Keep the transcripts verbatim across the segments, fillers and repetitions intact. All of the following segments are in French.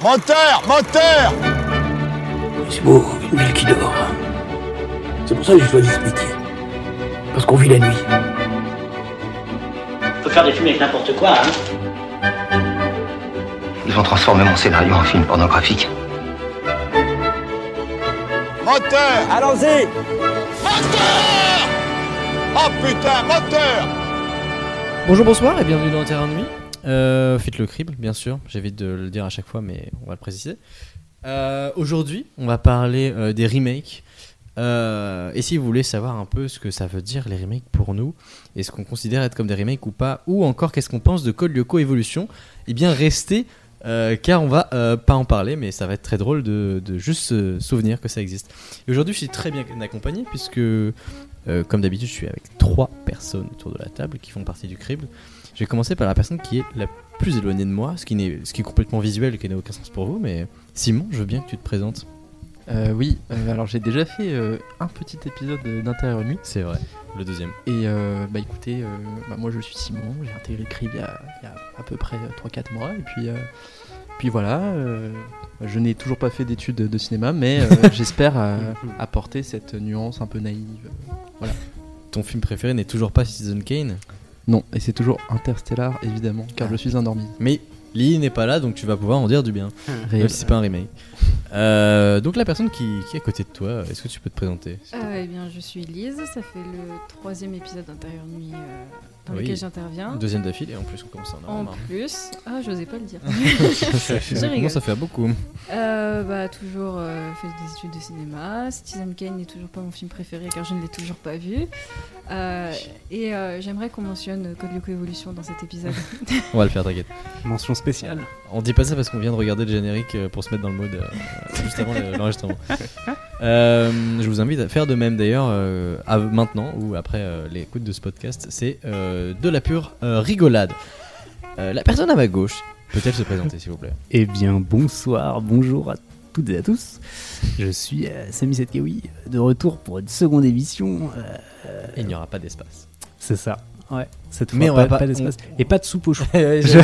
Moteur, moteur. C'est beau, une ville qui dort. C'est pour ça que j'ai choisi ce métier. Parce qu'on vit la nuit. Faut faire des films avec n'importe quoi, hein. Ils vont transformer mon scénario en film pornographique. Moteur. Allons-y. Moteur. Oh putain, moteur. Bonjour, bonsoir et bienvenue dans Terrain de Nuit. Euh, faites le crible, bien sûr. J'évite de le dire à chaque fois, mais on va le préciser. Euh, aujourd'hui, on va parler euh, des remakes. Euh, et si vous voulez savoir un peu ce que ça veut dire les remakes pour nous, et ce qu'on considère être comme des remakes ou pas, ou encore qu'est-ce qu'on pense de Code Lyoko Evolution, eh bien restez, euh, car on va euh, pas en parler, mais ça va être très drôle de, de juste se souvenir que ça existe. Et aujourd'hui, je suis très bien accompagné puisque, euh, comme d'habitude, je suis avec trois personnes autour de la table qui font partie du crible. Je vais commencer par la personne qui est la plus éloignée de moi, ce qui, n'est, ce qui est complètement visuel et qui n'a aucun sens pour vous, mais Simon, je veux bien que tu te présentes. Euh, oui, euh, alors j'ai déjà fait euh, un petit épisode d'Intérieur Nuit. C'est vrai, le deuxième. Et euh, bah écoutez, euh, bah, moi je suis Simon, j'ai intégré le crible il y a, il y a à peu près trois quatre mois. Et puis, euh, puis voilà, euh, je n'ai toujours pas fait d'études de cinéma, mais euh, j'espère euh, apporter cette nuance un peu naïve. Euh, voilà. Ton film préféré n'est toujours pas Citizen Kane ? Non, et c'est toujours Interstellar évidemment, car ah. je suis un dormi. Mais Lily n'est pas là, donc tu vas pouvoir en dire du bien. Même si c'est pas un remake. Euh, donc la personne qui, qui est à côté de toi, est-ce que tu peux te présenter ? euh, Eh bien, je suis Lise, ça fait le troisième épisode d'Intérieur Nuit euh, dans oui. lequel j'interviens. Deuxième d'affilée, en plus on commence à en En avoir. plus, ah, j'osais pas le dire. Ça commence à faire beaucoup. Euh, bah, toujours euh, fait des études de cinéma. Citizen Kane n'est toujours pas mon film préféré car je ne l'ai toujours pas vu. Euh, et euh, j'aimerais qu'on mentionne Code Lyoko Evolution dans cet épisode. On va le faire, t'inquiète. Mention spéciale. On dit pas ça parce qu'on vient de regarder le générique pour se mettre dans le mode euh, juste avant l'enregistrement. euh, je vous invite à faire de même d'ailleurs euh, à, maintenant ou après euh, l'écoute de ce podcast. C'est euh, de la pure euh, rigolade. Euh, la personne à ma gauche, peut-elle se présenter s'il vous plaît ? Eh bien bonsoir, bonjour à toutes et à tous. Je suis euh, Samy Setkaoui, de retour pour une seconde émission. Euh, Et il n'y aura pas d'espace. C'est ça. Ouais, cette fois mais on pas, va pas, pas d'espace on... et pas de soupe au chou.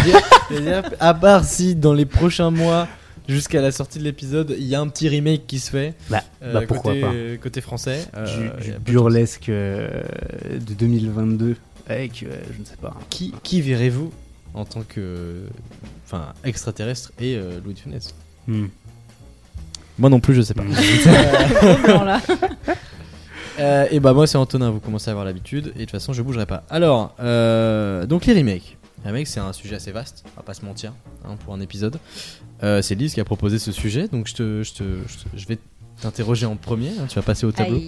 À part si dans les prochains mois, jusqu'à la sortie de l'épisode, il y a un petit remake qui se fait. Bah, euh, bah pourquoi côté, pas. Côté français. Euh, du, du burlesque euh, de deux mille vingt-deux avec, euh, je ne sais pas. Qui, qui verrez-vous en tant que, enfin, extraterrestre et euh, Louis de Funès ? hmm. Moi non plus, je sais pas. Non, là. Euh, et bah moi c'est Antonin, vous commencez à avoir l'habitude et de toute façon je bougerai pas. Alors, euh, donc les remakes. Les remakes c'est un sujet assez vaste, on va pas se mentir, hein, pour un épisode. Euh, c'est Lise qui a proposé ce sujet, donc je, te, je, te, je, te, je vais t'interroger en premier, hein, tu vas passer au tableau.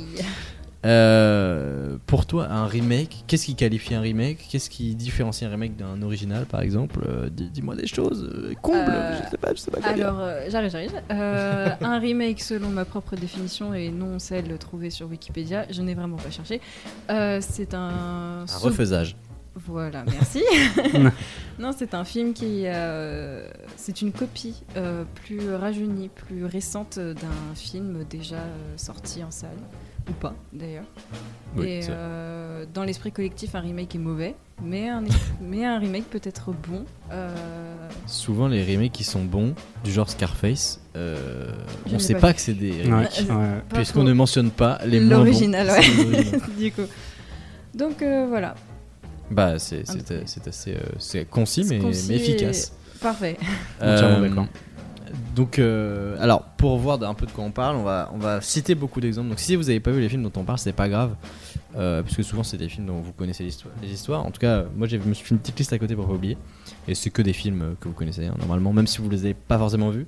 Euh, pour toi, un remake, qu'est-ce qui qualifie un remake ? Qu'est-ce qui différencie un remake d'un original par exemple ? euh, dis, Dis-moi des choses, euh, comble, euh, je sais pas, je sais pas quoi Alors, dire. euh, j'arrive, j'arrive. Euh, un remake selon ma propre définition et non celle trouvée sur Wikipédia, je n'ai vraiment pas cherché. Euh, c'est un... Un refaisage. Voilà, merci. Non, c'est un film qui... Euh, c'est une copie euh, plus rajeunie, plus récente d'un film déjà euh, sorti en salle. Ou pas d'ailleurs. Oui, et euh, dans l'esprit collectif, un remake est mauvais, mais un, mais un remake peut être bon. Euh... Souvent, les remakes qui sont bons, du genre Scarface, euh, on sait pas, pas que c'est des remakes, ouais, ouais. puisqu'on ne mentionne pas les moins bons. L'original, ouais. Du coup. Donc euh, voilà. Bah, c'est, c'est, c'est, c'est assez euh, c'est concis, mais, concis mais efficace. Et... Parfait. Euh, d'accord. Donc, euh, alors, pour voir un peu de quoi on parle, on va, on va citer beaucoup d'exemples. Donc, si vous n'avez pas vu les films dont on parle, c'est pas grave, euh, puisque souvent c'est des films dont vous connaissez l'histoire, les histoires. En tout cas, moi, j'ai, je me suis fait une petite liste à côté pour pas oublier. Et c'est que des films que vous connaissez hein, normalement, même si vous les avez pas forcément vus.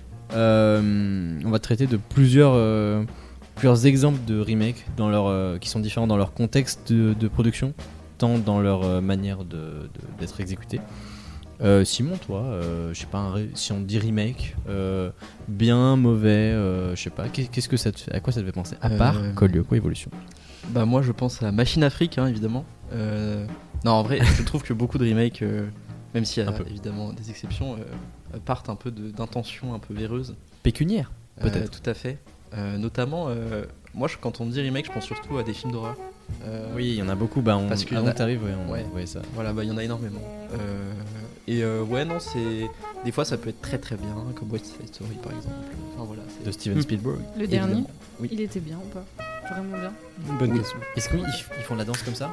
Euh, on va traiter de plusieurs, euh, plusieurs exemples de remakes dans leur, euh, qui sont différents dans leur contexte de, de production, tant dans leur euh, manière de, de, d'être exécutés. Euh, Simon, toi, euh, je sais pas, un ré- si on dit remake, euh, bien, mauvais, euh, je sais pas, qu'est-ce que ça te fait, à quoi ça te fait penser, à part euh... Code Lyoko Evolution ? Bah moi je pense à Machine Afrique hein, évidemment. Euh... Non en vrai je trouve que beaucoup de remakes, euh, même s'il y a évidemment des exceptions, euh, partent un peu de, d'intentions un peu véreuses. Pécuniaires, peut-être. Euh, tout à fait. Euh, notamment, euh, moi je, quand on me dit remake, je pense surtout à des films d'horreur. Euh, oui, il y en a beaucoup. Bah, on, parce que avant a... que t'arrives, ouais, on ouais. voyait ça. Voilà, bah il y en a énormément. Euh, Et euh, ouais, non, c'est. Des fois, ça peut être très très bien, comme West Side Story par exemple. Enfin voilà. c'est- De Steven Spielberg. Le dernier, Évidemment. Oui. il était bien ou pas? Vraiment bien. Bonne Oui. question. Est-ce qu'ils ils font la danse comme ça?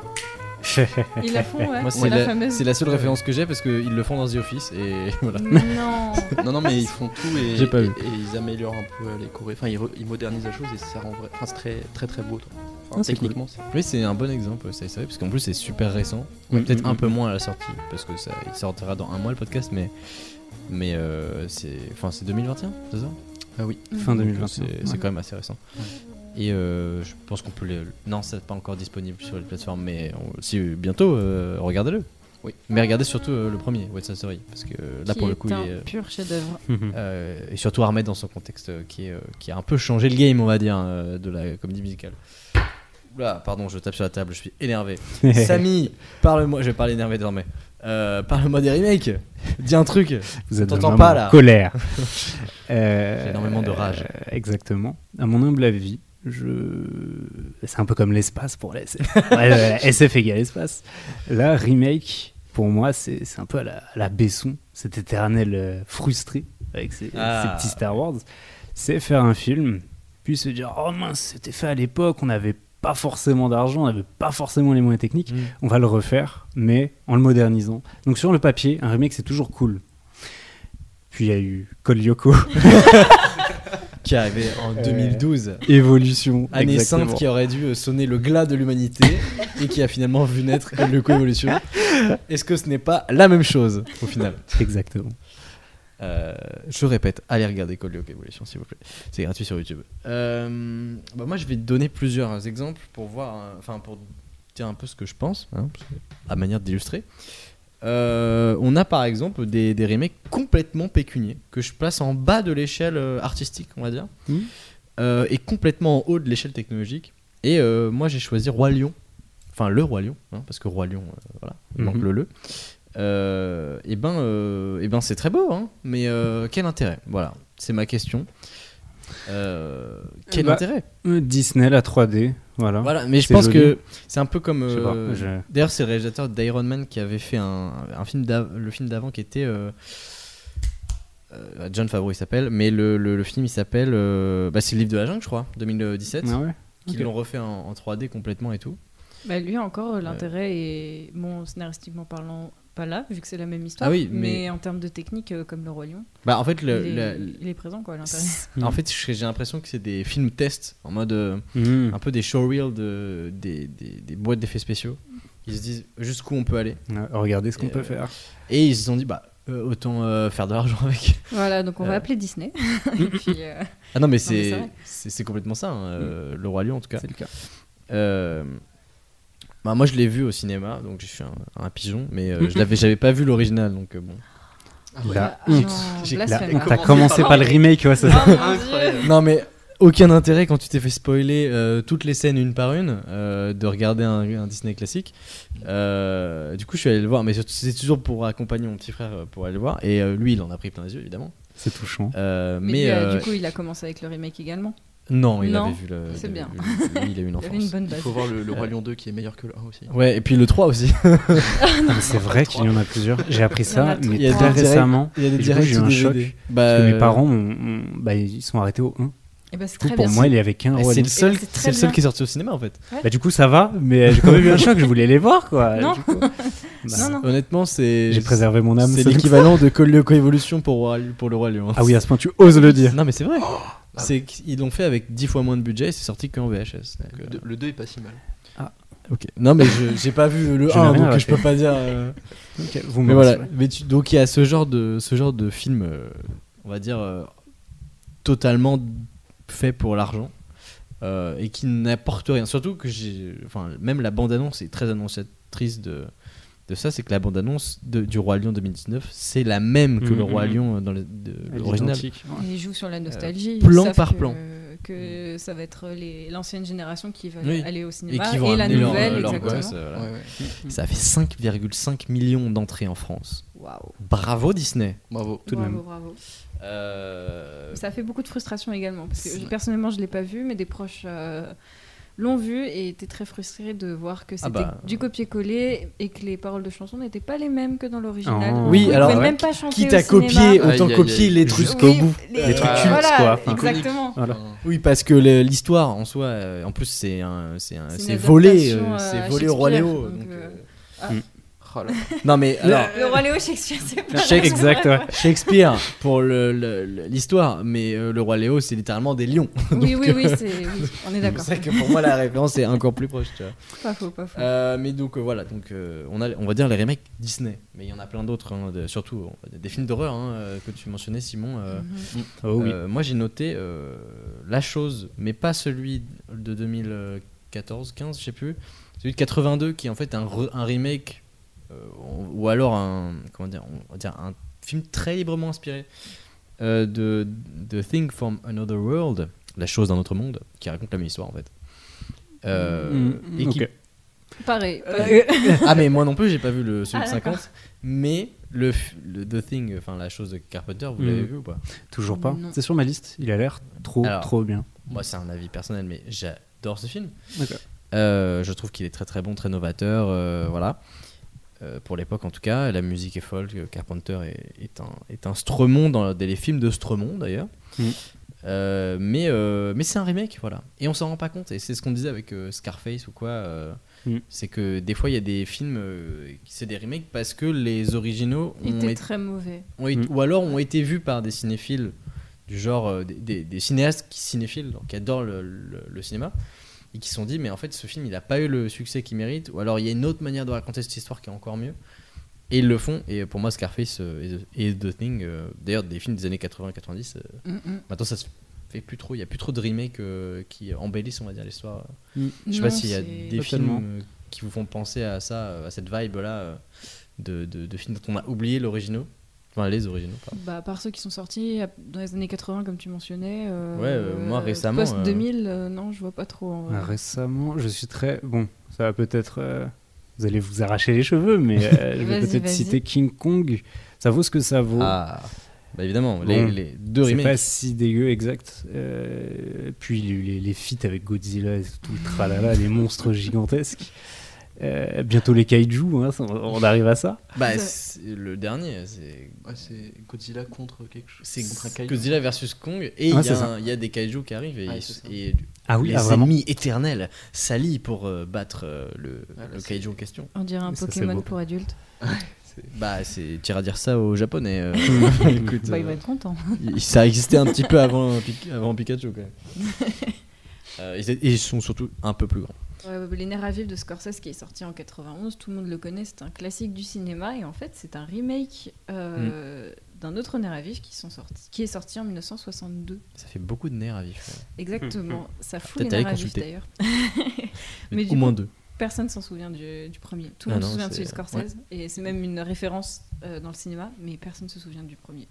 Ils la font, ouais. Moi, c'est c'est la, la, fameuse. c'est la seule référence que j'ai parce qu'ils le font dans The Office et voilà. Non. Non, non, mais ils font tout et, J'ai pas et, vu. et ils améliorent un peu euh, les chorés. Enfin, ils, re- ils modernisent la chose et ça rend vrai. Enfin, c'est très très très beau. toi. Enfin, Ah, c'est techniquement, c'est. Oui, c'est un bon exemple, ça, c'est vrai, parce qu'en plus c'est super récent. Oui, Peut-être oui, un oui. peu moins à la sortie, parce que ça il sortira dans un mois le podcast, mais mais euh, c'est enfin c'est deux mille vingt et un, c'est ça? Ah oui. Fin Donc, deux mille vingt et un. C'est c'est quand même assez récent. Et euh, je pense qu'on peut les. Non, c'est pas encore disponible sur les plateformes, mais on- si euh, bientôt, euh, regardez-le. Oui. Mais regardez surtout euh, le premier, West Side Story, parce que euh, là Qui pour le est coup, il un est, euh, pur chef-d'œuvre. euh, et surtout à remettre dans son contexte euh, qui, est, euh, qui a un peu changé le game, on va dire, euh, de la comédie musicale. Oula, pardon, je tape sur la table, je suis énervé. Samy, parle-moi, je vais parler énervé désormais. Euh, parle-moi des remakes. Dis un truc. Vous êtes T'entends vraiment pas, en là. colère. Euh, J'ai énormément de rage. euh, exactement. À mon humble avis, je... c'est un peu comme l'espace pour la S F. Ouais, ouais, S F égale espace. Là, remake, pour moi, c'est c'est un peu à la, à la Besson, cet éternel euh, frustré avec ses, Ah. ses petits Star Wars. C'est faire un film, puis se dire oh mince, c'était fait à l'époque, on n'avait pas forcément d'argent, on n'avait pas forcément les moyens techniques. Mm. On va le refaire, mais en le modernisant. Donc sur le papier, un remake, c'est toujours cool. Puis il y a eu Code Lyoko, Qui est arrivé en deux mille douze. Évolution. Année exactement. sainte qui aurait dû euh, sonner le glas de l'humanité et qui a finalement vu naître le co-évolution. Est-ce que ce n'est pas la même chose au final? Exactement. Euh, je répète, allez regarder Code Lyoko Evolution s'il vous plaît. C'est gratuit sur YouTube. Euh, bah moi je vais te donner plusieurs exemples pour voir, euh, enfin pour dire un peu ce que je pense, hein, parce que- à manière d'illustrer. Euh, on a par exemple des, des remakes complètement pécuniers que je place en bas de l'échelle euh, artistique, on va dire, Mhm. euh, et complètement en haut de l'échelle technologique. Et euh, moi j'ai choisi Roi Lion, enfin le Roi Lion, hein, parce que Roi Lion, euh, voilà, il manque Mhm. le le. Euh, et ben, euh, et ben c'est très beau, hein, mais euh, quel intérêt? Voilà, c'est ma question. Euh, quel Bah, intérêt? Euh, Disney, la trois D, voilà. Voilà, mais je c'est pense joli. que c'est un peu comme. Je sais pas, euh, je- D'ailleurs, c'est le réalisateur d'Iron Man qui avait fait un, un film, d'av- le film d'avant qui était. euh, euh, John Favreau il s'appelle, mais le, le, le film il s'appelle. euh, bah, c'est le livre de la jungle, je crois, deux mille dix-sept, Ah ouais. qu'ils Ok. l'ont refait en, en trois D complètement et tout. Bah, lui encore, euh, l'intérêt est, bon, scénaristiquement parlant, pas là, vu que c'est la même histoire. Ah oui, mais... mais- en termes de technique, euh, comme le Roi Lion, Bah, en fait, le, il, est, la- il est présent, quoi, l'intérêt. en fait j'ai j'ai l'impression que c'est des films tests en mode. euh, Mhm. un peu des showreels de, des, des, des boîtes d'effets spéciaux. Ils se disent jusqu'où on peut aller. Ouais, regardez ce qu'on Et, peut euh, faire. Et ils se sont dit, bah, euh, autant euh, faire de l'argent avec. Voilà, donc on va Euh. appeler Disney. Et puis, euh, Ah non, mais mais c'est c'est vrai. c'est c'est complètement ça, hein, euh, le Roi Lion en tout cas. C'est le cas. Euh, bah, moi je l'ai vu au cinéma, donc je suis un, un pigeon, mais euh, je l'avais, j'avais pas vu l'original, donc euh, bon. La ah, honte. non, J'ai- Là, blasphème. T'as commencé par le remake, ouais, c'est ça. Ah, mon Dieu. Non mais aucun intérêt quand tu t'es fait spoiler euh, toutes les scènes une par une euh, de regarder un, un Disney classique. Euh, du coup je suis allé le voir, mais surtout, c'est toujours pour accompagner mon petit frère euh, pour aller le voir, et euh, lui il en a pris plein les yeux évidemment. C'est touchant. Euh, Mais, mais lui, euh, euh, du coup, il a commencé avec le remake également. non, il Non, avait vu le. c'est il avait bien. vu- lui, il a eu une Il avait une enfance. bonne Il base. faut voir le, le Roi Euh. Lion deux qui est meilleur que le un aussi. Ouais, et puis le trois aussi. Ah, mais c'est vrai qu'il y en a plusieurs. J'ai appris Il y en a ça, tout. mais Il y a très des directs- récemment. Il y a des Et du coup, directs j'ai eu un D V choc. D. Parce Bah, que mes euh, parents, ont- ont- bah, ils sont arrêtés au un. Et bah, c'est Du coup, très pour bien. moi, il y avait qu'un bah, Roi c'est Lion. le seul, Et c'est très c'est le seul bien. qui est sorti au cinéma en fait. Bah, du coup, ça va, mais j'ai quand même eu un choc. Je voulais les voir, quoi. Non. Du coup, bah, Non, non. Honnêtement, c'est. J'ai préservé mon âme. C'est seule l'équivalent de Code Lyoko Evolution pour, Roi- pour le Roi Lion. Ah oui, à ce point, tu oses le dire. Non, mais c'est vrai. C'est qu'ils l'ont fait avec dix fois moins de budget et c'est sorti qu'en V H S. donc, euh, Le- Le deux est pas si mal. ok. Non, mais je j'ai pas vu le Je n'ai un, rien donc je raté. peux pas dire. euh, Ok, vous Mais me voilà. rassurez. Mais tu- donc il y a ce genre de, ce genre de film, euh, on va dire, euh, totalement fait pour l'argent. Euh, et qui n'apporte rien. Surtout que j'ai, enfin, même la bande-annonce est très annonciatrice de, de ça. C'est que la bande-annonce de- du Roi Lion deux mille dix-neuf, c'est la même que Mhm. le Roi Lion dans le- de- Elle est l'original. identique. Et ils jouent sur la nostalgie. Euh, plan Ils savent par que, plan. Que ça va être les- l'ancienne génération qui va Oui. aller au Et cinéma qui et, vont la amener leur, nouvelle, leur exactement. gosse, euh, voilà. Ouais, ouais. Ça a fait cinq virgule cinq millions d'entrées en France. Waouh. Bravo Disney. Bravo. Tout de Bravo, même. bravo. Euh, Ça a fait beaucoup de frustration également parce que C'est- personnellement je l'ai pas vu, mais des proches euh, l'ont vu et étaient très frustrés de voir que c'était bah. du copier-coller et que les paroles de chansons n'étaient pas les mêmes que dans l'original. Oh. Du Oui, coup, ils alors, pouvaient ouais. même pas chanter Quitte au à cinéma. copier, Aïe, autant aïe, copier aïe. les trucs. Jusqu'au Oui, bout. les- Les trucs voilà, cultes, quoi. Enfin, exactement. Voilà. Oui, parce que le- l'histoire en soi, euh, en plus, c'est un, c'est un, C'est c'est une volé, adaptation, euh, euh, c'est à volé au roi Shakespeare, Léo. donc, donc, euh, euh, ah. Mm. Oh là. Non mais alors, Le roi Léo Shakespeare, c'est pas Shakespeare, Exact, ouais. Shakespeare pour le- le- le- l'histoire, mais euh, le roi Léo, c'est littéralement des lions. Oui, Donc, oui, oui, c'est... oui, on est d'accord. C'est vrai que pour moi, la référence est encore plus proche. Tu vois. Pas faux, pas faux. Euh, mais donc euh, voilà, donc euh, on a, on va dire les remakes Disney, mais il y en a plein d'autres, hein, de- surtout on va dire des films d'horreur hein, euh, que tu mentionnais, Simon. euh, Mhm. Oh oui. Euh, moi j'ai noté euh, La Chose, mais pas celui de deux mille quatorze quinze, je sais plus, celui de quatre-vingt-deux qui est en fait un, re- un remake euh, ou alors un, comment dire, on va dire un film très librement inspiré euh, de The Thing from Another World, La Chose d'un autre monde, qui raconte la même histoire en fait. Euh, Mm, et qui- ok. Pareil. Euh, pareil. ah mais moi non plus j'ai pas vu le celui Ah, de cinquante, mais le, f- le The Thing, enfin La Chose de Carpenter, vous Mm. l'avez vu ou pas? Toujours pas. Non. C'est sur ma liste. Il a l'air trop, Alors, trop bien. Moi c'est un avis personnel, mais j'adore ce film. Ok. Euh, je trouve qu'il est très très bon, très novateur, euh, voilà. Euh, pour l'époque en tout cas, la musique est folle. Carpenter est, est un est un Stremont dans les films de Stremont d'ailleurs. Mm. Euh, mais euh, mais c'est un remake, voilà. Et on s'en rend pas compte. Et c'est ce qu'on disait avec euh, Scarface ou quoi. euh, Mm. C'est que des fois il y a des films, euh, qui- c'est des remakes parce que les originaux Il ont était été, très mauvais. ont été- Mm. ou alors ont été vus par des cinéphiles du genre euh, des, des- des cinéastes qui cinéphiles, donc qui adorent le, le- le cinéma et qui se sont dit mais en fait ce film il a pas eu le succès qu'il mérite, ou alors il y a une autre manière de raconter cette histoire qui est encore mieux, et ils le font. Et pour moi Scarface euh, et, The- et The Thing, euh, d'ailleurs des films des années quatre-vingts quatre-vingt-dix, euh, Mm-mm. maintenant ça se fait plus trop, il y a plus trop de remakes euh, qui embellissent on va dire l'histoire. Mm. Je sais Non, pas s'il y a c'est- des Totalement. films euh, qui vous font penser à ça, euh, à cette vibe là de, de, de films dont on a oublié l'original, enfin les originaux pardon. Bah, par ceux qui sont sortis euh, dans les années quatre-vingts, comme tu mentionnais. euh, Ouais, euh, moi, récemment, Post euh, deux mille, euh, non, je vois pas trop. en vrai. Ah, récemment, je suis très. Bon, ça va peut-être. euh, Vous allez vous arracher les cheveux, mais euh, je vais Vas-y, peut-être vas-y. citer King Kong. Ça vaut ce que ça vaut. Ah bah évidemment, Bon, les, les deux C'est remakes. pas si dégueu, exact. Euh, puis les, les, les feats avec Godzilla et tout le tralala, les monstres gigantesques. Euh, bientôt les kaiju, hein, on on arrive à ça. Bah Ça- c'est le dernier, c'est Ouais, c'est Godzilla contre quelque chose. c'est contre un kaiju. Godzilla versus Kong, et il Ah, y, c'est a ça. un- il y a des kaiju qui arrivent et, Ouais, ils- c'est ça. et Ah oui, les ah, vraiment. ennemis éternels s'allient pour euh, battre euh, le, Ah, là, le c'est- kaiju en question. On dirait un Ça, c'est Pokémon beau. pour adultes. Bah c'est tu iras dire ça aux japonais. euh, écoute, Bah, euh, ils vont être contents. il- ça existait un petit peu avant, Pik- avant Pikachu quand même. Euh, ils, et ils sont surtout un peu plus grands. Ouais, Les Nerfs à vif de Scorsese qui est sorti en quatre-vingt-onze, tout le monde le connaît, c'est un classique du cinéma et en fait c'est un remake euh, d'un autre Nerf à vif qui, sont sortis, qui est sorti en mille neuf cent soixante-deux. Ça fait beaucoup de nerfs à vif. ouais. Exactement, ça fout les Peut-être aller nerfs à vif consulter. d'ailleurs. Mais Mais au du moins coup, deux. personne s'en souvient du, du premier. Tout le Ah monde non, se souvient de c'est- celui de Scorsese et c'est même une référence euh, dans le cinéma, mais personne ne se souvient du premier.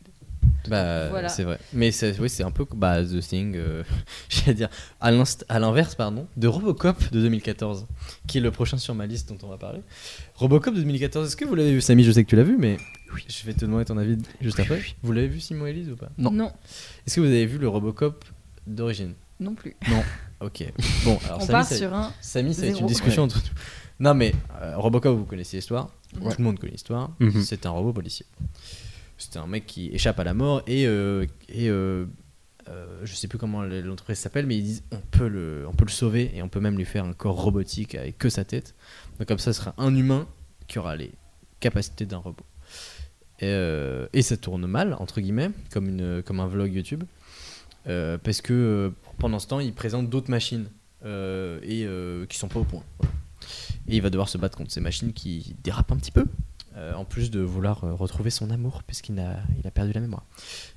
Bah, Voilà. c'est vrai. Mais c'est, oui, c'est un peu bah, The Thing, euh, j'allais dire, à, l'inst- à l'inverse, pardon, de Robocop de deux mille quatorze, qui est le prochain sur ma liste dont on va parler. Robocop de deux mille quatorze, est-ce que vous l'avez vu, Samy? Je sais que tu l'as vu, mais je vais te demander ton avis juste après. Vous l'avez vu, Simon et Elise, ou pas? Non. Non, Est-ce que vous avez vu le Robocop d'origine? non plus. Ok. Bon, alors On Samy, part ça, sur un. Samy, ça va être une zéro. discussion entre nous. Non, mais euh, Robocop, vous connaissez l'histoire. Ouais. Tout le monde connaît l'histoire. Mhm. C'est un robot policier. C'est un mec qui échappe à la mort et, euh, et euh, euh, je sais plus comment l'entreprise s'appelle, mais ils disent on peut, le, on peut le sauver et on peut même lui faire un corps robotique avec que sa tête. Donc comme ça, ce sera un humain qui aura les capacités d'un robot. Et, euh, et ça tourne mal, entre guillemets, comme, une, comme un vlog YouTube. Euh, parce que euh, pendant ce temps, il présente d'autres machines euh, et euh, qui sont pas au point. Voilà. Et il va devoir se battre contre ces machines qui dérapent un petit peu, euh, en plus de vouloir euh, retrouver son amour puisqu'il a, il a perdu la mémoire.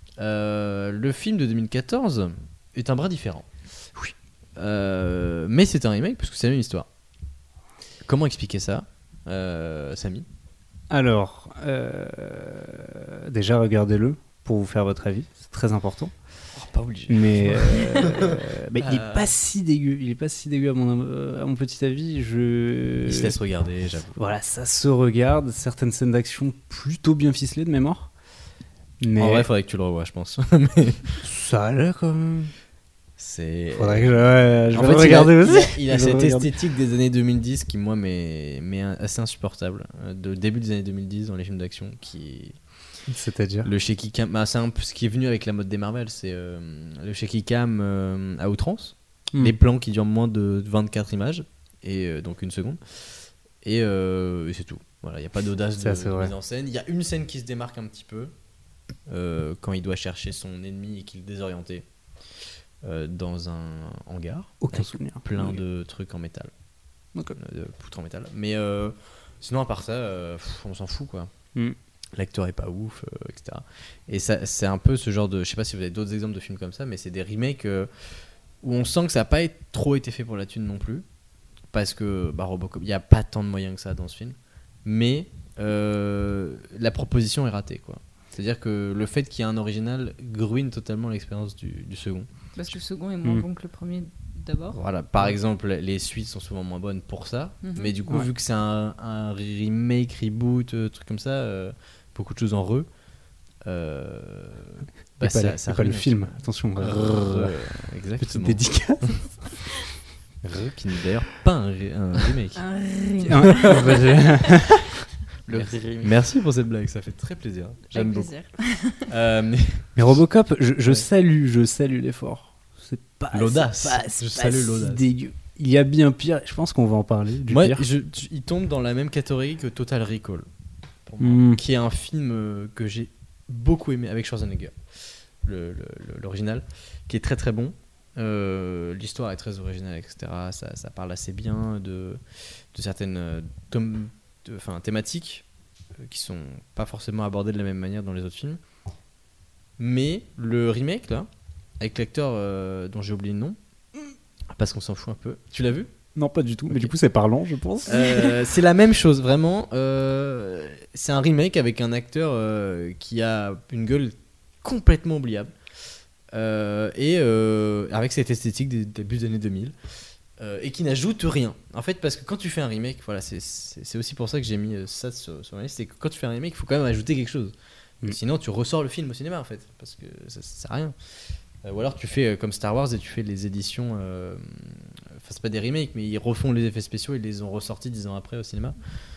Euh, le film de deux mille quatorze est un brin différent. Oui. Euh, mais c'est un remake parce que c'est la même histoire. Comment expliquer ça, euh, Samy? Alors, euh, déjà, regardez-le pour vous faire votre avis. C'est très important. Oh, pas obligé. Mais, euh, mais il Euh. est pas si dégueu. Il est pas si dégueu à mon, euh, à mon petit avis. Je... Il se laisse regarder, j'avoue. Voilà, ça se regarde. Certaines scènes d'action plutôt bien ficelées de mémoire. Mais En vrai, il faudrait que tu le revoies, je pense. Mais- ça a l'air quand même. C'est. Faudrait que je, ouais, je En vais fait, le il regarder a, aussi. il a- il a Je vais cette le regarder. esthétique des années deux mille dix qui, moi, m'est m'est assez insupportable. Euh, De début des années deux mille dix dans les films d'action. Qui... C'est-à-dire Le shaky cam. Bah, c'est un peu ce qui est venu avec la mode des Marvel. C'est euh, le shaky cam euh, à outrance. Hmm. Les plans qui durent moins de vingt-quatre images. Et euh, donc une seconde. Et, euh, et c'est tout. Voilà, il n'y a pas d'audace Ça, de, c'est de vrai. mise en scène. Il y a une scène qui se démarque un petit peu. euh, quand il doit chercher son ennemi et qu'il est désorienté. Euh, dans un hangar. Aucun avec souvenir. Plein Ok. de trucs en métal. Ok. Euh, de poutres en métal. Mais euh, sinon, à part ça, euh, pff, on s'en fout quoi. Mm. L'acteur est pas ouf, euh, et cetera. Et ça, c'est un peu ce genre de. Je sais pas si vous avez d'autres exemples de films comme ça, mais c'est des remakes euh, où on sent que ça n'a pas été- trop été fait pour la thune non plus. Parce que bah, Robocop, il n'y a pas tant de moyens que ça dans ce film. Mais euh, la proposition est ratée quoi. C'est-à-dire que le fait qu'il y ait un original ruine totalement l'expérience du, du second. Parce que le second est moins Mm. bon que le premier d'abord. Voilà, par exemple, les suites sont souvent moins bonnes pour ça. Mhm. Mais du coup, Ouais. vu que c'est un, un remake, reboot, euh, truc comme ça, euh, beaucoup de choses en re. Euh, Et pas, ça- le- ça et pas le ruine un film, petit attention. peu. Re- Re- Petite Exactement. dédicace. Re, qui n'est d'ailleurs pas un, re- un remake. Un remake. Ah, bah, j'ai- Le Merci. remake. Merci pour cette blague, ça fait très plaisir. J'aime Avec beaucoup. plaisir. Euh, mais Mais Robocop, je, je Ouais. salue, je salue l'effort. C'est pas L'audace. c'est pas- c'est Je pas salue si l'audace. dégueu. Il y a bien pire. Je pense qu'on va en parler du moi, pire. je, je- il tombe dans la même catégorie que Total Recall, pour moi, Mm. qui est un film euh, que j'ai beaucoup aimé avec Schwarzenegger, le- le- le- l'original, qui est très très bon. Euh, L'histoire est très originale, et cetera. Ça, ça parle assez bien de, de certaines euh, tom- de- enfin, thématiques euh, qui sont pas forcément abordées de la même manière dans les autres films. Mais le remake, là, avec l'acteur euh, dont j'ai oublié le nom, parce qu'on s'en fout un peu. Tu l'as vu ? Non, pas du tout. Mais Ok. du coup, c'est parlant, je pense. Euh, c'est la même chose, vraiment. Euh, c'est un remake avec un acteur euh, qui a une gueule complètement oubliable. Euh, et euh, avec cette esthétique des débuts des années deux mille. Euh, et qui n'ajoute rien. En fait, parce que quand tu fais un remake, voilà, c'est, c'est, c'est aussi pour ça que j'ai mis euh, ça sur, sur ma liste, c'est que quand tu fais un remake, il faut quand même ajouter quelque chose. Mm. Sinon, tu ressors le film au cinéma, en fait, parce que ça, ça sert à rien. Euh, ou alors tu fais euh, comme Star Wars et tu fais les éditions. euh, Enfin, c'est pas des remakes, mais ils refont les effets spéciaux, ils les ont ressortis dix ans après au cinéma.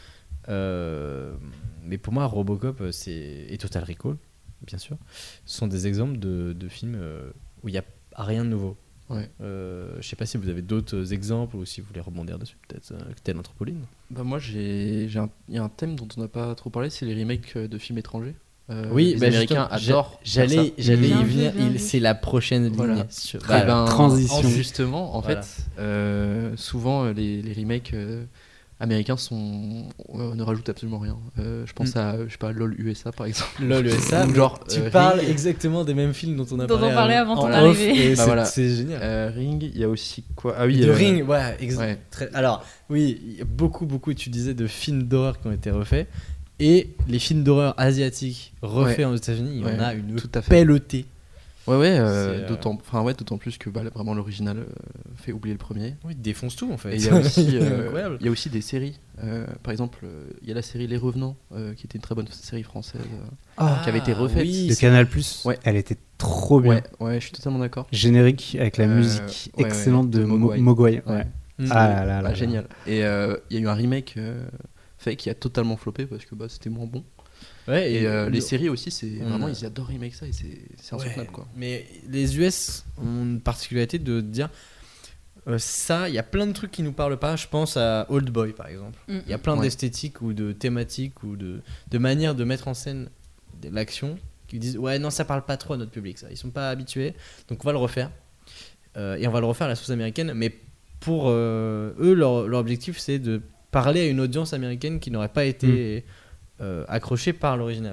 Euh, mais pour moi, Robocop euh, c'est... et Total Recall, bien sûr, ce sont des exemples de, de films euh, où il n'y a rien de nouveau. Ouais. Euh, je sais pas si vous avez d'autres exemples ou si vous voulez rebondir dessus, peut-être, euh, tel Anthropoline. Bah moi j'ai, j'ai un, il y a un thème dont on n'a pas trop parlé, c'est les remakes de films étrangers. Euh, Oui, les bah, Américains justement, adorent. j'a- faire J'allais, ça. j'allais Bien y vu, venir. bien il- vu. c'est la prochaine Voilà. ligne. Sur, Eh bah, ben, transition. Justement, en Voilà. fait, euh, souvent euh, les, les remakes euh, américains sont, euh, ne rajoutent absolument rien. Euh, je pense Mm. à, je sais pas, LOL U S A par exemple. LOL U S A, Ou genre, tu euh, parles Ring. exactement des mêmes films dont on a Dont on parlé, parlait avant en ton off, arrivée. et Bah c'est, voilà. c'est génial. Euh, Ring, il y a aussi quoi? Ah oui, de euh, Ring, ouais, ex- ouais. très- alors oui, il y a beaucoup, beaucoup, tu disais, de films d'horreur qui ont été refaits. Et les films d'horreur asiatiques refaits Ouais. aux États-Unis, il y Ouais, en a une tout à fait. pelletée. Ouais, ouais, euh, C'est, euh, d'autant, enfin ouais, d'autant plus que bah, vraiment l'original euh, fait oublier le premier. Oui, ils défoncent tout en fait. Et il y a aussi, euh, Incroyable. il y a aussi des séries. Euh, par exemple, euh, il y a la série Les Revenants, euh, qui était une très bonne série française, euh, Ah, qui avait été refaite. oui, de c'est- Canal Plus, Ouais. elle était trop bien. Ouais, ouais, je suis totalement d'accord. Générique avec la Euh, musique ouais, excellente ouais, de de Mo- Mogwai. Mogwai. Ouais. Ouais. Mm. Ah là là là. Bah, là. génial. Et euh, il y a eu un remake euh, fait qui a totalement floppé parce que bah, c'était moins bon. Ouais, Et, euh, le- les séries aussi, c'est on vraiment, a- ils adorent remake ça et c'est, c'est Ouais, insoutenable quoi. Mais les U S ont une particularité de dire euh, ça, il y a plein de trucs qui nous parlent pas. Je pense à Old Boy par exemple. Mm. Il y a plein Ouais. d'esthétiques ou de thématiques ou de, de manières de mettre en scène de l'action qui disent ouais non ça parle pas trop à notre public ça. Ils sont pas habitués donc on va le refaire. Euh, et on va le refaire à la sauce américaine mais pour euh, eux leur, leur objectif c'est de parler à une audience américaine qui n'aurait pas été euh, accrochée par l'original.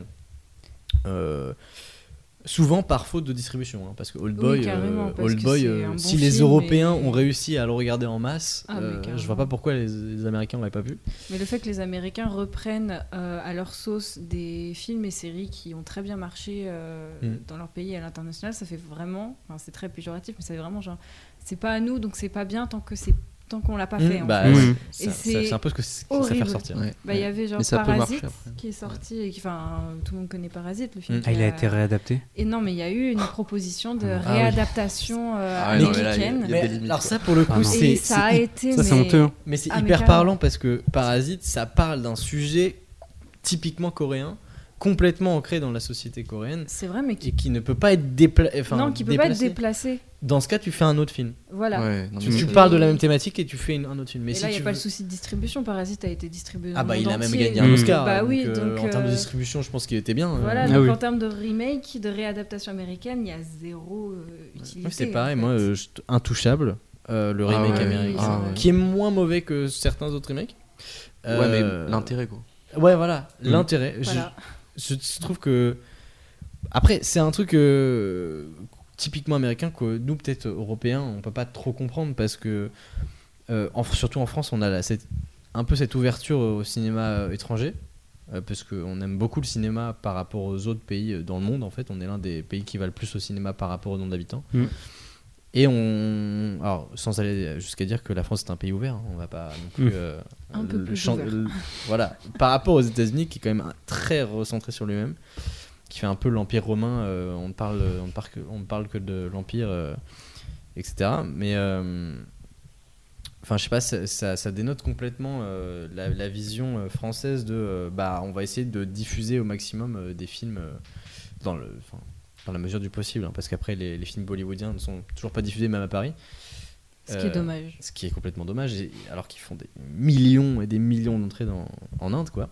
Euh, souvent par faute de distribution hein, parce que Old Oui, Boy, carrément, euh, parce Old que Boy c'est euh, un bon si les film Européens et- ont réussi à le regarder en masse Ah, mais euh, je carrément. vois pas pourquoi les, les Américains l'auraient pas vu. Mais le fait que les Américains reprennent euh, à leur sauce des films et séries qui ont très bien marché euh, Mm. dans leur pays et à l'international, ça fait vraiment, enfin, c'est très péjoratif, mais ça fait vraiment genre, c'est pas à nous, donc c'est pas bien tant que c'est tant qu'on l'a pas Mmh, fait. en bah, fait. ouais, Mmh. ça- Et ça- c'est c'est un peu ce que c'est- ça fait horrible. ressortir. Ouais. Bah, il y avait genre Mais ça peut Parasite marcher après. qui est sorti, et qui, enfin, tout le monde connaît Parasite, le film. Mm. qui Ah, il a été réadapté. Et non, mais il y a eu une proposition de Ah oui. réadaptation euh, Ah ouais, non, mais là, il y a- américaine. il y a des Mais limites, alors quoi. ça pour le coup Ah non. c'est Et ça a c'est hy- été. Ça, c'est mais- honteux. hein. mais c'est Ah, mais hyper carrément. parlant parce que Parasite ça parle d'un sujet typiquement coréen, complètement ancré dans la société coréenne C'est vrai, mais qui. et qui ne peut pas être dépla- enfin, non, qui peut pas être déplacé. déplacé. Dans ce cas, tu fais un autre film. Voilà. Ouais, non, Tu, mais tu c'est- parles de la même thématique et tu fais une- un autre film. Mais Et si là, il n'y tu a pas veux- le souci de distribution. Parasite a été distribué dans Ah le bah il monde a même entier. gagné un Mmh. Oscar. Bah donc, oui, euh, donc, en termes de euh, distribution, je pense qu'il était bien. euh. Voilà, Ah donc oui. en termes de remake, de réadaptation américaine, il y a zéro euh, utilité. Ouais, c'est en pareil, fait. moi, euh, je- Intouchable, euh, le Ah remake ouais, américain, ah ouais. qui est moins mauvais que certains autres remakes. Ouais, Euh, mais l'intérêt, quoi. Ouais, voilà, Mm. l'intérêt. Je- Voilà. Je, je trouve que. Après, c'est un truc euh, typiquement américain que nous, peut-être européens, on peut pas trop comprendre parce que, euh, en- surtout en France, on a la- cette- un peu cette ouverture au cinéma euh, étranger. euh, parce qu'on aime beaucoup le cinéma par rapport aux autres pays euh, dans le monde. En fait, on est l'un des pays qui va le plus au cinéma par rapport au nombre d'habitants. Mm. Et on. Alors, sans aller jusqu'à dire que la France est un pays ouvert, hein, on va pas non plus. Mm. euh, Un peu le plus champ- ouvert. le- voilà. Par rapport aux États-Unis, qui est quand même un- très recentré sur lui-même, qui fait un peu l'Empire romain. euh, on ne parle, on ne parle que, on ne parle que de l'Empire, euh, et cetera. Mais. euh, Enfin, je sais pas, ça, ça, ça dénote complètement euh, la, la vision euh, française de euh, bah, on va essayer de diffuser au maximum euh, des films euh, dans, le, enfin, dans la mesure du possible, hein, parce qu'après les, les films bollywoodiens ne sont toujours pas diffusés même à Paris. Ce qui est Euh, dommage. Ce qui est complètement dommage, et- alors qu'ils font des millions et des millions d'entrées dans, en Inde, quoi.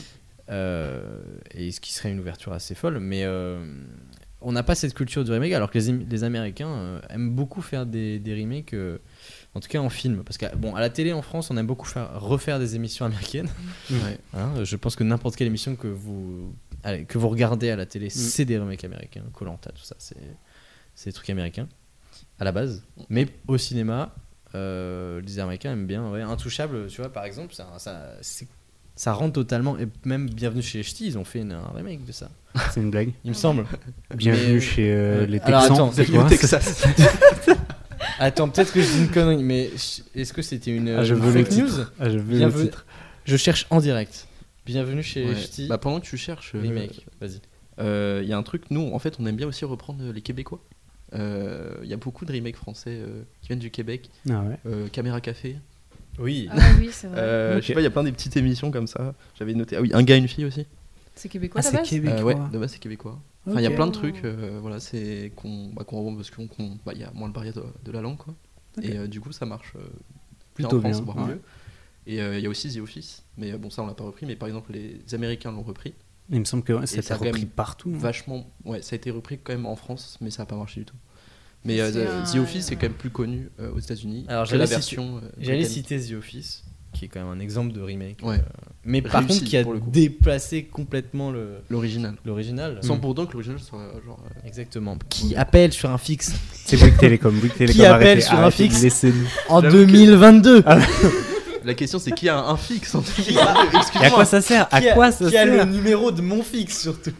Euh, et ce qui serait une ouverture assez folle, mais euh, on n'a pas cette culture du remake, alors que les, les Américains euh, aiment beaucoup faire des, des remakes. euh, En tout cas en film, parce que bon, à la télé en France, on aime beaucoup faire, refaire des émissions américaines. Ouais. Hein, je pense que n'importe quelle émission que vous, allez, que vous regardez à la télé, c'est des remakes américains. Koh-Lanta, tout ça, c'est, c'est des trucs américains à la base. Mais au cinéma, euh, les Américains aiment bien. Ouais, Intouchable, tu vois, par exemple, ça, ça, c'est- ça rentre totalement. Et même Bienvenue chez les Ch'tis, ils ont fait une- un remake de ça, C'est une blague. il me semble. Bienvenue Mais- chez euh, Ouais. les Alors, Texans. attends, c'est c'est quoi Au Texas. Attends, peut-être que je dis une connerie, mais est-ce que c'était une, Ah, je une veux le fake news? titre. Ah, je veux Bienvenue- le titre. Je cherche en direct. Bienvenue chez Ouais. Ch'ti. Bah, pendant que tu cherches, euh, Remake, vas-y. euh, il y a un truc, nous, en fait, on aime bien aussi reprendre les Québécois. Euh, Il y a beaucoup de remakes français euh, qui viennent du Québec. Ah ouais. Euh, Caméra Café. Oui. Ah oui, c'est vrai. Euh, Ok. Je sais pas, il y a plein des petites émissions comme ça. J'avais noté. Ah oui, Un gars, une fille aussi. C'est québécois Ah, à la c'est base québécois. Euh, ouais, de base, c'est québécois. Enfin, il y a Ok. plein de trucs, euh, voilà, c'est qu'on bah, qu'on revoit parce qu'il bah, y a moins le barrière de, de la langue, quoi. Ok. Et euh, du coup, ça marche euh, Plutôt en France, bien, voire ouais. mieux. Et il y a aussi The Office, mais euh, bon, ça on l'a pas repris, mais par exemple, les Américains l'ont repris. Il me semble que ouais, ça a ça été a quand repris même partout. hein. Vachement, ouais, ça a été repris quand même en France, mais ça a pas marché du tout. Mais euh, C'est The, un- The Office, c'est quand même plus connu euh, aux États-Unis. Alors, que la j'allais version. euh, J'allais britannique. citer The Office, qui est quand même un exemple de remake. Ouais. euh, mais par Réussi, contre, qui a pour le coup. déplacé complètement le, L'original. l'original. Sans Mm. pour autant que l'original soit genre. euh, Exactement. Qui appelle sur un fixe C'est Bouygues Télécom. Bouygues Télécom. Qui appelle arrêtez, sur un arrêtez de fixe laisser-nous. en J'avoue deux mille vingt-deux. La question, c'est qui a un, un fixe en tout Qui cas. a- Et à quoi ça sert À Qui a- quoi ça Qui a le sert numéro de mon fixe surtout.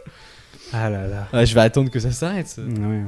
Ah là là. Ouais, je vais attendre que ça s'arrête. ça. Ouais.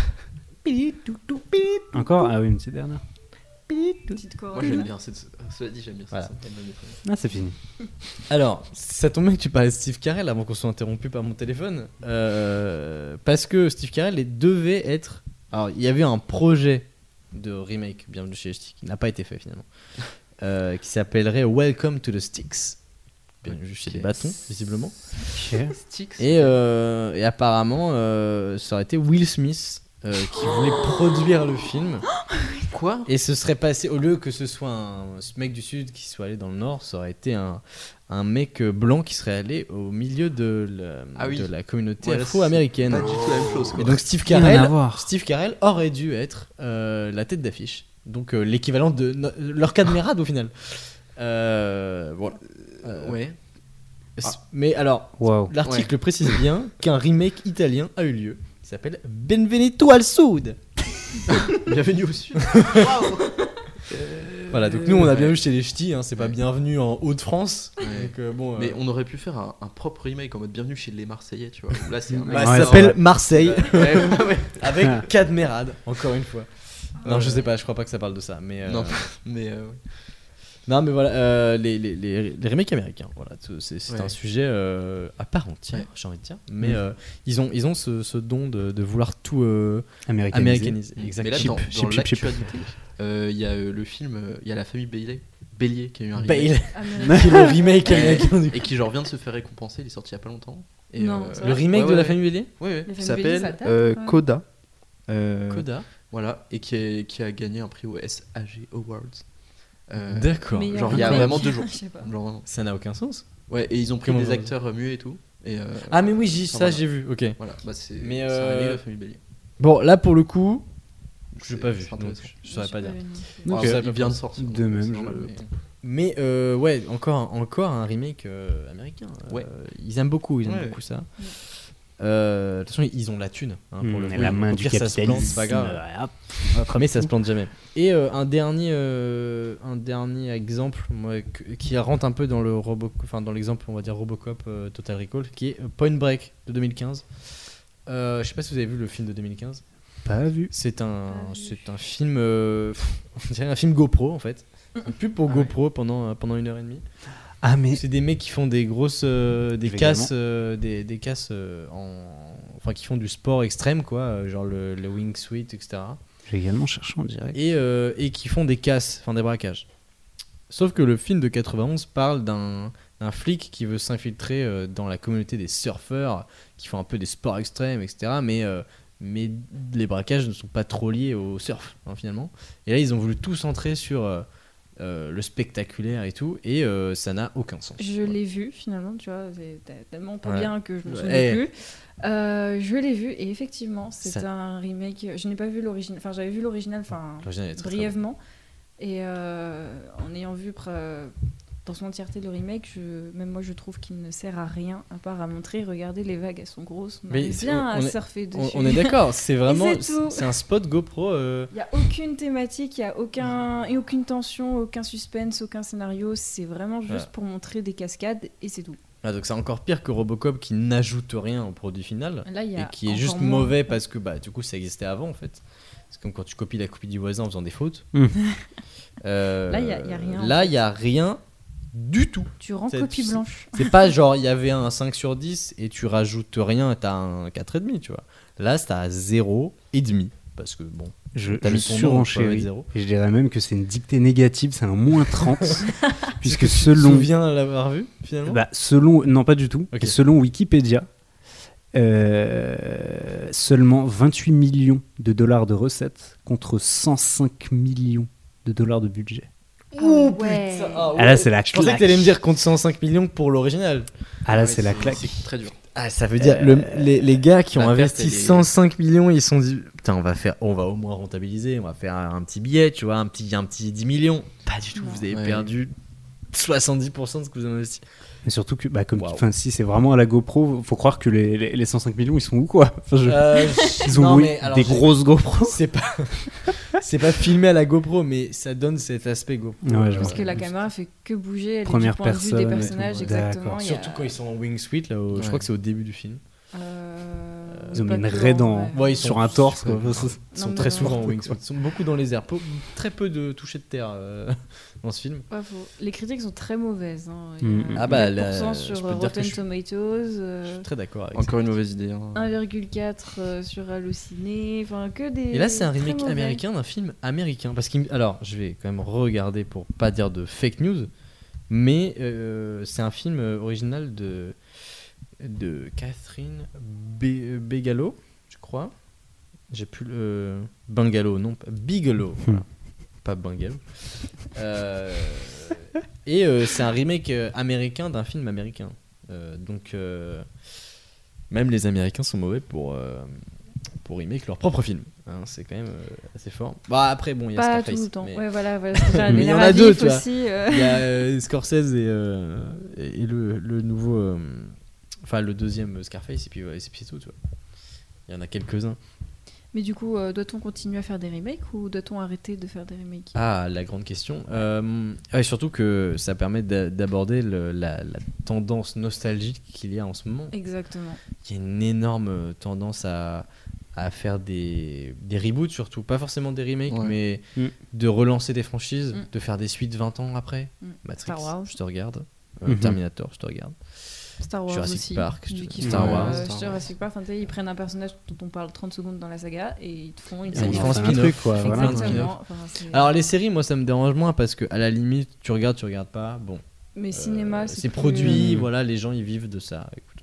Encore Ah oui, une petite dernière. Petite Moi, couronne. j'aime bien cette. Cela dit, j'aime bien Voilà. cette. elle me met très bien. Ah, c'est fini. Alors, ça tombe bien que tu parlais de Steve Carell avant qu'on soit interrompu par mon téléphone. Euh, parce que Steve Carell il devait être. Alors, il y avait un projet de remake, Bienvenue chez les Ch'tis, qui n'a pas été fait finalement. Euh, qui s'appellerait Welcome to the Sticks. Bienvenue chez les bâtons, visiblement. Ok. Et, euh, et apparemment, euh, ça aurait été Will Smith euh, qui voulait produire le film. Quoi Et ce serait passé, au lieu que ce soit un ce mec du sud qui soit allé dans le nord, ça aurait été un, un mec blanc qui serait allé au milieu de la, Ah oui. de la communauté Ouais, afro-américaine. Pas du tout la même chose. Quoi. Et donc Steve Rien à Carell, voir. Steve Carell aurait dû être euh, la tête d'affiche. Donc euh, l'équivalent de no- leur camarade au final. Euh, voilà. Euh, ouais. c- Mais alors, Waouh. l'article précise bien qu'un remake italien a eu lieu. Il s'appelle Benvenuto al Sud. Bienvenue au sud. Voilà, donc nous on a bien Ouais. vu chez les Ch'tis, hein, c'est pas Ouais. bienvenue en Hauts-de-France. Ouais. Donc euh, bon. euh, Mais on aurait pu faire un, un propre remake en mode bienvenue chez les Marseillais, tu vois. Là, c'est un mec- bah, Ouais, ça s'appelle ouais. Marseille Ouais, ouais, ouais. avec Cadmerade, encore une fois. Non, Euh, je sais pas, je crois pas que ça parle de ça. Mais, euh, Non, mais euh, ouais. non, mais voilà, euh, les, les, les, les remakes américains, voilà, c'est, c'est, c'est Ouais. un sujet euh, à part entière, Ouais. j'ai envie de dire. Mais Mm. euh, ils ont, ils ont ce, ce don de, de vouloir tout euh, Américanisé. américaniser. Mais Exactement. là, dans, Chip, dans chip, chip, chip. l'actualité, euh, il y a euh, le film, euh, il y a la famille Bailey, Bélier qui a eu un remake. Bale, Américain. qui est le remake américain du coup. Et qui genre vient de se faire récompenser, il est sorti il y a pas longtemps. Et, Non, euh, c'est Le vrai remake Ouais, de ouais, la ouais. famille Bélier Ouais, ouais. Les Qui familles Bélier, ça s'appelle date, euh, quand même. Coda. Euh, Coda. Voilà, et qui, est, qui a gagné un prix au S A G Awards. Euh, D'accord. Meilleur genre, il y a remake. vraiment deux jours. Je sais pas. Genre, vraiment. Ça n'a aucun sens. Ouais, et ils ont pris Comment des ça acteurs euh, muets et tout. Et, euh, Ah, mais oui, j'ai, enfin, ça voilà. j'ai vu, ok. Voilà, bah c'est Mais, c'est un euh, remake de la famille Bélier. Bon, là pour le coup, je C'est- l'ai pas vu, c'est donc intéressant. je saurais Je pas sais dire. vu non plus. Bon, Ok. ça vient de sortir. De donc même, c'est je- normal, mais- Mais euh, ouais, encore, encore un remake euh, américain. Euh, Ouais. Ils aiment beaucoup, ils aiment Ouais. beaucoup ça. Euh, De toute façon, ils ont la thune. Hein, pour Mmh, le et coup. la main Au du pire, ça se plante, capitalisme. c'est pas grave. euh, hop. Mais ça se plante jamais. Et euh, un dernier, euh, un dernier exemple, moi, que- qui rentre un peu dans le robo, enfin dans l'exemple, on va dire Robocop, euh, Total Recall, qui est euh, Point Break de deux mille quinze. Euh, je sais pas si vous avez vu le film de deux mille quinze. Pas vu. C'est un, Pas vu. c'est un film, euh, on dirait un film GoPro en fait. Une pub pour GoPro pendant, pendant une heure et demie. Ah, mais C'est des mecs qui font des grosses, euh, des Évidemment. casses, euh, des, des casses euh, en, enfin qui font du sport extrême quoi, euh, genre le, le wingsuit, et cetera. j'ai également cherché en direct. Et, euh, et qui font des casses, enfin des braquages. Sauf que le film de quatre-vingt-onze parle d'un, d'un flic qui veut s'infiltrer euh, dans la communauté des surfeurs qui font un peu des sports extrêmes, et cetera. Mais, euh, mais les braquages ne sont pas trop liés au surf hein, finalement. Et là ils ont voulu tout centrer sur euh, euh, le spectaculaire et tout, et euh, ça n'a aucun sens. Je l'ai vu finalement, tu vois, c'est tellement pas Ouais. bien que je me Ouais. souviens Eh. plus. Euh, je l'ai vu et effectivement, c'est Ça- un remake. Je n'ai pas vu l'original, enfin j'avais vu l'original, enfin L'original est très, très brièvement. Et euh, en ayant vu pre- dans son entièreté le remake, je, même moi je trouve qu'il ne sert à rien à part à montrer, regardez les vagues, elles sont grosses, on Mais arrive c'est- bien on à est- surfer On, dessus. on est d'accord, c'est vraiment, c'est tout. c'est un spot GoPro. euh, Il n'y a aucune thématique, il n'y a aucun, et aucune tension, aucun suspense, aucun scénario. C'est vraiment juste Ouais. pour montrer des cascades et c'est tout. ah, donc c'est encore pire que Robocop qui n'ajoute rien au produit final. Là, il y a Et qui est encore juste moins. mauvais parce que bah, du coup ça existait avant en fait. C'est comme quand tu copies la copie du voisin en faisant des fautes. Mm. Euh, Là, y a- y a rien, en Là, fait. il y a rien du tout. Tu rends C'est- copie c'est- blanche. C'est pas genre il y avait un cinq sur dix et tu rajoutes rien et t'as un quatre virgule cinq, tu vois. Là, c'est à zéro virgule cinq parce que bon, Je, t'as je mis ton nom, surenchéris. pas zéro. Et je dirais même que c'est une dictée négative, c'est un moins trente. puisque Tu te selon. souviens l'avoir vu finalement Bah, selon. Non, pas du tout. Ok. Selon Wikipédia, euh, seulement vingt-huit millions de dollars de recettes contre cent cinq millions de dollars de budget. Oh, ouais. putain, ah Ah là, c'est la Je pensais que claque. t'allais me dire contre cent cinq millions pour l'original. Ah là, Ouais, c'est la claque. C'est très dur. Ah, ça veut dire le- les, les gars qui ont la perte, investi elle est- cent cinq millions, ils se sont dit putain, on va faire, on va au moins rentabiliser, on va faire un petit billet, tu vois, un petit, un petit dix millions. Pas du tout, Non. vous avez Ouais. perdu soixante-dix pour cent de ce que vous avez investi. Et surtout que, bah, comme, Waouh. enfin, si c'est vraiment à la GoPro, faut croire que les, les, les cent cinq millions, ils sont où quoi Enfin, je- Euh, Ils ont non, loué mais alors, des j'ai- grosses GoPro. C'est pas, c'est pas filmé à la GoPro, mais ça donne cet aspect GoPro. Ouais, je Euh, vois. Parce que la caméra fait que bouger, elle Première est du point de vue personne des et personnages, tout. exactement. D'accord. il y a- Surtout quand ils sont en wingsuit, là, au- je Ouais. crois que c'est au début du film. Euh, Ils ont mis pas une dedans, raie dans- ouais. Ouais, ils sont sur un torse. Quoi. Ils sont Non, très mais souvent en n'importe wingsuit. Ils sont beaucoup dans les airs, peu- très peu de toucher de terre euh, dans ce film. Pas faux. Les critiques sont très mauvaises. Hein. Mm. Il y a Ah bah, neuf pour cent là, sur je peux te dire que Rotten je suis- Tomatoes, Je euh, suis très d'accord avec Encore une mauvaise idée. hein. un virgule quatre euh, sur Allociné, enfin que des. Et là, c'est un très remake mauvais. américain d'un film américain. Parce qu'il, alors, je vais quand même regarder pour pas dire de fake news, mais euh, c'est un film euh, original de de Catherine Be- Begalo, je crois. J'ai plus le Bungalow, non, pas Bigelow, voilà. Pas Bungalow. Euh, et euh, c'est un remake euh, américain d'un film américain. Euh, donc, euh, même les Américains sont mauvais pour euh, pour remake leur propre film. Hein, c'est quand même euh, assez fort. Bah après bon, il y a Pas Scarface. tout le temps. mais Ouais, voilà. voilà c'est ça, Mais il y en a Narratif deux, tu vois. aussi. euh. Il y a euh, Scorsese et, euh, et le, le nouveau, euh, enfin le deuxième Scarface et puis, ouais, et puis c'est tout, tu vois. Il y en a quelques-uns. Mais du coup, euh, doit-on continuer à faire des remakes ou doit-on arrêter de faire des remakes? Ah, la grande question. Euh, ouais, surtout que ça permet d'a- d'aborder le- la, la tendance nostalgique qu'il y a en ce moment. Exactement. Il y a une énorme tendance à, à faire des, des reboots surtout, pas forcément des remakes, Ouais. mais Mm. de relancer des franchises, Mm. de faire des suites vingt ans après. Mm. Matrix, Star Wars. je te regarde. Euh, Mhm. Terminator, je te regarde. Star Wars Jurassic aussi. Park, vu je te- qu'ils Star font, Wars. euh, Star Jurassic Park, enfin, tu sais, ils prennent un personnage dont on parle trente secondes dans la saga et ils te font une Et série. ils Ils font un font un spin-off. truc, quoi. Ils font Voilà. plein de spin-off. Exactement. Enfin, c'est- Alors les séries, moi ça me dérange moins parce que à la limite, tu regardes, tu regardes pas. Bon, Mais euh, cinéma, c'est c'est plus, produit, euh, voilà, les gens ils vivent de ça. Écoute.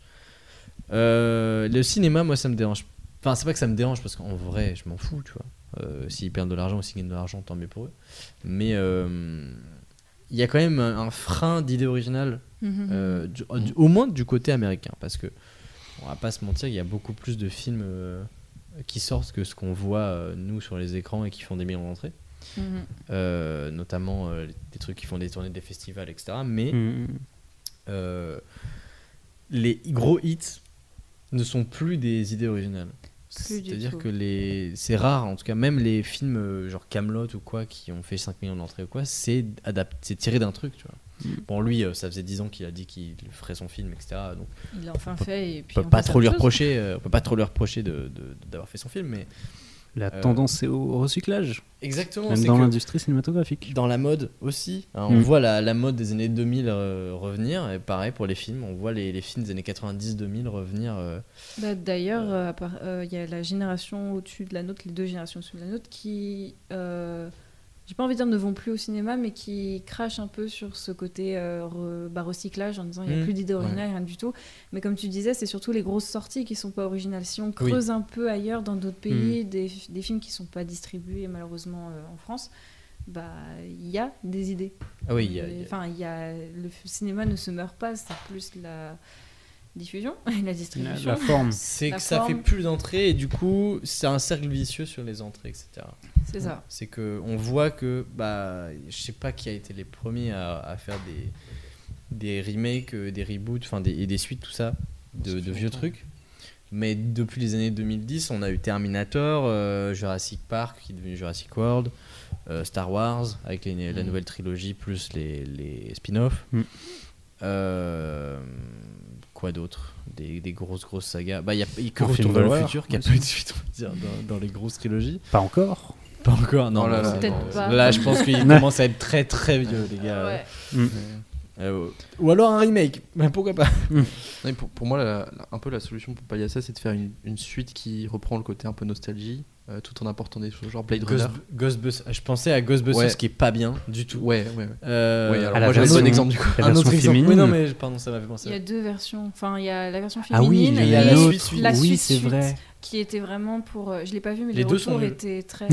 Euh, le cinéma, moi ça me dérange. Enfin, c'est pas que ça me dérange parce qu'en vrai, je m'en fous, tu vois. Euh, s'ils perdent de l'argent ou s'ils gagnent de l'argent, tant mieux pour eux. Mais euh, il y a quand même un, un frein d'idée originale. Mhm. Euh, du- du- au moins du côté américain, parce que on va pas se mentir, il y a beaucoup plus de films euh, qui sortent que ce qu'on voit euh, nous sur les écrans et qui font des millions d'entrées, Mhm. Euh, notamment euh, des trucs qui font des tournées des festivals, et cetera. Mais Mm. euh, les gros hits ne sont plus des idées originales. Plus du C'est-à-dire tout. que les... c'est rare, en tout cas, même les films euh, genre Kaamelott ou quoi, qui ont fait cinq millions d'entrées ou quoi, c'est, adapt... c'est tiré d'un truc, tu vois. Mm. Bon, lui, euh, ça faisait dix ans qu'il a dit qu'il ferait son film, et cetera. Donc, Il l'a enfin on peut- fait et on puis peut on pas passe à trop lui autre chose. reprocher, euh, on peut pas trop lui reprocher de, de- de- d'avoir fait son film, mais La Euh, tendance c'est au recyclage, exactement. même c'est dans que l'industrie cinématographique. dans la mode aussi, hein, on Mm. voit la, la mode des années deux mille euh, revenir, et pareil pour les films, on voit les, les films des années quatre-vingt-dix deux mille revenir. euh, Bah, D'ailleurs, euh, à part- euh, il y a la génération au-dessus de la nôtre, les deux générations au-dessus de la nôtre, qui, euh, j'ai pas envie de dire ne vont plus au cinéma, mais qui crachent un peu sur ce côté euh, re- bah, recyclage en disant il n'y a Mm. plus d'idées originales, rien du tout. Mais comme tu disais, c'est surtout les grosses sorties qui sont pas originales. Si on Oui. creuse un peu ailleurs dans d'autres pays, des, des films qui sont pas distribués malheureusement euh, en France, bah il y a des idées. Ah oui, il y a- il y a- Enfin, il y a le f- cinéma ne se meurt pas, c'est plus la diffusion et la La, distribution. la forme. c'est La que ça forme. fait plus d'entrées, et du coup, c'est un cercle vicieux sur les entrées, et cetera. C'est ça. C'est que on voit que, bah, je sais pas qui a été les premiers à, à faire des, des remakes, euh, des reboots, enfin des, et des suites, tout ça, de, de vieux trucs. Mais depuis les années deux mille dix, on a eu Terminator, euh, Jurassic Park qui est devenu Jurassic World, euh, Star Wars avec les- la Mm. nouvelle trilogie plus les, les spin-offs. Mm. Euh, quoi d'autre, des, des grosses grosses sagas. Bah il y a, y a que Un film Retour vers le d'horreur futur qui a pas eu de suite, on va dire, dans, dans les grosses trilogies. Pas encore. Pas encore, non. Oh là mais là, c'est- Peut-être pas. Là, je pense qu'il commence à être très très vieux, les gars. Ouais. Mm. Euh, ou alors un remake, mais pourquoi pas. Non, mais pour, pour moi, la- la- un peu la solution pour pallier à ça, c'est de faire une, une suite qui reprend le côté un peu nostalgie, euh, tout en apportant des choses genre Blade Runner. Ghost, Ghostbusters, je pensais à Ghostbusters Ouais. qui est pas bien du tout. Ouais, ouais, ouais. Euh, Ouais, alors à la moi j'avais le version- bon exemple du coup. La un version autre exemple. féminine. Oui, non, mais pardon, ça m'avait Il y a pensé. deux versions. Enfin, il y a la version Ah oui, féminine il y a et la la suite, suite, la oui, suite, c'est suite, vrai. qui était vraiment pour. euh, je l'ai pas vu, mais Les les deux sont retours nuls. étaient très.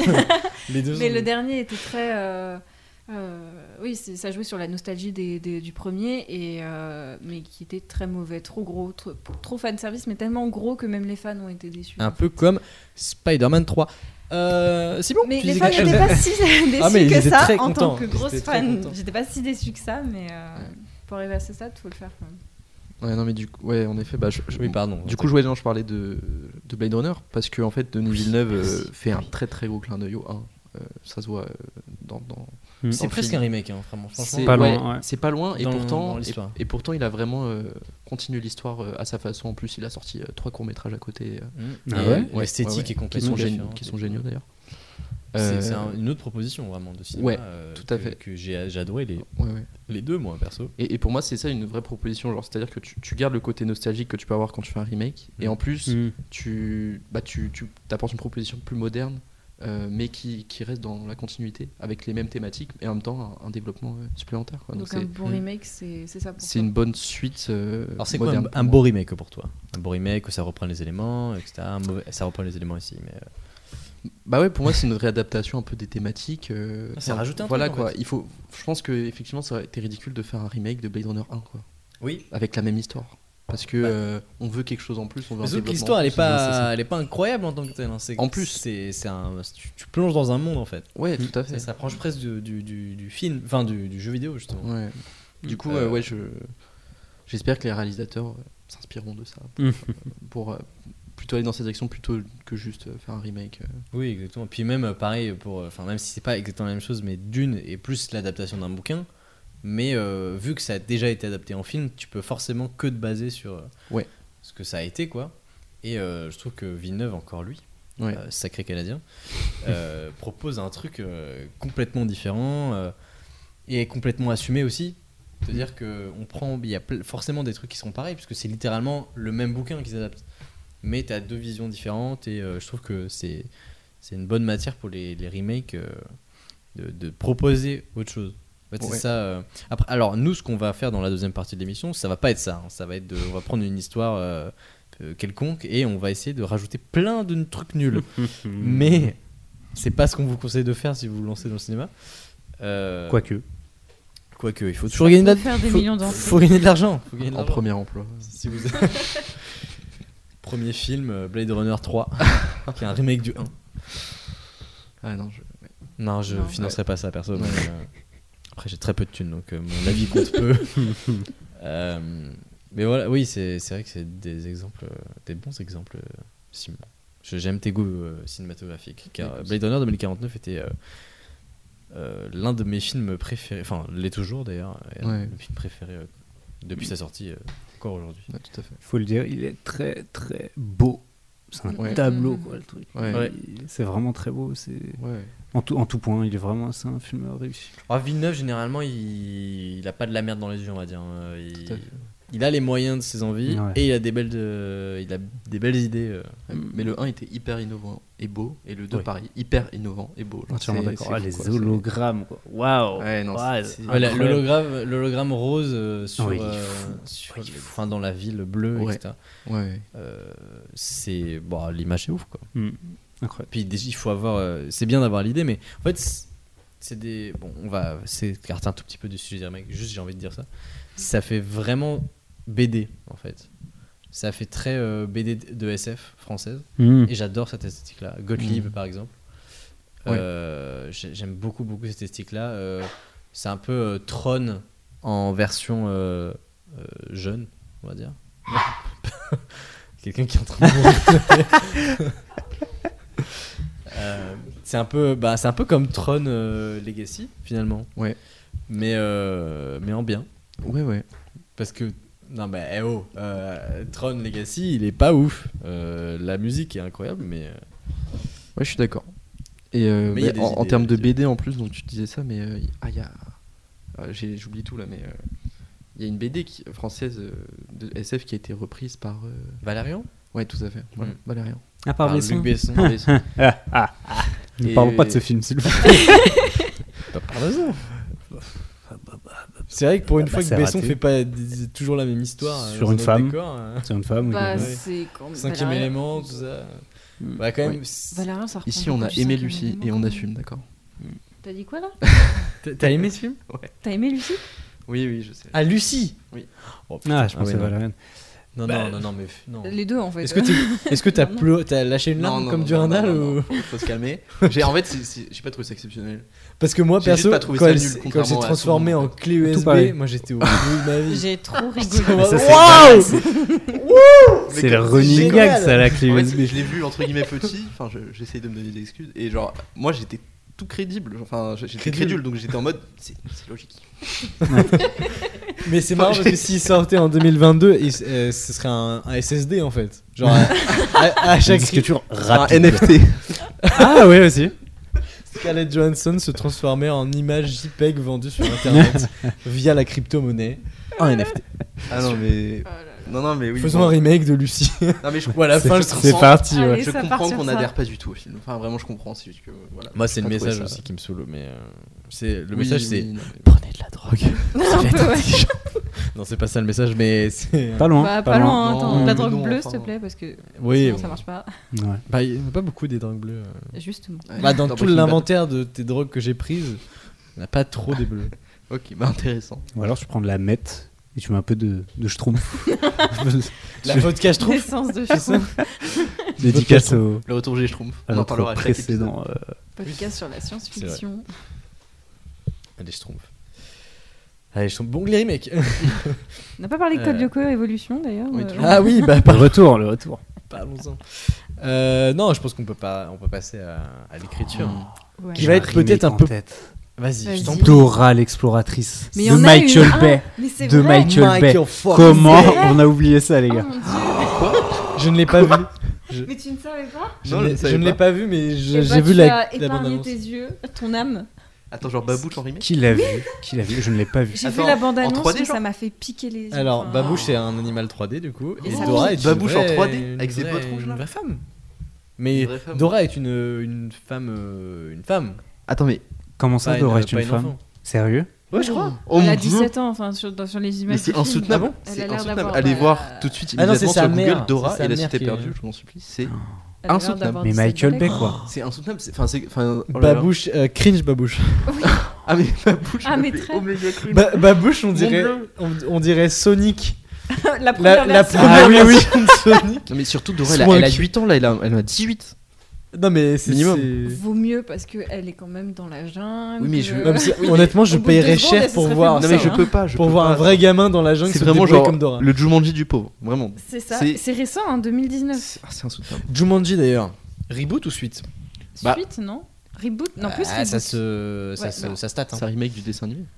Les deux mais sont- le dernier était très. euh, euh, oui, c'est- ça jouait sur la nostalgie des, des- du premier, et, euh, mais qui était très mauvais, trop gros, trop, trop fan service, mais tellement gros que même les fans ont été déçus. Un peu comme Spider-Man trois. Euh, Simon, Mais tu les disais fans quelque n'étaient chose pas si déçus Ah, mais ils que étaient ça très en tant contents. que Ils grosse étaient très fan. contents. J'étais pas si déçue que ça, mais euh, pour arriver à ce stade, faut le faire quand même. Ouais, non, mais du coup, ouais, en effet, bah, je, je- Oui, pardon. Du coup, je, ouais, non, je parlais de, de Blade Runner parce que en fait, Denis Villeneuve euh, Merci. fait un très très gros clin d'œil au un. Euh, ça se voit euh, dans, dans, Mm. c'est dans le presque film. un remake, hein, vraiment. Franchement, C'est Pas ouais, loin, ouais. c'est pas loin, et Dans- pourtant, dans et, l'histoire. et pourtant, il a vraiment euh, continué l'histoire euh, à sa façon. En plus, il a sorti euh, trois courts métrages à côté, euh, Mm. Ah Et ouais l'esthétique ouais, ouais, est qui complètement sont, géniaux, différente. qui sont géniaux d'ailleurs. C'est Euh, c'est un- une autre proposition vraiment de cinéma. Ouais, euh, tout à que- fait. Que j'ai j'ai adoré les, ouais, ouais. les deux, moi, perso. Et, et pour moi, c'est ça une vraie proposition. Genre, c'est-à-dire que tu, tu gardes le côté nostalgique que tu peux avoir quand tu fais un remake, et en plus, Mm. tu, bah, tu, tu apportes une proposition plus moderne, euh, mais qui, qui reste dans la continuité, avec les mêmes thématiques, et en même temps un, un développement euh, supplémentaire. quoi. Donc Donc un c'est, bon Mm. remake, c'est c'est ça pour c'est toi. une bonne suite euh, Alors, c'est quoi un, moderne. un beau remake pour toi? Un beau remake où ça reprend les éléments, et cetera. Un mauvais- ça reprend les éléments ici, mais. euh, Bah ouais, pour moi, c'est une réadaptation un peu des thématiques. euh, Ah, c'est enfin, rajouter un Voilà truc, en quoi. fait. Il faut, je pense que effectivement, ça aurait été ridicule de faire un remake de Blade Runner un, quoi, Oui. avec la même histoire. Parce que Bah. euh, on veut quelque chose en plus, on veut un Mais sauf que développement l'histoire, en elle est plus, c'est ça. pas, elle est pas incroyable en tant que telle. hein. C'est- En plus. c'est, c'est un, tu, tu plonges dans un monde en fait. Ouais, tout à fait. Ça s'approche presque du, du, du, du film, enfin du, du jeu vidéo justement. Ouais. Du coup, Euh, euh, ouais, je, j'espère que les réalisateurs euh, s'inspireront de ça Mm. pour euh, plutôt aller dans cette direction plutôt que juste euh, faire un remake. euh. Oui, exactement. Puis même euh, pareil pour, enfin même si c'est pas exactement la même chose, mais Dune est plus l'adaptation d'un bouquin. Mais euh, vu que ça a déjà été adapté en film, tu peux forcément que te baser sur euh, Ouais. ce que ça a été quoi. Et euh, je trouve que Villeneuve, encore lui, Ouais. euh, sacré Canadien, euh, propose un truc euh, complètement différent euh, et complètement assumé aussi. C'est-à-dire qu'on prend, il y a ple- forcément des trucs qui sont pareils, puisque c'est littéralement le même bouquin qu'ils adaptent. Mais tu as deux visions différentes et euh, je trouve que c'est, c'est une bonne matière pour les, les remakes euh, de, de proposer autre chose. En fait, Ouais. c'est ça. euh. Après, alors, nous, ce qu'on va faire dans la deuxième partie de l'émission, ça va pas être ça. hein. Ça va être de, on va prendre une histoire euh, euh, quelconque et on va essayer de rajouter plein de trucs nuls. Mais c'est pas ce qu'on vous conseille de faire si vous vous lancez dans le cinéma. Euh, Quoique. Quoique, il faut toujours gagner de peut la- faire des faut- millions d'entrées. faut gagner de l'argent. Faut gagner de En l'argent. premier emploi. Si vous... Premier film, euh, Blade Runner trois, qui est un remake du un. Ah non, je... ouais. Non, je Non. financerai pas ça, perso. Ouais. mais, euh, après, j'ai très peu de thunes, donc euh, mon avis compte peu. Euh, mais voilà, oui, c'est, c'est vrai que c'est des exemples, euh, des bons exemples, euh, Simon. Je- J'aime tes goûts euh, cinématographiques. Car Oui, euh, Blade Runner deux mille quarante-neuf était euh, euh, l'un de mes films préférés, enfin, l'est toujours d'ailleurs, et Ouais. un de mes films préférés euh, depuis sa sortie, euh, encore aujourd'hui. Ouais, tout à fait. Faut le dire, il est très très beau. C'est un Ouais. tableau, quoi, le truc. Ouais. Ouais. Il- C'est vraiment très beau. C'est Ouais. en tout, en tout point, il est vraiment, c'est un film réussi. Ah, Villeneuve, généralement, il... il a pas de la merde dans les yeux, on va dire. Euh, Il, Tout à fait. il a les moyens de ses envies Ouais. et il a des belles, euh, il a des belles idées. euh. Ouais, Mais le un était hyper innovant et beau, et le deux Ouais. pareil, hyper innovant et beau. Genre, Entièrement c'est- d'accord. c'est Ah, fou, les quoi, c'est- hologrammes, quoi. Waouh. Ouais, non, Ouais, c'est- c'est Ouais, la- incroyable. l'hologramme, l'hologramme rose euh, sur, Oui, il est euh, fou. sur- Ouais, il est fou. enfin, dans la ville bleue, Ouais. et cetera. Ouais. Euh, c'est, bon, l'image est ouf, quoi. Mm. Incroyable. Puis déjà, il faut avoir, euh, c'est bien d'avoir l'idée, mais en fait, c'est- c'est des, bon, on va s'écarter un tout petit peu du sujet des remakes. Juste, j'ai envie de dire ça. Ça fait vraiment B D, en fait. Ça fait très euh, B D de S F française. Mm. Et j'adore cette esthétique-là. Gottlieb, Mhm. par exemple. Ouais. Euh, j'ai- J'aime beaucoup, beaucoup cette esthétique-là. Euh, c'est un peu euh, Tron en version euh, euh, jeune, on va dire. Quelqu'un qui est en train de mourir. Euh, c'est un peu, bah, c'est un peu comme Tron euh, Legacy finalement. Ouais. Mais euh, mais en bien. Ouais, ouais. Parce que non mais eh oh, euh, Tron Legacy, il est pas ouf. Euh, la musique est incroyable, mais euh, Ouais, je suis d'accord. Et euh, Mais il y a bah, des en, en idées, termes de aussi. B D en plus, donc tu disais ça, mais euh, y- ah, il y a. euh, j'ai- J'oublie tout là, mais euh, il y a une B D qui, française euh, de S F qui a été reprise par. euh, Valérian. Ouais, tout à fait. Voilà, Mm. Valérian. À part Par Besson. Luc Besson. Par Besson. Ah, ah, ah. Ne Et- parlons pas de ce film, s'il vous plaît. Pas par hasard. C'est vrai que pour une Bah, fois que c'est Besson raté. fait pas d- toujours la même histoire euh, Sur dans une un femme. autre décor, euh, C'est une femme. Bah, oui. ouais. c'est quand cinquième Valérien- élément, tout ça. Mm. Bah quand même. Oui. c'est- Valérien, ça reprend Ici, on beaucoup a du aimé cinquième Lucie élément, et on quand même. assume, d'accord. T'as dit quoi là? T'as- T'as aimé ce film? T'as aimé Lucie? Oui, oui, je sais. Ah Lucie. Oui. Oh, putain. Ah, je pensais ouais, non. Valérian. Non, Bah, non, non, non, mais f- non. Les deux en fait. Est-ce que t'es- est-ce que t'as Non, non. pleu- t'as lâché une larme comme du Randall ou... faut, faut se calmer. J'ai, en fait, c'est- c'est- j'ai pas trouvé ça exceptionnel. Parce que moi J'ai juste perso, pas trouvé quand ça elle, nul, s- quand elle contrairement s'est à transformée tout le en monde. clé U S Tout pareil. B, moi j'étais au bout de ma vie. J'ai trop Mais rigolé. ça, c'est Waouh. C'est le comme- running c'est gag, génial. ça, la clé En fait, U S B. je l'ai vu entre guillemets petit. Enfin, je- j'essaye de me donner des excuses. Et genre, moi, j'étais tout crédible. Enfin, j'étais Crédule. crédule, donc j'étais en mode, c'est, c'est logique. Mais c'est marrant parce que s'il sortait en deux mille vingt-deux, il s- euh, ce serait un, un S S D en fait. Genre à, à- à chaque écriture Un rapide. N F T. Ah oui aussi. Scarlett Johansson se transformait en image JPEG vendue sur internet via la crypto-monnaie. Un N F T. Ah non, mais. Oh là là. Non, non, mais oui. Faisons bon. un remake de Lucie. Non, mais je, Ou à la C'est- fin, je c'est comprends. parti. Allez, Ouais. je ça comprends part sur qu'on ça. n'adhère pas du tout au film. Enfin, vraiment, je comprends. C'est juste que. Voilà. Moi, c'est le J'ai pas trouvé message ça- aussi qui me saoule. Mais euh, c'est le Oui, message, oui, c'est non, mais- prenez de la drogue. Un peu, ouais. Non, c'est pas ça le message, mais c'est. Pas loin. Bah, pas loin, hein, Non, attends, mais de la non, drogue bleue, enfin. s'il te plaît, parce que Oui, sinon bon. ça marche pas. Ouais. Bah, il y en a pas beaucoup des drogues bleues. euh. Justement. Ouais. Bah, dans Dans tout Breaking Bad. l'inventaire de tes drogues que j'ai prises, il n'y en a pas trop des bleues. Ok, bah intéressant. Ou alors tu prends de la meth et tu mets un peu de, de schtroumpf. La vodka, je trouve. L'essence de C'est ça. chou. Dédicace au, Le retour G Schtroumpf. à On en notre parlera à chaque épisode. précédent. euh, Podcast sur la science-fiction. Allez, je trompe. Allez, je trompe. Bon, les remakes. On n'a pas parlé de Code Euh. Lyoko Evolution d'ailleurs. Oui, euh, toujours. Ah oui, bah, Le par- retour, le retour. parlons-en. Euh, non, je pense qu'on peut pas, on peut passer à, à l'écriture. ouais. Qui va être peut-être un peu- Vas-y, Vas-y. je t'en prie. Dora l'exploratrice Mais il y de en a Michael eu un. Bay. Mais c'est De vrai. Michael Bay. Michael Fox. Comment C'est vrai. on a oublié ça, les Oh gars? mon Dieu. Je ne l'ai pas vu. Je, Mais tu ne savais pas je Non, ne je l'ai- savais je ne l'ai pas. pas vu, mais je- Eh j'ai bah, vu tu la, as la épargné bande-annonce. tes yeux, ton âme. Attends, genre Babouche en remake. Qui l'a vu Qui l'a vu Je ne l'ai pas vu. J'ai vu Attends, la en bande-annonce, trois D, mais genre ça m'a fait piquer les yeux. Alors, Enfin, Babouche, c'est un animal trois D du coup. Et Et ça Dora pique. est Babouche une en vraie- trois D, une avec ses vraie- bottes rouges, là. Une vraie femme. Mais Une vraie femme. Dora est une, une femme. euh, Une femme. Attends, mais. Comment ça, Pas Dora une- est une pas une femme enfant. Sérieux Ouais, je crois. Oh elle a mon Dieu. dix-sept ans, enfin, sur, dans- sur les images. Mais c'est du film. insoutenable. Ah bon Elle a C'est l'air insoutenable. d'avoir, Allez bah, voir tout de suite Ah non, c'est immédiatement sa sur mère, Google Dora c'est sa et la mère cité qui est- perdue, je m'en supplie. C'est Elle a l'air insoutenable. d'avoir Mais dix-sept Michael balais. Bay, quoi. c'est insoutenable. c'est- Enfin, c'est. Enfin, oh là là. Babouche, euh, cringe Babouche. Ah, mais Babouche. Ah, me mais fait très. oméga cringe. Ba- Babouche, on dirait, Dieu. on, on dirait Sonic. La La, première la version. première Ah oui, oui. version de Sonic. Non, mais surtout Dora, elle a, Swank. elle a huit ans là, elle a, elle a dix-huit. Non, mais c'est Minimum. c'est- Vaut mieux parce qu'elle est quand même dans la jungle. Oui, mais je- Non, mais c'est- Oui, mais honnêtement, je au bout de deux paierais secondes, cher elle se pour serait voir fait Non, mais ça, je hein. peux pas. je pour peux voir pas. un vrai gamin dans la jungle C'est se vraiment débrouiller genre comme Dora. le Jumanji du pauvre. Vraiment. C'est ça. C'est- C'est récent, en deux mille dix-neuf. C'est ah, c'est insoutenable. Jumanji d'ailleurs. Reboot ou suite Bah. Suite, non Reboot Non, plus Ah, reboot. ça se, ça Ouais, se, non. ça stat. Hein. C'est un remake du dessin animé.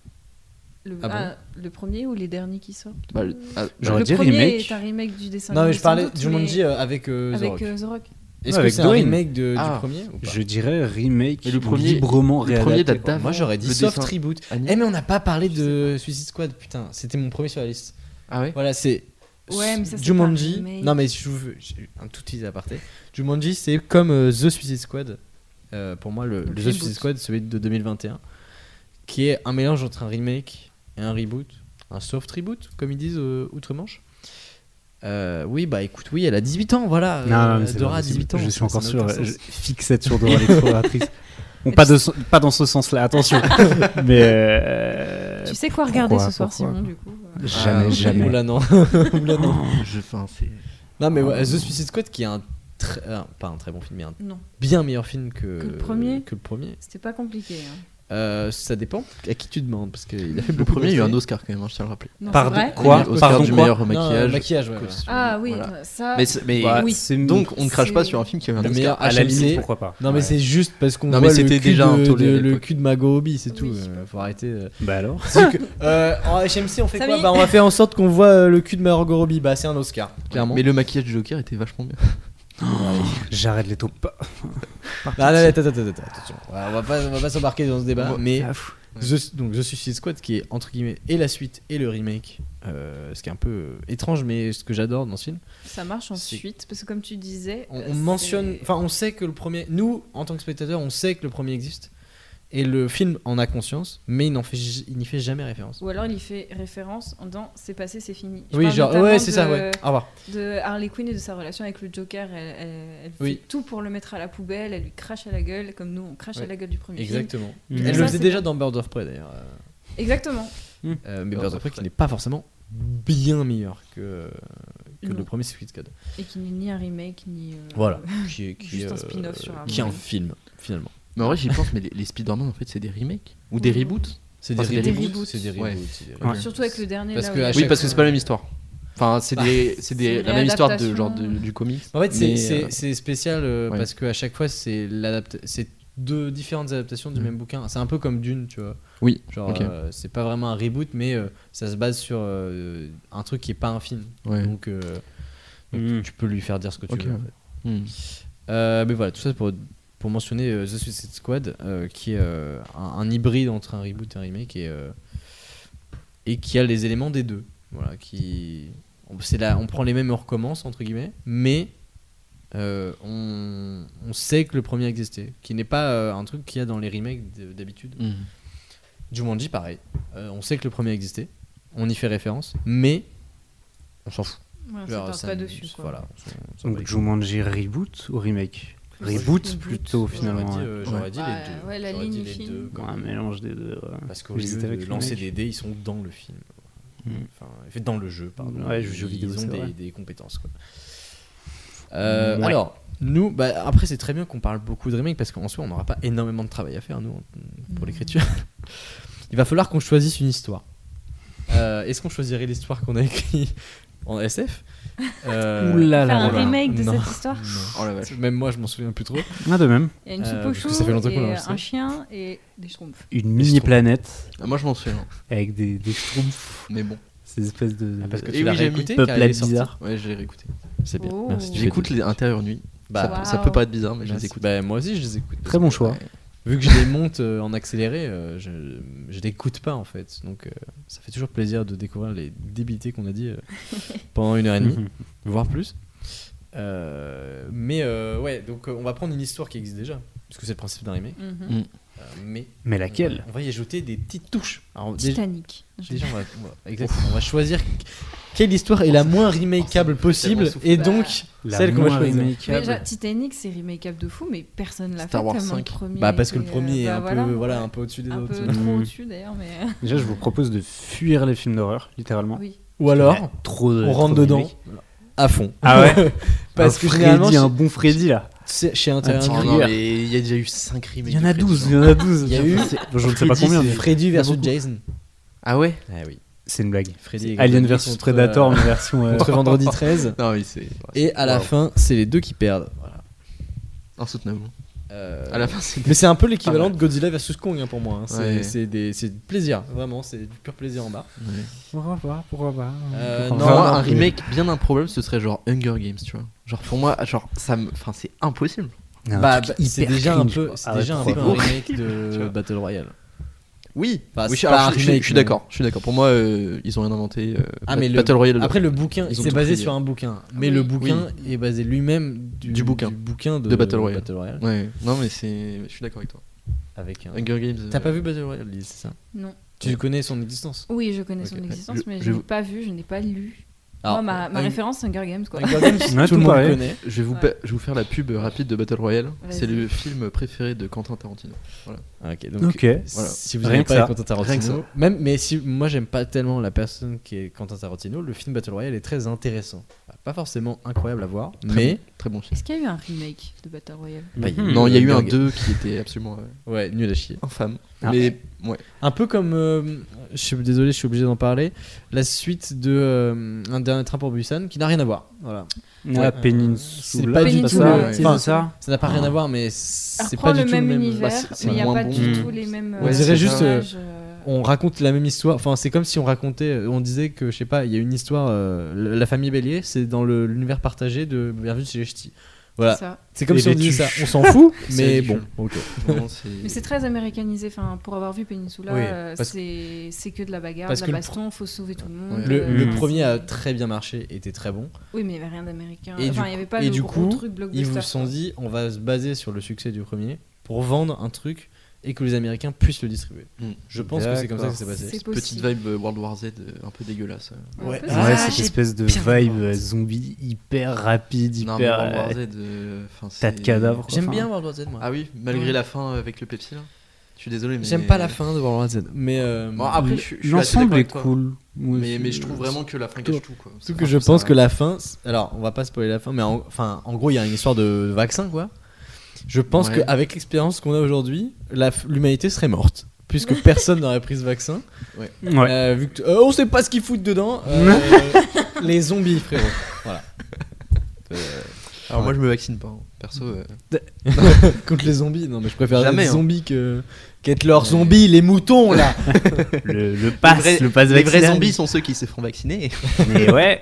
Le, Ah bon ah, le premier ou les derniers qui sortent Bah, le- ah, J'aurais Le dit premier remake. est un remake du dessin Non, mais animé, je parlais sans doute, Jumanji mais euh, avec euh, The avec Rock. euh, The Rock. Est-ce Ouais, que avec c'est un Dwayne. remake de, Ah. du premier ou pas Je dirais remake Mais le premier- librement le premier réadapté. date quoi. d'avant. Moi j'aurais dit Le soft dessin reboot. animé. Eh mais on n'a pas parlé de Suicide Squad, putain, c'était mon premier sur la liste. Ah ouais. Voilà, c'est Ouais, mais ça, c'est Jumanji. pas un remake. Non mais je vous j'ai un tout petit aparté. Jumanji c'est comme euh, The Suicide Squad. Euh, pour moi le, Donc, le The reboot. Suicide Squad celui de deux mille vingt et un qui est un mélange entre un remake et un reboot, un soft reboot comme ils disent euh, outre-Manche. Euh, oui bah écoute oui elle a dix-huit ans voilà. Non, euh, non, mais c'est Dora pas a possible. dix-huit ans. Je suis ça encore n'a sur aucun je- sens. fixette sur Dora l'exploratrice. Bon, pas, de, so- pas dans ce sens-là, attention. Mais euh, Tu sais quoi regarder pourquoi, ce soir, pourquoi Simon, du coup euh jamais, Ah, jamais. Oula non. Oula non. Je enfin c'est. Non mais ouais, The Suicide Squad qui est un très, euh, pas un très bon film mais un Non, bien meilleur film que, Que le premier que le premier. c'était pas compliqué. hein. Euh, ça dépend à qui tu demandes parce qu'il a fait Le beaucoup premier, il y a eu un d'Oscars. Oscar quand même, hein, je tiens à le rappeler. Non, Pardon, c'est vrai quoi Oscar Pardon, du quoi meilleur Non, maquillage. maquillage ouais, costume, Ah oui, voilà. euh, ça. Mais, c'est- mais Bah, oui. c'est- donc on ne crache pas c'est- sur un film qui a eu un Le Oscar. meilleur à la H M C. limite, pourquoi pas. Non mais Ouais. c'est juste parce qu'on Non, voit mais le c'était cul déjà de, un tollé à de- le l'époque. cul de Margot Robbie, c'est Oui. tout. euh, faut arrêter. euh. Bah alors C'est que, euh, en H M C on fait Samy. quoi Bah on va faire en sorte qu'on voit euh, le cul de Margot Robbie. Bah c'est un Oscar clairement. Mais le maquillage du Joker était vachement bien. J'arrête les taupes. Ah, non, non, attends, attends, attends, attention. Voilà, on va pas, on va pas s'embarquer dans ce débat. Ouais. Mais Ah, pff. The, donc The Suicide Squad qui est entre guillemets et la suite et le remake, euh, ce qui est un peu euh, étrange, mais ce que j'adore dans ce film. Ça marche C'est- ensuite, parce que comme tu disais. On, euh, on c'est- mentionne, enfin on sait que le premier, nous en tant que spectateurs, on sait que le premier existe et le film en a conscience, mais il n'en fait, j- il n'y fait jamais référence. Ou alors il y fait référence en disant c'est passé, c'est fini. Je Oui, parle genre notamment ouais, c'est de- ça, ouais. Au revoir. De Harley Quinn et de sa relation avec le Joker. Elle, elle- elle Oui. fait tout pour le mettre à la poubelle, elle lui crache à la gueule, comme nous on crache Ouais. à la gueule du premier film. Exactement. Mhm. Elle Ça, le faisait c'est déjà pas- dans Birds of Prey d'ailleurs. euh, Exactement. euh, mais Birds Birds of of Prey qui Prey. n'est pas forcément bien meilleur que, que Non. le premier Suicide Squad. Et qui n'est ni un remake, ni. euh, Voilà. Qui est, qui Juste est, un spin-off sur un qui est un film. film finalement. Mais en vrai, j'y pense, mais les, les Spider-Man en fait, c'est des remakes ou des Oui. reboots. C'est Enfin, des, c'est reboots. des reboots. C'est des Ouais. reboots. c'est des Ouais. reboots. Surtout avec le dernier. Parce là, que où il y à a Oui, chaque parce que eu, c'est pas la euh, même histoire. Enfin, c'est des, c'est des, C'est une la même histoire de réadaptation. genre de- du comics. En fait, c'est- Mais, c'est euh, c'est spécial euh, ouais. parce qu'à chaque fois, c'est l'adapta- c'est deux différentes adaptations du Mhm. même bouquin. C'est un peu comme Dune, tu vois. Oui. Genre, Ok. euh, c'est pas vraiment un reboot, mais euh, ça se base sur euh, un truc qui est pas un film. Ouais. Donc, euh, donc Mhm. tu peux lui faire dire ce que tu Ok, veux. en ouais. fait. Hmm. Euh, mais voilà, tout ça pour, pour mentionner euh, The Suicide Squad, euh, qui est euh, un, un hybride entre un reboot et un remake, et, euh, et qui a les éléments des deux. Voilà, qui, on, c'est là, on prend les mêmes et on recommence, entre guillemets, mais euh, on, on sait que le premier existait, qui n'est pas euh, un truc qu'il y a dans les remakes de- d'habitude. Hmm. Jumanji, pareil. Euh, on sait que le premier existait, on y fait référence, mais on s'en fout. Ouais, on Genre, s'attarde ça pas nous- dessus. Quoi. Voilà, on s'en- on s'en bat les Donc couilles. Jumanji reboot ou remake Plus Reboot reboot. plutôt J'aurais finalement. J'aurais dit, ouais. euh, j'aurais dit Ouais, les deux. ouais, la J'aurais dit ligne les fine. deux, comme- Ouais, un mélange des deux. ouais. Parce qu'au lieu J'hésitais avec de le lancer remake. des dés, ils sont dans le film. Mm. Enfin, fait dans le jeu, pardon. Ouais, jeux- jeux ils vidéo, ont c'est des, vrai. des compétences. Quoi. Euh, Ouais. Alors, nous, bah, après, c'est très bien qu'on parle beaucoup de remake parce qu'en soi, on n'aura pas énormément de travail à faire, nous, en- pour Mm. l'écriture. Il va falloir qu'on choisisse une histoire. Euh, Est-ce qu'on choisirait l'histoire qu'on a écrite en S F euh, Ouh là Faire là un là là. remake de Non. cette histoire. Non. Oh la vache. Même moi, je m'en souviens plus trop. Ah, de même. Il y a une Euh, soupe parce au que chou ça fait longtemps qu'on l'a et enregistré. un chien et des schtroumpfs. Une mini-planète Ah, moi, je m'en souviens. avec des, des schtroumpfs, Mais bon. ces espèces de. Ah, parce que Et tu l'as oui, j'ai réécouté mis car il est Peuplade sorti. bizarre. Ouais, je l'ai réécouté. C'est bien. Oh. Merci. tu fais J'écoute de- les intérieurs nuit. Bah, Wow. Ça peut paraître bizarre, mais je les merci. écoute. Bah, moi aussi, je les écoute. Très bon choix. Ouais. Vu que je les monte euh, en accéléré, euh, je, je l'écoute pas en fait. Donc euh, ça fait toujours plaisir de découvrir les débilités qu'on a dit euh, pendant une heure et demie, voire plus. Euh, mais euh, ouais, donc euh, on va prendre une histoire qui existe déjà, parce que c'est le principe d'un remake. Mhm. Mm. Euh, mais Mais laquelle on va y ajouter des petites touches. Alors, déjà, Titanic. déjà, on va, on va- exactement, on va choisir quelle histoire est la moins remakeable possible, tellement soufflé. et Bah, donc La celle qu'on va moins choisir. remakeable. Déjà, Titanic, c'est remakeable de fou, mais personne l'a fait Star Wars tellement le cinq. premier. Bah parce que le était, premier est euh, un bah, peu voilà, voilà ouais. un peu au-dessus des Un autres. peu trop Mm. au-dessus d'ailleurs, mais euh, Déjà, je vous propose de fuir les films d'horreur, littéralement. oui. Ou alors Trop de, on rentre trop de dedans remakes. à fond. Ah ouais Parce Un que Freddy, généralement un bon Freddy là. c'est chez Intérieur petit Oh Nuit, non, Rigueur. mais il y a déjà eu cinq remakes. Il y en de a Freddy. douze, il y en a douze. Il y a eu Je ne sais pas Freddy, combien. c'est mais Freddy versus beaucoup. Jason. Ah ouais. Ah oui. C'est une blague. Freddy et Alien Gordon versus contre, Predator, euh, mais version. euh, contre Vendredi treize. Non, mais c'est. Et à la Wow. fin, c'est les deux qui perdent. Voilà. Insoutenable. Euh, À la fin, c'est. Mais c'est un peu l'équivalent Ah de Godzilla versus Kong hein, pour moi. hein. C'est Ouais. c'est des- c'est du plaisir, vraiment, c'est du pur plaisir en bas. Ouais. Pourquoi pas Pourquoi pas Euh, Pour non, moi, non, un plus. remake bien improbable, ce serait genre Hunger Games, tu vois. Genre pour moi, genre ça me, enfin c'est impossible. Un Bah, truc bah, c'est hyper déjà un cringe, peu, quoi. c'est Ah ouais, déjà un trop peu un horrible. remake Tu de vois. Battle Royale. Oui. Bah, oui, c'est alors, pas un je, je- remake, je suis mais- d'accord. Je suis d'accord. Pour moi, euh, ils ont rien inventé. euh, Ah, mais le- Battle Royale. Après le bouquin, Ils ont c'est tout basé pris. sur un bouquin, mais Oui. le bouquin est basé lui-même du, Du bouquin. de, De Battle Royale. Royale. Ouais. Non, mais c'est. Je suis d'accord avec toi. Avec un... Hunger Games. T'as euh, pas vu Battle Royale, Lise, c'est ça Non. Tu connais son existence. Oui, je connais son Ok. existence, Je- mais je je n'ai vous- pas vu, je n'ai pas lu. Alors, Moi, ma, ma Hung- référence, c'est Hunger Games, quoi. Hunger Games, Ouais, tout le tout monde pareil. connaît. Je vais vous, Ouais. pa- je vais vous faire la pub rapide de Battle Royale. Vas-y. C'est le film préféré de Quentin Tarantino. Ah, ok, donc Ok. Voilà. si vous Rien n'aimez que pas ça. Quentin Rien que Tarantino, même, mais si moi j'aime pas tellement la personne qui est Quentin Tarantino, le film Battle Royale est très intéressant. Pas forcément incroyable à voir, Très mais bon, très bon film. Est-ce qu'il y a eu un remake de Battle Royale Bah, Mhm. Non, il y a eu un Hunger deux qui était absolument euh, ouais, nul à chier. infâme. Ah. Mais ouais. Un peu comme, euh, je suis désolé, je suis obligé d'en parler, la suite de euh, Un dernier train pour Busan qui n'a rien à voir. Voilà. La Ouais. péninsule. C'est pas du tout ça. le- C'est enfin, ça. Ça n'a pas rien Ah. à voir, mais Elle c'est reprend pas du le tout même le même. univers, bah, c'est- mais il n'y a c'est pas moins du bon. tout les mêmes. On euh, dirait juste, euh, personnages, euh, On raconte la même histoire. Enfin, c'est comme si on racontait, on disait que je sais pas, il y a une histoire, euh, la famille Bélier, c'est dans le- l'univers partagé de Bienvenue chez les Ch'tis. Voilà. ça. C'est comme Et si on les disait ça. tuches. On s'en fout, C'est mais ridicule. bon, ok. Vraiment, c'est- Mais c'est très américanisé. Enfin, pour avoir vu Peninsula, Oui, euh, parce- c'est c'est que de la bagarre, parce de que la le baston, faut sauver tout le monde. Ouais. Le, euh, le Mm. premier a très bien marché, était très bon. Oui, mais il n'y avait rien d'américain. Et Enfin, du il n'y avait pas et le du gros coup, truc blockbuster. Ils vous sont quoi. dit, on va se baser sur le succès du premier pour vendre un truc et que les Américains puissent le distribuer. Mm. Je pense que c'est comme ça que ça s'est C'est passé. possible. Petite vibe euh, World War Z euh, un peu dégueulasse. euh. Un Ouais. peu, Ah, Ouais, ça. cette j'ai espèce de bien vibe aimé. euh, zombie hyper rapide, Non, mais hyper. World War euh, Z. euh, enfin, tas c'est- de cadavres. J'aime Enfin, bien World War Z, moi. Ah oui, malgré Ouais. la fin euh, avec le Pepsi là. Je suis désolé, mais. J'aime pas la fin de World War Z, mais euh, Bon, après, je, suis- je suis assez L'ensemble d'accord est avec toi. cool. Moi Mais, aussi, mais je trouve euh, vraiment que la fin gâche tout quoi. Surtout que je pense que la fin. c'est- Alors, on va pas spoiler la fin, mais en, enfin, en gros, il y a une histoire de vaccin, quoi. Je pense Ouais. qu'avec l'expérience qu'on a aujourd'hui, la f- l'humanité serait morte. Puisque personne n'aurait pris ce vaccin. Ouais. Euh, vu que t- euh, on sait pas ce qu'ils foutent dedans. euh, les zombies, frérot. Voilà. Euh, Alors moi je me vaccine pas, hein. Perso. euh, contre les zombies, non, mais je préfère Jamais, les hein. zombies que qu'être leurs zombies, les moutons là. Le, le pass, les vrais, le pass les vrais vaccinal. zombies sont ceux qui se font vacciner. Mais ouais.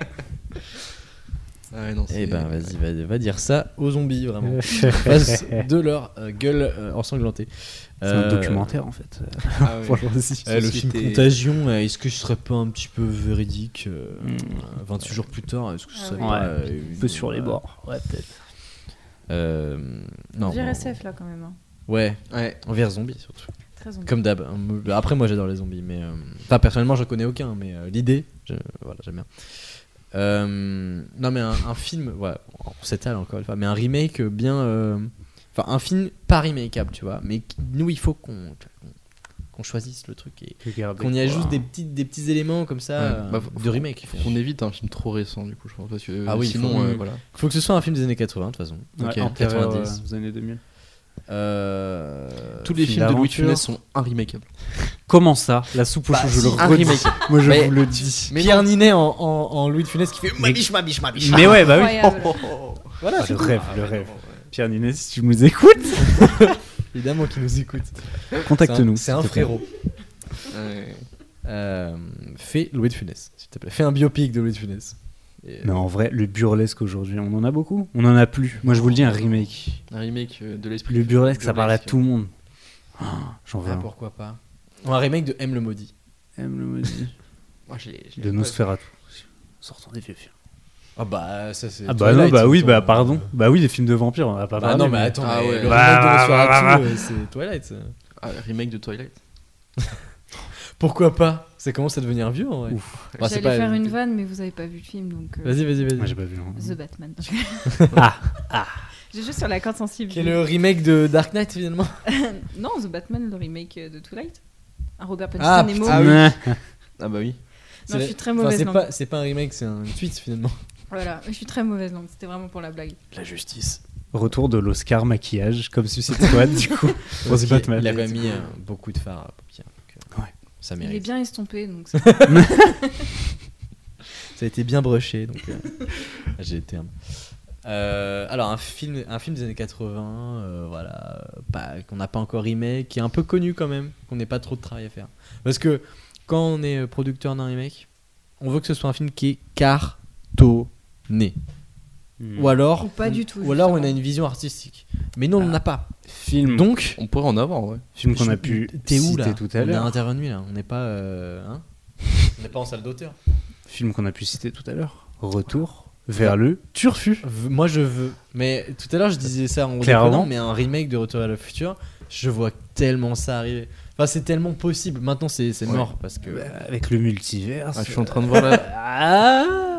Ah ouais, non, Eh c'est- ben, vas-y, va, va dire ça aux zombies, vraiment. Face de leur euh, gueule euh, ensanglantée. C'est un documentaire en fait. Ah ouais. Franchement, si. Euh, le film Société- Contagion, euh, est-ce que ce serait pas un petit peu véridique euh, Mm. euh, vingt-huit jours plus tard, est-ce que ce Ah serait ouais. pas Ouais, euh, un peu une- sur les euh, bords. Ouais, peut-être. euh, Non. Dire bon, S F là quand même. hein. Ouais, Ouais. envers zombies surtout. Très zombie. Comme d'hab. hein. Après, moi j'adore les zombies, mais. euh, Enfin, personnellement, j'en connais aucun, mais euh, l'idée, je- voilà, j'aime bien. Euh, Non, mais un, un film, voilà, on s'étale encore une fois, mais un remake bien. euh, Enfin, un film pas remakeable, tu vois, mais qui- nous, il faut qu'on qu'on choisisse le truc et qu'on y ajoute des petits, des petits éléments comme ça Ouais. euh, Bah, faut- de remake. Faut qu'on évite un film trop récent du coup, je pense. Parce que Ah oui, sinon, faut- euh, voilà. Faut que ce soit un film des années quatre-vingts de toute façon. Ouais, Ok, antérieur, quatre-vingt-dix. euh, aux années deux mille. Euh... Tous les film films de Louis de d'aventure. Funès sont unremakeables. Comment ça La soupe au Bah, chou, je si, le un redis. remake. Moi je Mais- vous le dis. Mais Pierre non. Ninet en, en, en Louis de Funès qui fait Mais- biche ma biche ma biche. Mais ouais, bah oui. Incroyable. Voilà, Ah, c'est le tout. rêve, le rêve. Pierre Ninet, si tu nous écoutes, Évidemment qu'il nous écoute. contacte-nous. C'est un, s'il c'est un te plaît. frérot. Ouais. Euh, fais Louis de Funès, s'il te plaît. Fais un biopic de Louis de Funès. Et, Mais en vrai, le burlesque aujourd'hui, on en a beaucoup. On en a plus. Moi, je vous le dis, un remake. Un remake euh, de l'esprit. Le burlesque, ça parle à Burlesque. tout le monde. Oh, J'en veux ah, un. pourquoi pas. Ou un remake de M le maudit. Aime le maudit. Moi, je l'ai- je l'ai De pas Nosferatu. Sortant des vieux films. Ah bah ça c'est. Ah bah non, Twilight, bah oui, c'est bah ton- pardon. Bah oui, des films de vampires, on va pas Bah parler. non mais attends, Ah mais ouais. le Bah, remake de bah, Nosferatu, bah, bah. euh, c'est Twilight. ça. vu. Ah, remake de Twilight. Pourquoi pas? Ça commence à devenir vieux en vrai. Ouf. Bah, c'est J'allais pas- faire une vanne, mais vous avez pas vu le film, donc. euh, Vas-y, vas-y, vas-y. Moi, j'ai pas vu. hein. The Batman. Ah, J'ai juste sur la corde sensible. Qui est le remake de Dark Knight finalement. Non, The Batman, le remake de Twilight. Un Robert Ah, Pattinson et Mo. putain. Ah oui. Ouais. Ah bah oui. Non, je suis très Enfin, mauvaise c'est langue. pas, c'est pas un remake, c'est une suite finalement. Voilà, je suis très mauvaise langue. C'était vraiment pour la blague. La justice. Retour de l'Oscar maquillage, comme Suicide Squad, du coup. Pour The Batman. Il a quand même mis euh, beaucoup de fard à paupières. donc, euh, Ouais. Ça Il est mérite. bien estompé, donc. c'est- Ça a été bien brushé, donc euh, j'ai été un. Euh, alors un film, un film des années quatre-vingts, euh, voilà, euh, pas, qu'on n'a pas encore remake, qui est un peu connu quand même, qu'on n'ait pas trop de travail à faire. Parce que quand on est euh, producteur d'un remake, on veut que ce soit un film qui est cartonné. Hmm. Ou alors, Ou pas du tout, Ou alors on a justement. une vision artistique. Mais nous on n'en a pas. Film, Donc, On pourrait en avoir, ouais. film qu'on je- a pu t'es où citer là tout à On est l'heure. intervenu là, on n'est pas, euh, hein on n'est pas en salle d'auteur. Film qu'on a pu citer tout à l'heure. Retour vers le turfu. V- Moi je veux. Mais tout à l'heure je disais ça en Clairement. déconnant, mais un remake de Retour vers le futur, je vois tellement ça arriver. Enfin c'est tellement possible. Maintenant c'est c'est Ouais. mort parce que. Bah, avec le multivers. Ah, je suis en train de voir là. Ah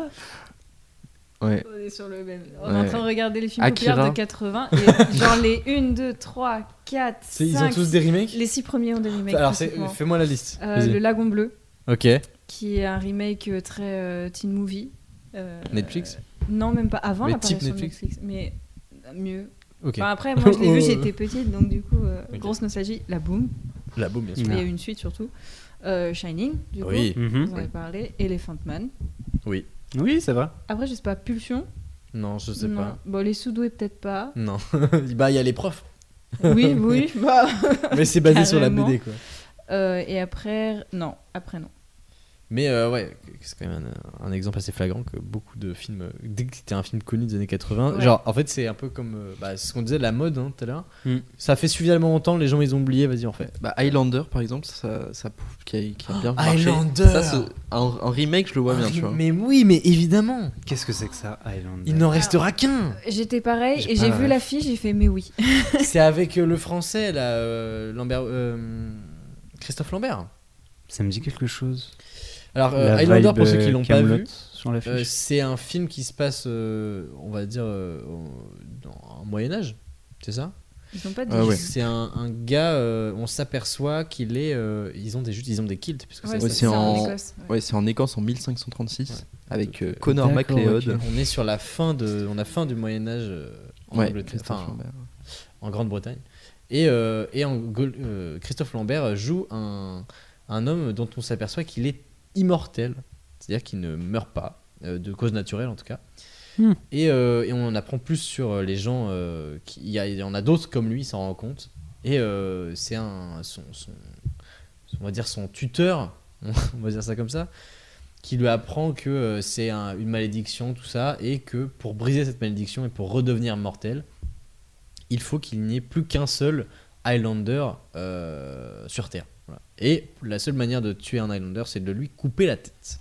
Ouais. On est sur le même. On est Ouais. en train de regarder les films Akira. populaires de quatre-vingts. Et genre les un, deux, trois, quatre, C'est- ils ont cinq. tous des remakes. Les six premiers ont des remakes. Alors c'est- pratiquement. fais-moi la liste. Euh, Vas-y. le Lagon Bleu, Ok. qui est un remake euh, très euh, teen movie. Euh, Netflix. euh, Non, même pas avant Mais l'apparition type de Netflix. Netflix. Mais euh, mieux. Ok. Enfin, après, moi je l'ai Oh. vu, j'étais petite, donc du coup, euh, Ok. grosse nostalgie. La Boom. La boum bien sûr. Il y a Ah. eu une suite surtout. Euh, Shining, du coup. Oui. Mhm. Vous en avez parlé. Elephant Man. Oui. Oui, c'est vrai. Après, je sais pas, Pulsion. Non je sais non. pas. Bon, les sous-doués, peut-être pas. Non. Bah il y a les profs. Oui, oui. Bah. Mais c'est basé sur la Carrément. B D quoi. Euh, et après, non. Après, non. Mais euh, ouais, c'est quand même un, un exemple assez flagrant que beaucoup de films, euh, dès que c'était un film connu des années quatre-vingts, Ouais. genre en fait c'est un peu comme euh, bah, ce qu'on disait de la mode hein, tout à l'heure. Mm. Ça fait suffisamment longtemps, les gens ils ont oublié, vas-y on fait. Bah, Highlander, par exemple, ça, ça prouve qu'il a, qu'il a bien Oh, marché. Highlander. Ça, c'est- en, en remake, je le vois bien, Ah, tu vois. mais oui, mais évidemment, Qu'est-ce que c'est que ça, Highlander il n'en restera qu'un. J'étais pareil J'ai et pas j'ai la vu ref. l'affiche, j'ai fait mais oui. C'est avec euh, le français là, euh, Lambert, euh, Christophe Lambert. Ça me dit quelque chose. Alors euh, La Highlander vibe, pour ceux qui euh, l'ont pas Kaamelott vu. sur l'affiche. Euh, c'est un film qui se passe, euh, on va dire, euh, au- dans un Moyen Âge, c'est ça? Ils ont pas dit. Ah ouais. C'est un, un gars, euh, on s'aperçoit qu'il est, euh, ils ont des juste, ils ont des kilts puisque Ouais, c'est- Ouais, c'est c'est ça, en- en Écosse. ouais. Ouais, c'est en Écosse en mille cinq cent trente-six Ouais. avec euh, Donc, euh, Connor d'accord, MacLeod. ok. on est sur la fin de, on a fin du Moyen Âge euh, en Ouais, Angleterre, Christophe enfin, Lambert. en Grande-Bretagne. Et, euh, et en, Gaul- euh, Christophe Lambert joue un, un homme dont on s'aperçoit qu'il est immortel, c'est-à-dire qu'il ne meurt pas, euh, de cause naturelle en tout cas. Hmm. Et, euh, et on en apprend plus sur euh, les gens, euh, qui, il y, a- il y en a d'autres comme lui, il s'en rend compte. Et euh, c'est un, son, son, on va dire son tuteur, on va dire ça comme ça, qui lui apprend que euh, c'est un- une malédiction, tout ça, et que pour briser cette malédiction et pour redevenir mortel, il faut qu'il n'y ait plus qu'un seul Highlander euh, sur Terre. Voilà. Et la seule manière de tuer un Highlander, c'est de lui couper la tête.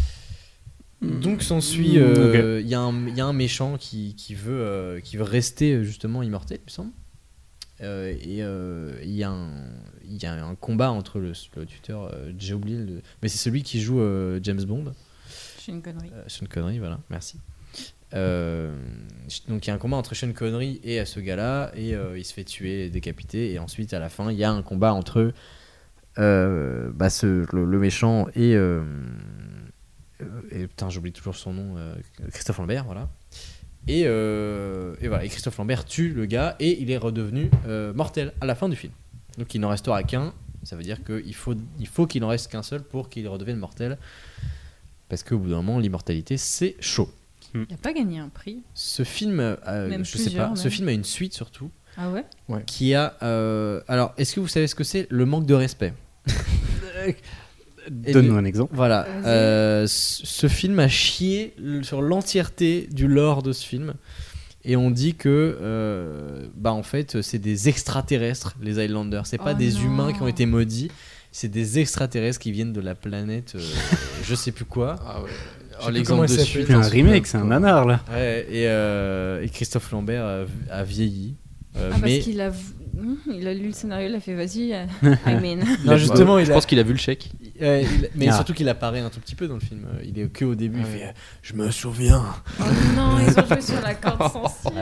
Donc s'ensuit, il euh, y, y a un méchant qui, qui, veut, euh, qui veut rester justement immortel, il me semble. Euh, et il euh, y, y a un combat entre le, le tuteur, euh, j'ai oublié, le, mais c'est celui qui joue euh, James Bond. C'est une connerie. Euh, Sean Connery, voilà, merci. Euh, donc il y a un combat entre Sean Connery et ce gars-là, et euh, il se fait tuer, décapiter, et ensuite à la fin il y a un combat entre euh, bah, ce, le, le méchant et, euh, et putain j'oublie toujours son nom, euh, Christophe Lambert, voilà. Et, euh, et voilà, et Christophe Lambert tue le gars et il est redevenu euh, mortel à la fin du film. Donc il n'en restera qu'un. Ça veut dire qu'il faut, il faut qu'il en reste qu'un seul pour qu'il redevienne mortel. Parce qu'au bout d'un moment, l'immortalité, c'est chaud. Il n'a pas gagné un prix. Ce film, euh, Même je sais plusieurs, pas, ce même. film a une suite surtout. Ah ouais? Qui a. euh, alors, est-ce que vous savez ce que c'est le manque de respect? Et Donne-nous le- un exemple. Voilà. Vas-y. Euh, ce ce film a chié l- sur l'entièreté du lore de ce film. Et on dit que, euh, bah en fait, c'est des extraterrestres, les Highlanders. C'est pas Oh des non. humains qui ont été maudits. C'est des extraterrestres qui viennent de la planète, euh, je sais plus quoi. Ah ouais. Je sais Oh, plus l'exemple comment de elle suite. C'est un hein, remake, c'est un nanar là. Ouais, et, euh, et Christophe Lambert a, a vieilli. Euh, Ah, mais parce qu'il a, v- Hum, il a lu le scénario, il a fait vas-y, euh, I mean. non, justement, je il a- pense qu'il a vu le chèque. Ouais, il- mais Ah. surtout qu'il apparaît un tout petit peu dans le film. Il est que au début. Il Ouais. fait euh, je me souviens. Oh non, ils ont joué sur la corde sensible.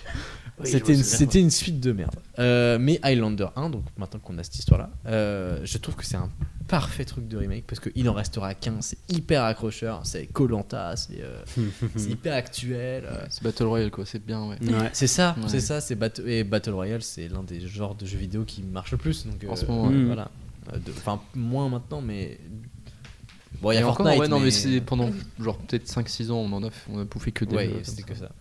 C'était une, c'était une suite de merde. Euh, mais Highlander un, donc maintenant qu'on a cette histoire-là, euh, je trouve que c'est un parfait truc de remake parce qu'il en restera qu'un. C'est hyper accrocheur, c'est Koh-Lanta, c'est euh, c'est hyper actuel. euh, C'est Battle Royale quoi, c'est bien ouais. Ouais. C'est ça, Ouais. c'est ça. C'est Bat- et Battle Royale, c'est l'un des genres de jeux vidéo qui marche le plus. Donc, En euh, ce moment, ouais. voilà. Euh, de- Enfin, moins maintenant, mais bon, il y Et a encore, Fortnite. ouais, non mais c'est pendant genre peut-être cinq six ans on en a on a bouffé que des Ouais, jeux comme c'était ça. que ça.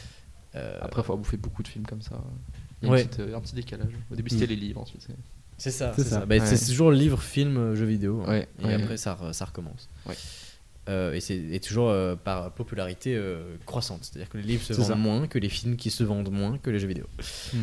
Euh, Après, il faut bouffer beaucoup de films comme ça. Il y a Ouais. une petite, euh, un petit décalage. Au début, c'était Mm. les livres, ensuite. c'est- C'est ça, C'est c'est ça. ça. Bah, Ouais. C'est toujours livre, film, euh, jeu vidéo. hein. Ouais, Et ouais. après, ça, re- ça recommence. Ouais. Euh, et c'est et toujours euh, par popularité euh, croissante. C'est-à-dire que les livres se C'est vendent ça. moins, que les films qui se vendent moins que les jeux vidéo. Mm.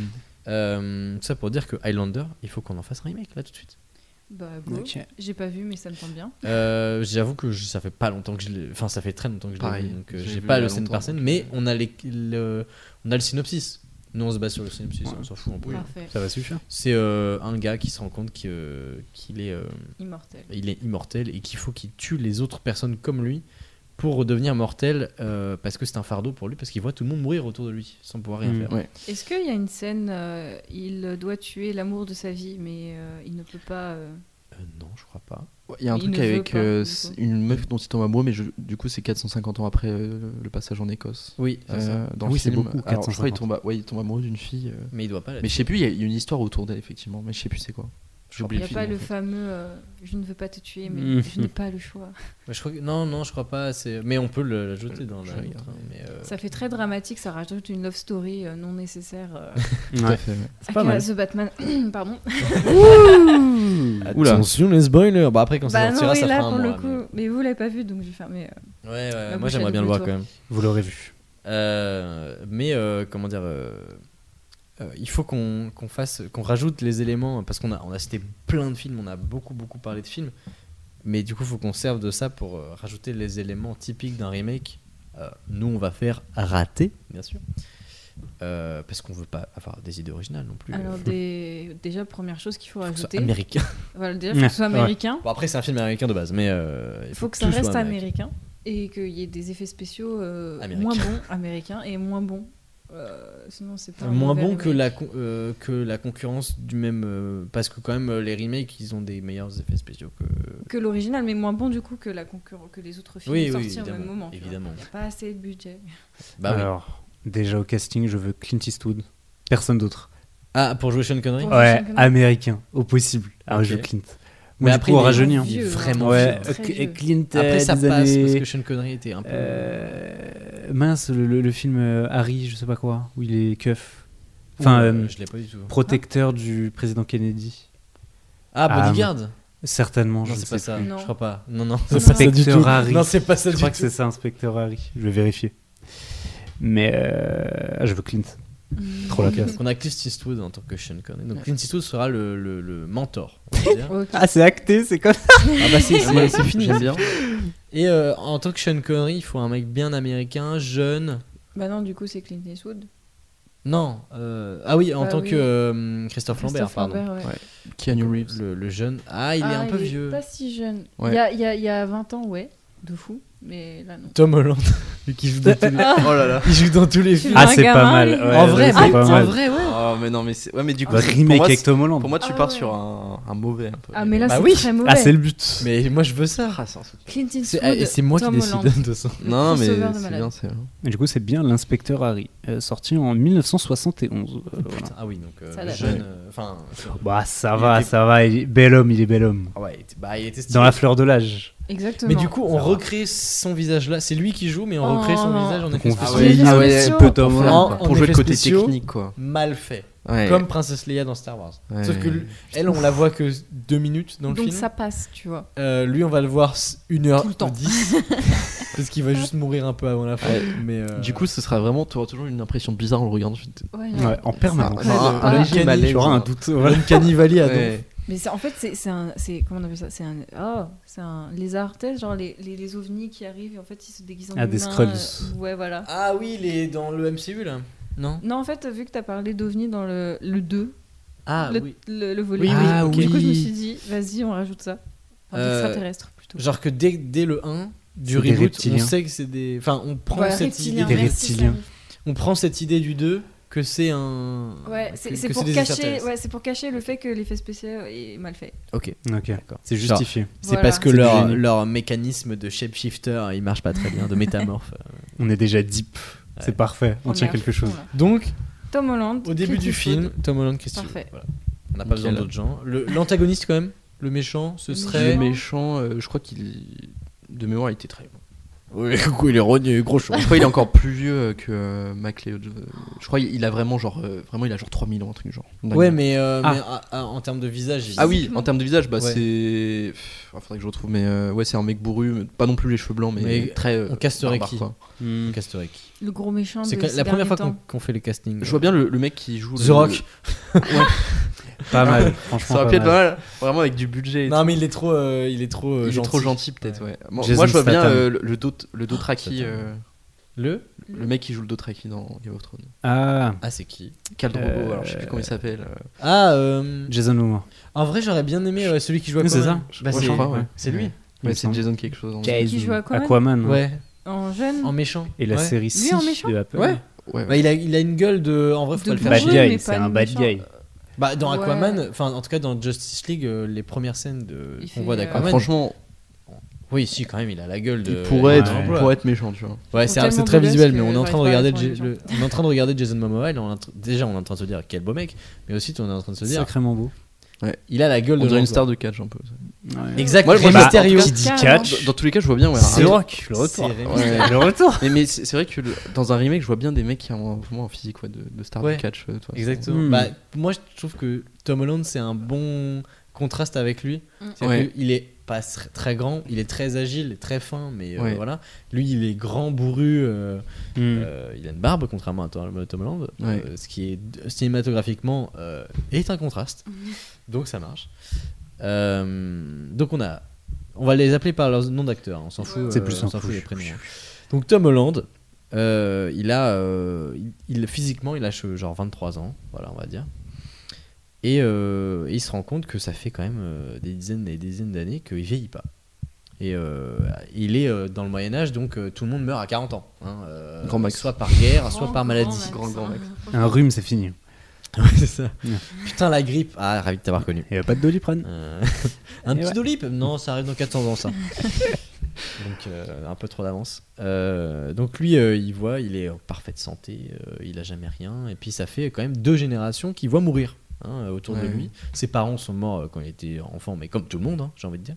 Euh, ça pour dire que Highlander, il faut qu'on en fasse un remake là tout de suite. Bah, go. Ok. J'ai pas vu, mais ça me tente bien. Euh, J'avoue que je- ça fait pas longtemps que je l'ai. Enfin, ça fait très longtemps que je l'ai Pareil, vu, donc euh, j'ai j'ai vu pas il y le a scène longtemps, par scène, donc, mais euh, on a, les, le, on a le synopsis. Nous on se base sur le synopsis, Ouais. on s'en fout un peu. Parfait. Ça va suffire. C'est euh, un gars qui se rend compte qu'il euh, qu'il est, euh, Immortel. il est immortel et qu'il faut qu'il tue les autres personnes comme lui pour redevenir mortel euh, parce que c'est un fardeau pour lui, parce qu'il voit tout le monde mourir autour de lui sans pouvoir rien Mm. faire. Ouais. Est-ce qu'il y a une scène, euh, il doit tuer l'amour de sa vie, mais euh, il ne peut pas. euh, Euh, non, je crois pas. Ouais, Il y a un Il truc ne veut avec pas, euh, du c- coup. une meuf dont il tombe amoureux, mais je- du coup, c'est quatre cent cinquante ans après euh, le passage en Écosse. Oui, c'est ça. Euh, dans Oui, le c'est film. beaucoup, Alors, je crois qu'il quatre cent cinquante. tombe, a- ouais, il tombe amoureux d'une fille. euh, Mais il doit pas. la Mais je sais plus, il y, a- il y a une histoire autour d'elle, effectivement. Mais je sais plus c'est quoi. J'ai Il oublié n'y a le film. pas en le fait. fameux euh, je ne veux pas te tuer, mais Mhm. je n'ai pas le choix. Mais je crois que... Non, non, je crois pas. C'est... Mais on peut le- l'ajouter dans Je la. regarde. Mais, euh, Ça fait très dramatique, ça rajoute une love story euh, non nécessaire. euh, Tout à fait, ouais. C'est pas à mal. The Batman. Pardon. Oula. Attention les spoilers. Bah après quand ça Bah non, sortira, oui, ça là fera un pour le mois. coup. Mais vous l'avez pas vu, donc j'ai fermé. euh, mais- Ouais, ouais. La Moi bouche à j'aimerais bien le voir double quand même. Vous l'aurez vu. Euh, mais euh, comment dire, euh, euh, il faut qu'on qu'on fasse, qu'on rajoute les éléments parce qu'on a, on a cité plein de films, on a beaucoup beaucoup parlé de films, mais du coup il faut qu'on serve de ça pour euh, rajouter les éléments typiques d'un remake. Euh, nous on va faire rater, bien sûr, euh, parce qu'on veut pas avoir des idées originales non plus. Alors Euh, des... déjà première chose qu'il faut faut que ce soit rajouter. américain. Voilà, déjà faut que ce soit Ouais. américain. Bon après c'est un film américain de base, mais euh, Il faut que tout ça reste soit américain. Et qu'il y ait des effets spéciaux euh, Américains. moins bons américains et moins bons. Euh, sinon c'est pas un Moins mauvais bon que remake. la, con- euh, que la concurrence du même. euh, parce que, quand même, euh, les remakes, ils ont des meilleurs effets spéciaux que. Que l'original, mais moins bon du coup que la concurrence, que les autres films Oui, oui, sortis au même évidemment, moment. tu vois. évidemment. Il n'y a pas assez de budget. Bah oui. Alors, déjà au casting, je veux Clint Eastwood. Personne d'autre. Ah, pour jouer Sean Connery Pour- Ouais, Sean Connery. américain, au possible. Ah, Ok. je veux Clint. Mais Moi, du après, coup, il est rajeuni. hein. vieux, vraiment Ouais, vieux, très euh, vieux. Clint. Après, euh, ça des passe années- parce que Sean Connery était un peu. Euh, mince, le, le- le film euh, Harry, je sais pas quoi, où il est keuf. Enfin, Euh, euh, je l'ai pas du tout. protecteur du président Kennedy. Ah, Ah, Bodyguard Certainement, Non, je ne c'est sais pas ça. plus. Non. Je crois pas. Non, non, Non. c'est pas ça du Inspecteur tout. Harry. Non, c'est pas ça Je du crois que tout. c'est ça, inspecteur Harry. Je vais vérifier. Mais euh, ah, je veux Clint. Trop la classe. Parce qu'on a Clint Eastwood en tant que Sean Connery. Donc Clint Eastwood sera le, le, le mentor. On va dire. Ok. Ah, c'est acté, c'est comme ça. Ah bah c'est, c'est, c'est fini. J'aime bien. Et euh, en tant que Sean Connery, il faut un mec bien américain, jeune. Bah non, du coup c'est Clint Eastwood. Non. euh, Ah oui, en Bah tant oui. que euh, Christophe Lambert, Christophe pardon. Lambert, ouais. Ouais. Keanu Reeves. Le, le jeune. Ah, il est Ah, un peu il est vieux. Pas si jeune. Ouais. Il, y a, il, y a, il y a vingt ans, ouais, de fou. Mais là non. Tom Holland, vu qu'il joue dans tous les, Ah, Oh là là. il joue dans tous les films. Ah, un c'est pas gamin, mal. lui. Ouais, en vrai, c'est mais- pas en mal. vrai, ouais. Oh mais non mais c'est ouais mais du coup Bah, c'est- pour remake moi, avec c'est- Tom Holland. pour moi tu Ah pars ouais. sur un, un mauvais un peu. Ah mais là Bah c'est oui. très mauvais. Ah, c'est le but. Mais moi je veux ça. Ah, c'est un soutien. Clint Eastwood. C'est, ah, c'est moi qui Tom décide Holland. de toute façon. Le Non mais crossover de c'est malade. bien c'est Et du coup, c'est bien l'inspecteur Harry, euh, sorti en mille neuf cent soixante et onze. euh, voilà. Putain, ah oui, donc euh, Ça date. jeune. euh, Enfin. Bah, ça Il va, était- ça va. Il est bel homme, il est bel homme. ah ouais, il était, bah, il était stylé. Dans la fleur de l'âge. Exactement. Mais du coup, on Ça va. recrée son visage là. C'est lui qui joue, mais on Oh, recrée son non. visage en Donc effet on spéciaux. vieillit Ah un ouais, petit spéciaux peu Tom pour Holland. faire- quoi. En pour jouer le effets côté spéciaux. technique quoi. Mal fait. Ouais. comme Princesse Leia dans Star Wars. Ouais. Sauf que lui- elle, on la voit que deux minutes dans le Donc film. ça passe, tu vois. Euh, lui, on va le voir une heure Tout le temps. dix parce qu'il va juste mourir un peu avant la fin. Ouais. Mais euh, Du coup, ce sera vraiment, tu auras toujours une impression bizarre en le regardant. Ouais, Ouais, en permanence. Ça- un- un un léger uncanny, malaise. J'aurai un doute. Voilà. Uncanny Valley à Ouais. donf. Mais c'est- en fait, c'est c'est un. c'est- Comment on appelle ça? C'est un. Oh, c'est un lézard, tu sais, genre les, les, les ovnis qui arrivent et en fait ils se déguisent en Ah, des humains, Skrulls. euh, ouais, voilà. Ah oui, les dans le M C U là. Non. Non, en fait, vu que t'as parlé d'ovnis dans le, le deux, Ah le, oui. le, le volet, Oui, oui, ah, ok. du coup, je me suis dit, vas-y, on rajoute ça. Enfin, Euh, d'extraterrestres plutôt. Genre que dès, dès le un du C'est des reboot, on reptiliens. sait que c'est des. Enfin, on prend Voilà, cette reptiliens, idée. Des merci, reptiliens. Samy. On prend cette idée du deux que c'est un. Ouais, que- c'est que c'est pour des cacher, extraterrestres. ouais, c'est pour cacher le fait que l'effet spécial est mal fait. Ok. Ok, D'accord. c'est justifié. C'est Voilà. parce que C'est du leur, génie. leur mécanisme de shapeshifter il marche pas très bien, de métamorphe. On est déjà deep. Ouais. C'est parfait. On On tient est à quelque fond, chose. là. Donc, Tom Holland. au début Clint du Eastwood. film, Tom Holland, Christian. Parfait. Voilà. On n'a pas besoin Nickel. d'autres gens. Le- L'antagoniste, quand même, le méchant, ce Le serait. Le méchant, euh, je crois qu'il. De mémoire, il était très bon. Oui, coucou, il est rogné, gros chaud. Je crois qu'il est encore plus vieux euh, que euh, MacLeod. euh, Je crois qu'il a vraiment genre. euh, vraiment, il a genre trois mille ans, un truc du genre. Ouais, mais, euh, Ah. mais ah, ah, en termes de visage. il- Ah oui, en termes de visage, bah Ouais. c'est. Pff, ah, faudrait que je retrouve, mais euh, ouais, c'est un mec bourru, mais pas non plus les cheveux blancs, mais, Mais très. euh, on casterait barbare, qui quoi. Hmm. Casterait qui Le gros méchant. C'est de quand- ces la première fois derniers qu'on temps. qu'on fait les castings. Je vois bien le, le mec qui joue. The le- Rock. Pas mal. Franchement, Ça aurait pas pu être mal. pas mal, vraiment avec du budget. et Non, tout. mais il est trop, euh, il est trop euh, il est gentil. trop gentil, peut-être, ouais. Moi, Jason moi, je vois bien Statham. euh, le, le, Dot- le Dothraki, Statham. euh, Le le mec qui joue le Dothraki dans Game of Thrones. Ah, Ah, c'est qui Khal Drogo, Euh, alors je sais plus comment il s'appelle. euh, Ah, euh... Jason Momoa. en vrai, j'aurais bien aimé euh, celui qui joue à Oui, c'est Aquaman. ça. Bah, Ouais, c'est je crois, ouais. c'est lui. Il me Ouais, c'est semble. Jason quelque chose. en- Jason. Qui joue Aquaman Aquaman. Ouais, En jeune. en méchant. Et la Ouais. série Lui six en méchant de Apple. Ouais. Ouais, Bah, il, a, il a une gueule de. En vrai, faut De pas le faire. Bad bourru, chier. mais guy, c'est pas un de bad méchant. guy. Bah, dans Ouais. Aquaman, enfin, en tout cas, dans Justice League, euh, les premières scènes de Il qu'on fait, voit euh, Ah, d'Aquaman. franchement, Oui, si, quand même, il a la gueule de. il pourrait, être, Ouais. il pourrait être méchant, tu vois. Ouais, Faut c'est tellement c'est très beau gosse visuel, que mais on est en train de j'arrive regarder, pas à J- être le- on est en train de regarder Jason Momoa. Et on est en train- déjà, on est en train de se dire quel beau mec, mais aussi on est en train de se dire, Sacrément beau. il a la gueule On de dirait une l'emploi. star de catch un peu. Exact. Moi, moi, Rey je- Mysterio. en tout Qui dit cas, catch Dans, dans tous les cas, je vois bien. Ouais, C'est un- Rock, le retour. C'est Rey Ouais. Mysterio. Le retour. Mais, mais c'est c'est vrai que le- dans un remake, je vois bien des mecs qui ont vraiment un physique ouais, de, de star Ouais. de catch. euh, toi, Exactement. Hmm. Bah, moi, je trouve que Tom Holland, c'est un bon contraste avec lui. Mm. C'est-à-dire Ouais. qu'il est pas s- très grand, il est très agile, très fin, mais euh, Ouais. voilà. Lui, il est grand, bourru, euh, Hmm. euh, il a une barbe, contrairement à Tom Tom Holland, Ouais. euh, ce qui est cinématographiquement euh, est un contraste. Donc ça marche. Euh, donc on a, on va les appeler par leurs noms d'acteurs. hein, On s'en fout. C'est euh, plus on s'en simple. fout des prénoms. hein. Donc Tom Holland, euh, il a, euh, il, il- physiquement, il a che- genre vingt-trois ans, voilà, on va dire. Et euh, il se rend compte que ça fait quand même euh, des dizaines et des dizaines d'années qu'il vieillit pas. Et euh, il est euh, dans le Moyen-Âge, donc euh, tout le monde meurt à quarante ans. hein, euh, Grand max. Soit par guerre, soit Grand, par maladie. max, Grand, grand hein. max. Un rhume, c'est fini. Ouais, c'est ça. Ouais. Putain, la grippe. Ah, ravi de t'avoir connu. Il n'y a pas de Doliprane. Euh, un Et petit ouais. dolip. Non, ça arrive dans quatre cents ans, ça. Donc, euh, un peu trop d'avance. Euh, donc, lui, euh, il voit, il est en parfaite santé, euh, il a jamais rien. Et puis, ça fait quand même deux générations qu'il voit mourir hein, autour de Ouais. lui. Ses parents sont morts euh, quand il était enfant, mais comme tout le monde, hein, j'ai envie de dire.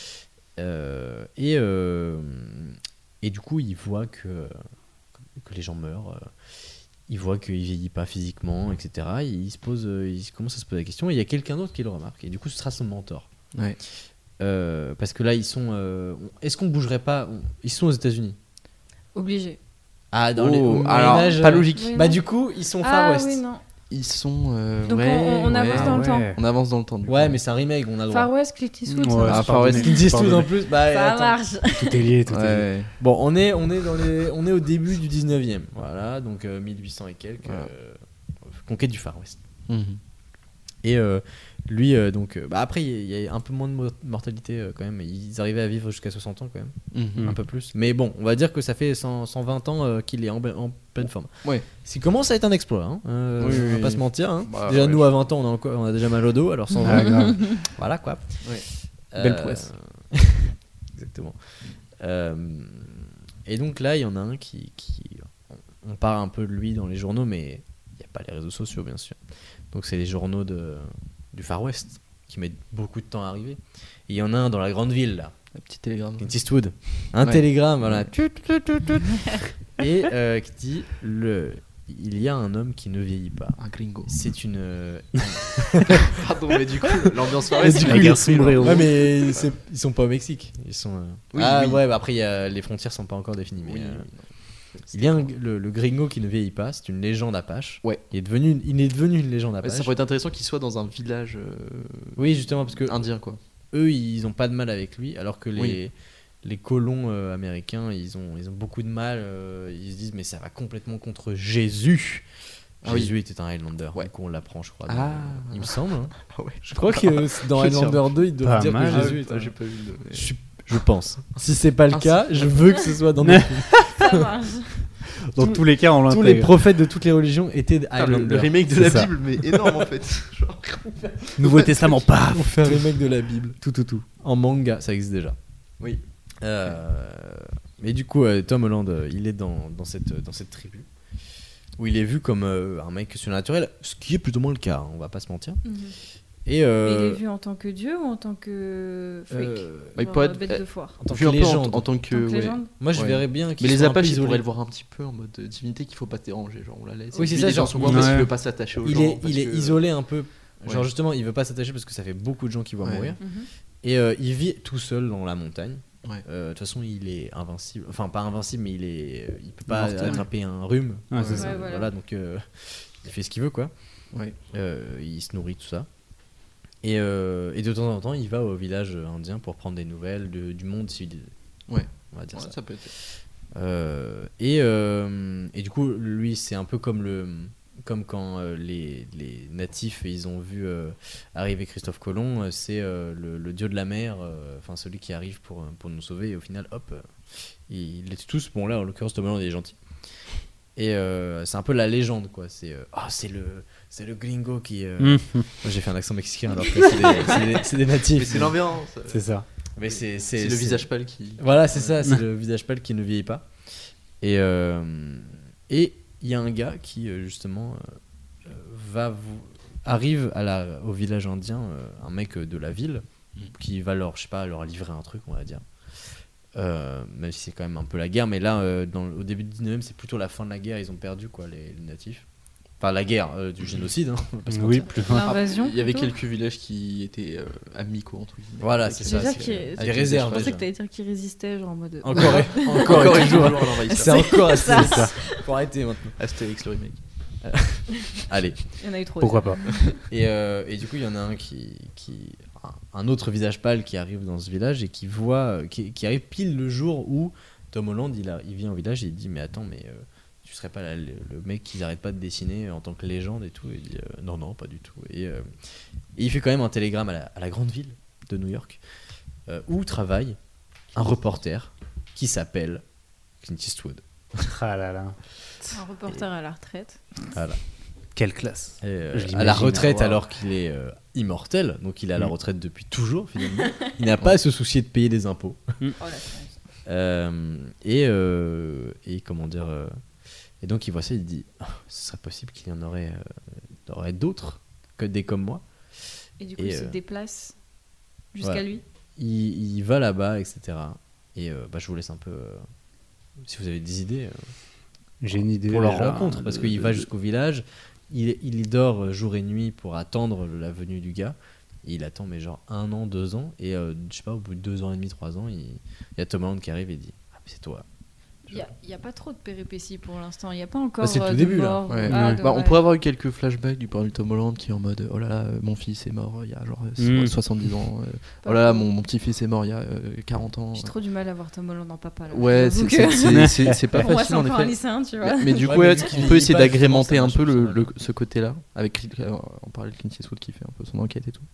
Euh, et, euh, et du coup, il voit que, que les gens meurent. euh, il voit qu'il vieillit pas physiquement, et cetera. Et il se pose, euh, il commence à se poser la question. Et il y a quelqu'un d'autre qui le remarque. Et du coup, ce sera son mentor. Ouais. Euh, parce que là, ils sont. euh, on- Est-ce qu'on bougerait pas on- Ils sont aux États-Unis. Obligé. Ah, dans Oh, les. au alors, Moyen-Âge, pas euh, logique. Oui, Bah, non. du coup, ils sont Ah Far West. oui, non. Ils sont. euh, Donc, ouais, on- on avance ouais, dans le ouais. temps. On avance dans le temps. Du Ouais, coup. mais c'est un remake, on a le droit. Far West, Clint Eastwood, Ouais, ça Ah, marche. Far West. Clint Eastwood en Pardonné. plus. Bah, Ça attends. marche. Tout est lié, tout est lié. Ouais. Bon, on est, on est dans les, on est au début du dix-neuvième. Voilà, donc euh, mille huit cents et quelques. Voilà. euh, conquête du Far West. Mhm. Et euh, lui, euh, donc, euh, bah après, il y, a- il y a un peu moins de mo- mortalité euh, quand même. Ils arrivaient à vivre jusqu'à soixante ans quand même, Mhm. un peu plus. Mais bon, on va dire que ça fait cent, cent vingt ans euh, qu'il est en, en pleine forme. Ouais. Ce qui commence à être un exploit. Hein. Euh, Oui, oui, on va oui. pas se mentir. Hein. Bah, déjà, ouais, nous je- à vingt ans, on a, encore- on a déjà mal au dos. Alors cent vingt, Ah, grave. voilà quoi. Ouais. Belle prouesse. Exactement. Euh, et donc là, il y en a un qui, qui on, on parle un peu de lui dans les journaux, mais il n'y a pas les réseaux sociaux, bien sûr. Donc c'est les journaux de, du Far West qui mettent beaucoup de temps à arriver. Et il y en a un dans la grande ville là, Un petit télégramme. Clint Eastwood, un Ouais. télégramme, voilà, Tut, tut, tut, tut. et euh, qui dit le il y a un homme qui ne vieillit pas. Un gringo. C'est une. euh, Pardon, mais du coup, l'ambiance soirée, Ouais, c'est du la coup, guerre il civile. sombrero. Ouais, mais c'est- ils sont pas au Mexique. Ils sont. euh, Oui, ah oui. ouais, bah après il y a... les frontières sont pas encore définies. Mais Oui, euh, oui, non. il y a un- le, le gringo qui ne vieillit pas. C'est une légende apache. Ouais. Il est devenu, il est devenu une légende Ouais, apache. ça pourrait être intéressant qu'il soit dans un village euh, Oui, justement parce que indien, quoi. eux ils ont pas de mal avec lui, alors que les Oui. les colons euh, américains ils ont ils ont beaucoup de mal. euh, ils se disent mais ça va complètement contre Jésus. Ah oui. Jésus était un Highlander. Ouais. Du coup on l'apprend, je crois. Ah. dans- Il me semble. hein. Ah ouais. Je crois que euh, dans Je suis Highlander deux ils doivent Pas dire mal. que Ah, Jésus oui, est ah, un. j'ai pas vu le. Je, suis- je pense. Si c'est pas le Ah, cas, je veux que ce soit dans, nos films. Ça marche. Dans tous les cas, on Tous l'intègre. les prophètes de toutes les religions étaient Putain, le, Highlander. le remake de C'est la ça. Bible, mais énorme en fait. Genre, Nouveau Testament, paf. On fait un remake de la Bible. Tout, tout, tout. En manga, ça existe déjà. Oui. Euh, mais du coup, euh, Tom Holland, euh, il est dans, dans, cette, dans cette tribu où il est vu comme euh, un mec surnaturel, ce qui est plus ou moins le cas, hein, on va pas se mentir. Mhm. Et Il euh, est vu en tant que dieu ou en tant que freak euh, Bah, il Genre, pourrait être- bête de foire. en tant Vu que un peu en, légende. en tant que. Donc, ouais. légende. Moi, je Ouais. verrais bien qu'il Mais les soit un peu Apaches, ils isolé. pourraient le voir un petit peu en mode euh, divinité qu'il faut pas déranger. Genre, on la laisse. Oui, c'est Lui, ça, il est dans genre, son coin parce ouais. qu'il veut pas s'attacher aux Il gens. est, parce il est que- isolé un peu. Genre, Ouais. justement, il veut pas s'attacher parce que ça fait beaucoup de gens qui vont Ouais. mourir. Mhm. Et euh, il vit tout seul dans la montagne. Ouais. Euh, De toute façon, il est invincible. Enfin, pas invincible, mais il est, euh, il peut pas Immortel. attraper un rhume. Ouais, c'est Ouais, ça. voilà. Voilà, donc euh, il fait ce qu'il veut, quoi. Ouais. Euh, il se nourrit, tout ça. Et, euh, et de temps en temps, il va au village indien pour prendre des nouvelles de- du monde civilisé. Ouais. On va dire Ouais, ça. ça peut être. Euh, et, euh, et du coup, lui, c'est un peu comme le. Comme quand euh, les, les natifs ils ont vu euh, arriver Christophe Colomb, euh, c'est euh, le, le dieu de la mer, euh, enfin celui qui arrive pour, pour nous sauver, et au final, hop, euh, ils les tuent tous. Bon, là en l'occurrence, Tom Holland il est gentil. Et euh, c'est un peu la légende, quoi. C'est euh, ah, c'est le, c'est le gringo qui. euh, Mhm. Moi, j'ai fait un accent mexicain alors que c'est des, c'est des- c'est des natifs. Mais c'est l'ambiance. C'est ça. Mais c'est, c'est, C'est le c'est- visage pâle qui. Voilà, c'est ça, c'est le visage pâle qui ne vieillit pas. Et euh, et il y a un gars qui euh, justement euh, va vous arrive à la au village indien, euh, un mec de la ville qui va leur je sais pas leur livrer un truc, on va dire. Euh, même si c'est quand même un peu la guerre, mais là euh, dans, au début du dix-neuvième, c'est plutôt la fin de la guerre, ils ont perdu quoi les, les natifs. Enfin la guerre euh, du génocide, hein, on va pas se Oui, mentir. plus loin. L'invasion. Il y avait plutôt. quelques villages qui étaient euh, amicaux entre guillemets. Voilà, Avec- c'est ça. Déjà c'est- qui est- des avec les réserves. Je pensais déjà. que t'allais dire qu'ils résistaient, genre en mode. Encore, Ouais. encore, Encore et et toujours. toujours à l'envahisseur. C'est encore assez Ça. ça. Faut arrêter maintenant. Astérix le remake. Allez. Il y en a eu trop. Pourquoi déjà. pas. Et, euh, et du coup, il y en a un qui, qui un- un autre visage pâle qui arrive dans ce village et qui voit, qui, qui arrive pile le jour où Tom Holland il, a, il vient au village et il dit mais attends mais euh, tu serais pas la- le, le mec qu'ils arrêtent pas de dessiner en tant que légende et tout. Et il dit euh, non non pas du tout. Et, euh, et il fait quand même un télégramme à la, à la grande ville de New York euh, où travaille un reporter qui s'appelle Clint Eastwood. Ah là là. Un reporter à la retraite. Voilà. Quelle classe. Et, euh, Je à la l'imagine, retraite wow. alors qu'il est euh, immortel, donc il est à la Mm. retraite depuis toujours finalement. Il n'a pas à se soucier de payer des impôts. Oh la chance. Euh, et, euh, et comment dire euh, et donc il voit ça, il dit ah, ce serait possible qu'il y en aurait, euh, aurait d'autres que des comme moi. Et du coup, Et, il se euh, déplace jusqu'à voilà. lui. Il, il va là-bas, et cetera. Et euh, bah, je vous laisse un peu euh, si vous avez des idées euh, J'ai une idée. pour leur déjà, rencontre, parce de- qu'il de- va de- jusqu'au village, il, il dort jour et nuit pour attendre la venue du gars. Et il attend mais genre un an, deux ans, et euh, je sais pas, au bout de deux ans et demi, trois ans, il, il y a Tom Holland qui arrive et dit ah mais c'est toi. Il n'y a, a pas trop de péripéties pour l'instant. Il n'y a pas encore Bah, c'est le euh, tout de début, là. mort. Ouais. Ah, Ouais. de- Bah, on ouais. pourrait avoir eu quelques flashbacks du point de vue de Tom Holland qui est en mode oh là là, euh, mon fils est mort euh, il y a genre euh, Mm. soixante-dix ans. euh, Pas oh là là, faux. mon, mon petit-fils est mort il y a euh, quarante ans. J'ai trop du mal à voir Tom Holland en papa. Là. Ouais, J'avoue c'est que- c'est- c'est- c'est- c'est pas Pour moi, c'est facile en encore un effet. lycéen, tu vois. Mais, mais du Ouais, coup, mais ouais, vu on qu'il peut vieillit essayer pas, d'agrémenter justement, un ça peu marche le, pas le- mal. ce côté-là, avec euh, on parlait de Clint Eastwood qui fait un peu son enquête et tout.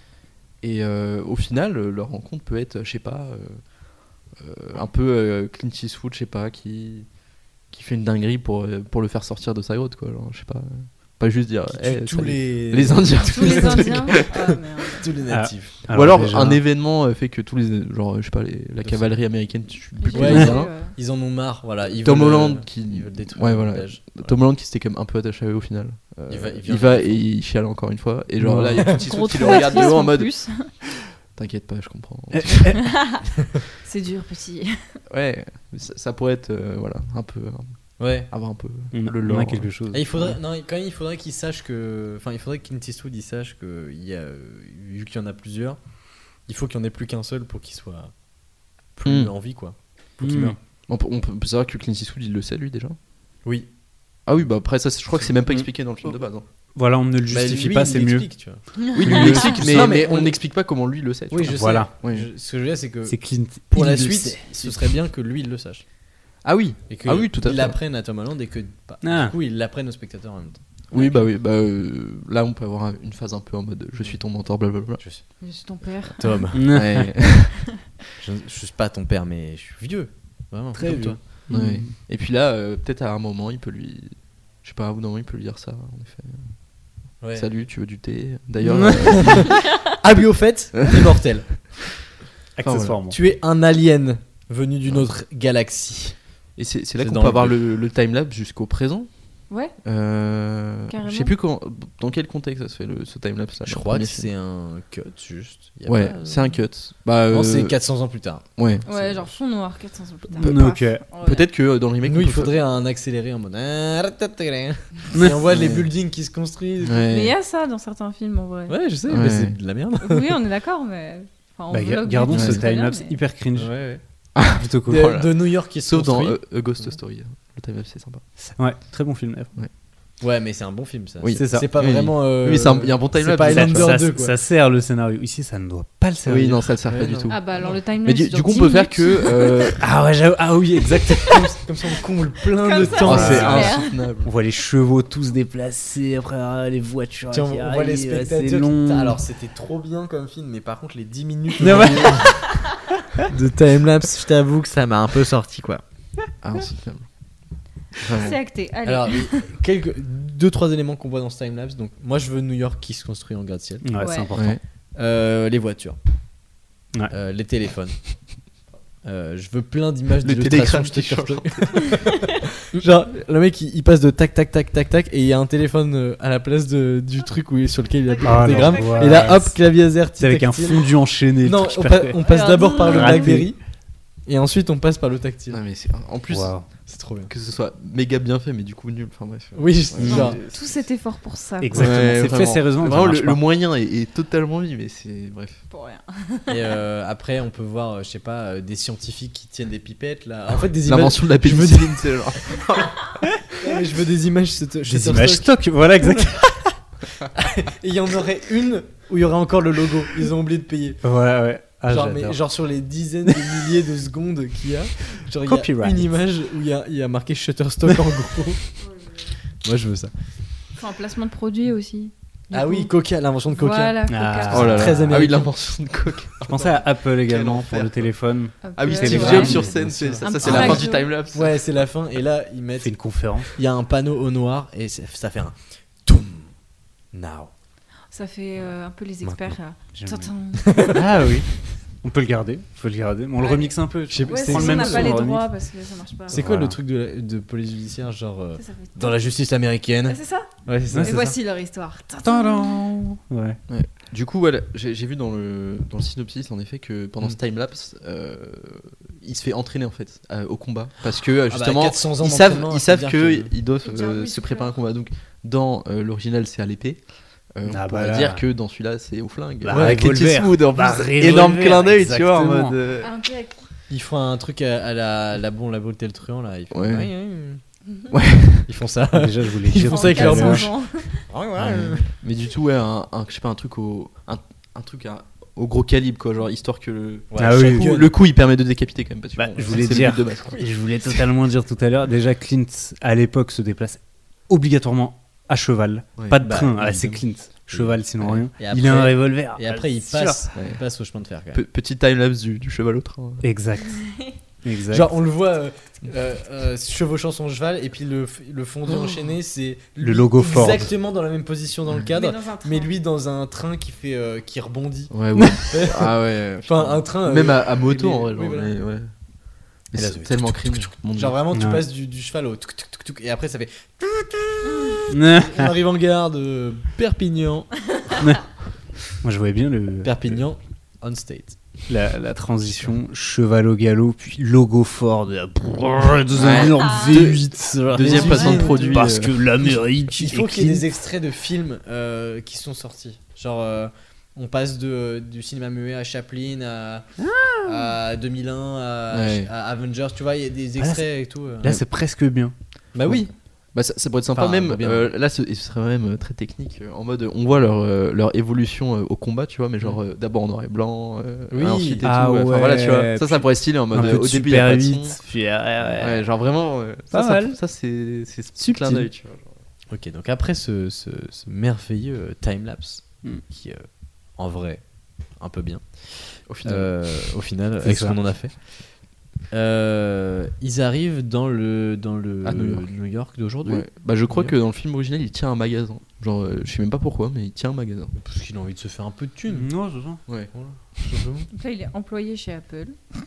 Et euh, au final, euh, leur rencontre peut être, je sais pas, euh, euh, un peu euh, Clint Eastwood, je sais pas, qui qui fait une dinguerie pour euh, pour le faire sortir de sa grotte, quoi. Genre, je sais pas, euh, pas juste dire, eh, tous salut. les les Indiens. Tous les Indiens. Ah, merde. tous les natifs. Ou alors déjà, un événement euh, fait que tous les, genre, je sais pas, les- la De cavalerie américaine tue plus Ouais, les ils Indiens. euh, Ils en ont marre, voilà. Ils Tom veulent, Holland euh, qui- ils veulent détruire ouais, le voilà. village. Voilà. Tom Holland qui s'était quand même un peu attaché à eux au final. Euh, Il va- il il vient va une et fois. il chiale encore une fois. Et genre Ouais. là, il y a Clint Eastwood Gros qui le regarde de traumatisme haut en en mode plus. t'inquiète pas, je comprends. C'est dur, petit. Ouais, mais ça, ça pourrait être euh, voilà, un peu. un- Ouais. avoir un peu On a, le on lore. a quelque chose. Et il faudrait, non, quand même, il faudrait qu'il sache que, enfin, il faudrait que Clint Eastwood il sache que, il y a, vu qu'il y en a plusieurs, il faut qu'il n'y en ait plus qu'un seul pour qu'il soit plus Mm. en vie, quoi. Pour qu'il Mm. meure. On peut, on peut savoir que Clint Eastwood il le sait lui déjà. Oui. Ah oui, bah après ça, je crois que c'est même pas Mm. expliqué dans le film de base. hein. Voilà, on ne le Bah, justifie lui, pas, il c'est mieux. l'explique, tu vois. Oui, lui Oui, il l'explique, mais, Non, mais mais on on- n'explique pas comment lui il le sait. tu Oui, vois. je Voilà. sais. Oui. Je- ce que je veux dire, c'est que C'est Clint. pour il la le suite, sait. ce serait bien que lui il le sache. Ah oui. Et que Ah oui, tout à il fait. l'apprenne à Tom Holland et que, bah, Ah. du coup, il l'apprenne au spectateur en même temps. Oui, bah oui, bah euh, là on peut avoir un- une phase un peu en mode je suis ton mentor, blablabla. Je sais. Je suis ton père. Tom, Ouais. je, je suis pas ton père, mais je suis vieux. Vraiment, Très comme vieux. toi. Ouais. Et puis là, euh, peut-être à un moment, il peut lui. Je sais pas, à un moment, il peut lui dire ça, en effet. Ouais. Salut, tu veux du thé D'ailleurs. Ouais. euh, Ah oui, au fait, immortel. Accessoirement. Tu es un alien venu d'une autre galaxie. Et c'est c'est là C'est qu'on dans peut le avoir deux. le, le timelapse jusqu'au présent. Ouais. Euh, Carrément. je sais plus comment, dans quel contexte ça se fait le, ce timelapse là. Je dans le crois que premier film. c'est un cut, juste. Y a Ouais, pas, euh, c'est un cut. Bah, Non, euh, c'est quatre cents ans plus tard. Ouais. Ouais, genre fond noir, quatre cents ans plus tard. Peu- Ok. Ouais. Peut-être que euh, dans le remake. Nous, on il peut faudrait un accéléré en mode. Et on voit les buildings qui se construisent. faire- Ouais. Mais il y a ça dans certains films en vrai. Ouais, je sais, Ouais. mais c'est de la merde. Oui, on est d'accord, mais. Enfin, en Bah, ga- vlog, gardons oui, ce c'est très bien, timelapse mais- hyper cringe. Ouais, ouais. Plutôt cool. De, Voilà. de New York qui se Sauf dans construit. euh, A Ghost Story. Le timelapse c'est sympa. Ouais, très bon film. d'ailleurs. Ouais, mais c'est un bon film, ça. Oui, c'est ça. C'est pas Oui. vraiment. euh, Oui, mais c'est un- il y a un bon C'est timelapse, pas c'est ça, Highlander ça, deux, quoi. ça sert le scénario. Ici, ça ne doit pas le servir. Oui, non, ça ne sert Ouais, pas du non. tout. Ah bah alors le timelapse. Mais du, dure du coup, on dix peut faire minutes. que. euh, Ah ouais, j'avoue- ah oui, exactement. Comme ça, on comble plein Comme de ça, temps. Oh, c'est super. insoutenable. On voit les chevaux tous déplacés, après ah, les voitures Tiens, qui on voit les arrivent, c'est spectateurs. qui- long. Putain, Alors, c'était trop bien comme film, mais par contre, les dix minutes Non, ouais. de timelapse, je t'avoue que ça m'a un peu sorti, quoi. Ah, insoutenable. C'est Vraiment. acté. Allez. Alors, quelques, deux, trois éléments qu'on voit dans ce timelapse. Donc, moi, je veux New York qui se construit en gratte-ciel. Ouais, Ouais. c'est important. Ouais. Euh, les voitures. Ouais. Euh, les téléphones. Euh, je veux plein d'images Le d'illustrations. télégramme je te qui change. jure. Genre, le mec il, il passe de tac tac tac tac tac et il y a un téléphone euh, à la place de, du truc où il- sur lequel il a plus Ah, le télégramme. non, Et là, ouais, hop, clavier AZERTY. C'est avec un tactile. fondu enchaîné. le Non, truc on, hyper pa- fait. on passe d'abord par le Raté. Blackberry et ensuite on passe par le tactile. Non, mais c'est- en plus, Waouh. C'est trop bien. que ce soit méga bien fait, mais du coup nul. Enfin bref. Oui, Ouais. genre. Tout cet effort pour ça. quoi. Exactement. Ouais, c'est fait vraiment. sérieusement. mais ça Vraiment, le, marche le pas. moyen est, est totalement mis, mais c'est bref. Pour rien. Et euh, après, on peut voir, euh, je sais pas, euh, des scientifiques qui tiennent des pipettes là. En fait, des images. L'invention de la je veux pénicilline, c'est genre. Non, mais je veux des images. Cette, Des images stock, voilà, exactement. Et il y en aurait une où il y aurait encore le logo. Ils ont oublié de payer. Ouais, ouais. Ah, genre, j'adore. mais, genre sur les dizaines de milliers de secondes qu'il y a, genre il y a Copyright. une image où il y a, il y a marqué Shutterstock en gros. Moi je veux ça. Faut un placement de produit aussi. du Ah coup. oui, Coca, l'invention de Coca. Voilà, Coca. Ah. Oh là là. Très Ah oui, américain. l'invention de Coke. Je pensais à Apple également enfer, pour le quoi. téléphone. Ah oui, Apple, Steve Telegram. Jobs sur scène, c'est ça, Un ça c'est petit la fin du McDo. timelapse. Ouais, c'est la fin. Et là, ils Il mettent. fait une conférence. Il y a un panneau au noir et c'est- ça fait un. Toum. Now. Ça fait euh, un peu les experts. là. J'aime Tintin. Ah oui. On peut le garder. On peut le garder. Mais on le Ouais. remixe un peu. Je sais pas, Ouais, c'est- sinon le on même n'a son, pas on les le droits remixe. parce que ça marche pas. C'est quoi Voilà. le truc de, la- de police judiciaire, genre. euh, Ça, ça fait- dans la justice américaine. Ah, c'est ça. Ouais, c'est ça. Ouais, Et c'est voici leur histoire. Tadam. Ouais. Du coup, voilà, j'ai j'ai vu dans le, dans le synopsis en effet que pendant Mm. ce timelapse, euh, il se fait entraîner en fait euh, au combat parce que euh, Ah bah, justement quatre cents ans ils savent, d'entraînement, ils ça savent veut que dire que- ils doivent Il devient euh, musclé. se préparer un combat. Donc dans euh, l'original c'est à l'épée. Euh, Ah on bah pourrait là. dire que dans celui-là c'est au flingue. Bah, Ouais, avec les revolver. Eastwood en Bah, plus. revolver, Énorme clin d'œil, tu vois, en exactement. mode. euh, Un peu avec- Ils font un truc à, à la, la bon, la beauté le truand là. Ils font, Ouais. Ouais, ouais, Ouais. ouais. Ils font ça. Déjà, je voulais Ils dire font ça avec tout à leur l'heure. bouche. enfants. Mais du tout, ouais, un, un- je sais pas, un truc au, un, un truc à- au gros calibre quoi, genre histoire que le, Ouais, Ah chaque oui. coup, le, le coup il permet de décapiter quand même. Parce que Bah, bon, je voulais c'est dire. le but de base, quoi. Et je voulais totalement dire tout à l'heure. Déjà, Clint, à l'époque, se déplace obligatoirement à cheval. Ouais. Pas de Bah, train. Ah, c'est évidemment. Clint. Cheval, sinon Ouais. rien. Et il a un après- revolver. Et après, Ah, il sûr. passe, Ouais. il passe au chemin de fer. Quand même. Pe- Petit timelapse du, du cheval au train. Exact. Exact. Genre, on le voit euh, euh, euh, chevauchant son cheval, et puis le, f- le fondu enchaîné, c'est Le lui logo Ford. exactement dans la même position dans le Mais cadre, dans un train. mais lui dans un train qui fait euh, qui rebondit. Ouais, ouais. ah ouais. Enfin, un train. euh, Même à, à moto mais- en vrai. oui, genre, voilà. mais ouais. Mais Et là, c'est ça fait tellement touc, touc, cringe. touc, mon Dieu. Genre vraiment, tu Ouais. passes du, du cheval au touc, touc, touc, touc, et après ça fait. Nah. On arrive en gare de Perpignan. Moi, je voyais bien le. Perpignan on state. La, la transition cheval au galop, puis logo fort de dans un Ouais. énorme Ah. V huit. Deuxième Les placement de usines, produit. Parce euh, que l'Amérique. Il faut est qu'il y ait clean. des extraits de films euh, qui sont sortis. Genre, euh, on passe de, du cinéma muet à Chaplin, à, à deux mille un, à, Ouais. à Avengers, tu vois, il y a des là, extraits et tout. euh. Là, c'est presque bien. Bah oui. Bah ça, ça pourrait être sympa, Enfin, même bah bien. euh, là ce, et ce serait même euh, très technique, euh, en mode on voit leur, euh, leur évolution euh, au combat, tu vois, mais genre euh, d'abord en noir et blanc, euh, Oui. ensuite et Ah tout, euh, enfin ouais, voilà, tu vois, ça ça puis pourrait être stylé en mode Un euh, peu au de début il y a Super pas de son. huit. Puis, ouais, ouais. Ouais, genre vraiment, euh, Pas ça, ça, mal. ça c'est c'est ce petit Subtil. clin d'œil, tu vois. genre. Ok, donc après ce, ce, ce merveilleux euh, timelapse, Mm. qui euh, en vrai, un peu bien, Au final. euh, au final, C'est avec ce ça. qu'on en a fait. Euh, ils arrivent dans le, dans le À New York. New York d'aujourd'hui. Ouais. Bah je crois New que dans le film original il tient un magasin. Genre euh, je sais même pas pourquoi, mais il tient un magasin. Parce qu'il a envie de se faire un peu de thunes. Non, c'est ça. Ouais. Voilà, tout simplement. Donc là, il est employé chez Apple.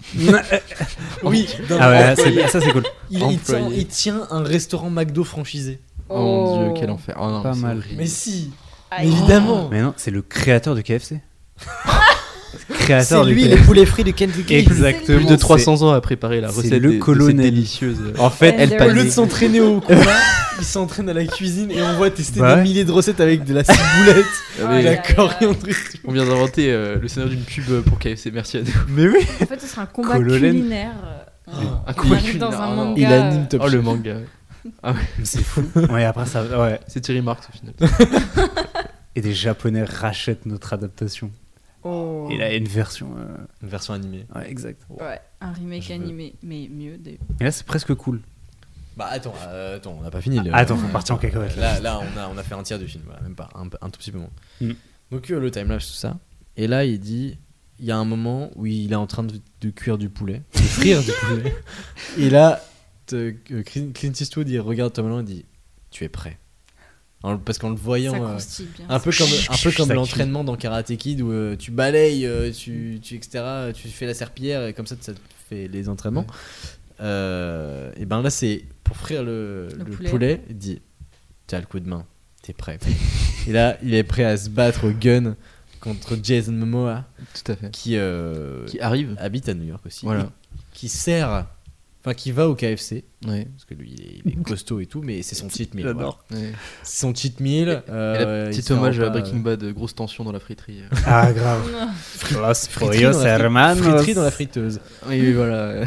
Oui, Ah ouais, là, c'est- ça c'est cool. il, il Employé. tient, il tient un restaurant McDo franchisé. Oh, mon dieu, quel enfer. Oh non, Pas c'est mal. horrible. Mais si, Aïe. mais évidemment. Mais non, c'est le créateur de K F C. C'est créateur lui, du les poulets frits de Kentucky. Exactement. Plus de trois cents ans à préparer la c'est recette le des- de cette colonel. délicieuse. En fait, And elle there Au is- lieu passe. de s'entraîner au combat, il s'entraîne à la cuisine et on voit tester Bah des ouais. milliers de recettes avec de la ciboulette, Ah, de mais la aïe, aïe. coriandre et tout. on vient d'inventer euh, le scénario d'une pub pour K F C, merci à nous. Mais oui. En fait, ce sera un combat Colonel. culinaire. Un On combat arrive dans culinaire, un oh non. manga. Il anime Top Oh le Chef. manga. C'est fou. Ouais, après ça. Ouais. C'est Thierry Marx au final. Et des Japonais rachètent notre adaptation. Oh. Et là, il y a une version. euh, Une version animée. Ouais, exact. Ouais, un remake Je veux. animé, mais mieux. Des... Et là, c'est presque cool. Bah attends, euh, attends, on n'a pas fini. le- Attends, faut partir en cacahuète. Là, là on, a, on a fait un tiers du film, voilà, même pas, un, un tout petit peu moins. Mm. Donc euh, le timelapse, tout ça. Et là, il dit, il y a un moment où il est en train de, de cuire du poulet, de frire du poulet. Et là, te- euh, Clint Clint Eastwood, il regarde Tom Holland et dit, tu es prêt. En- parce qu'en le voyant, Ça euh, croustille bien. un peu comme, un peu comme Ça l'entraînement dans Karate Kid où euh, tu balayes, euh, tu, tu, et cetera. Tu fais la serpillière et comme ça, ça te fait les entraînements. Euh, et ben là, c'est pour frire le, Le le poulet. poulet. Il dit, tu as le coup de main, t'es prêt. Et là, il est prêt à se battre au gun contre Jason Momoa Tout à fait. qui, euh, Qui arrive. habite à New York aussi. Voilà. et qui sert, enfin qui va au K F C. Ouais. Parce que lui, il est, il est costaud et tout, mais c'est son cheat meal. J'adore. voilà. ouais. C'est son cheat meal. Et euh, la il petite fait un hommage à repas, Breaking Bad, euh, grosse tension dans la friterie. euh. Ah, grave. Non. Los Friterie pollos dans la fri- hermanos. friterie dans la friteuse. Oui, oui, voilà.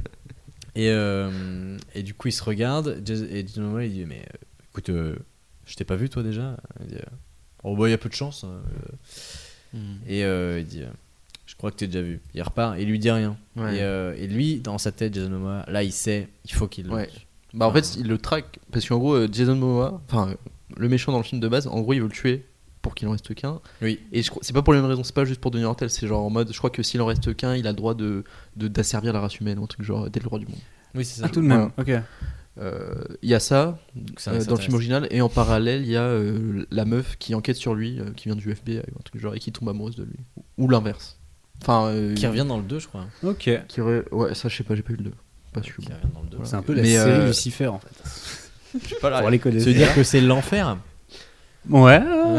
Et, euh, et du coup, il se regarde. Jas- Et Jason Momoa, il dit, mais euh, écoute, euh, je t'ai pas vu toi déjà. Il dit, euh, oh bah il y a peu de chance. hein, euh. Et euh, il dit, euh, je crois que t'es déjà vu. Il repart et il lui dit rien. Ouais. Et, euh, et lui, dans sa tête, Jason Momoa, là, il sait, il faut qu'il. le- Ouais. Bah en fait, il le traque parce qu'en gros, euh, Jason Momoa, enfin euh, le méchant dans le film de base, en gros, il veut le tuer pour qu'il en reste qu'un. Oui. Et je crois, c'est pas pour les mêmes raisons, c'est pas juste pour devenir mortel, c'est genre en mode, je crois que s'il en reste qu'un, il a le droit de de- d'asservir la race humaine ou un truc genre d'être le roi du monde. Oui, c'est ça. Ah, tout de même. Ok. Euh, Il y a ça Donc, c'est un euh, dans le extraterrestre. film original et en parallèle, il y a euh, la meuf qui enquête sur lui, euh, qui vient du F B I ou un truc genre et qui tombe amoureuse de lui ou l'inverse. Enfin, euh, Qui revient dans le deux, je crois. Ok. qui re- ouais, ça je sais pas, j'ai pas eu le deux. Pas sûr. Qui bon. revient dans le deux. Voilà. C'est un peu la Mais, série euh, Lucifer en fait. J'ai pas la Pour les Ça connaître. veut dire que c'est l'enfer. Ouais.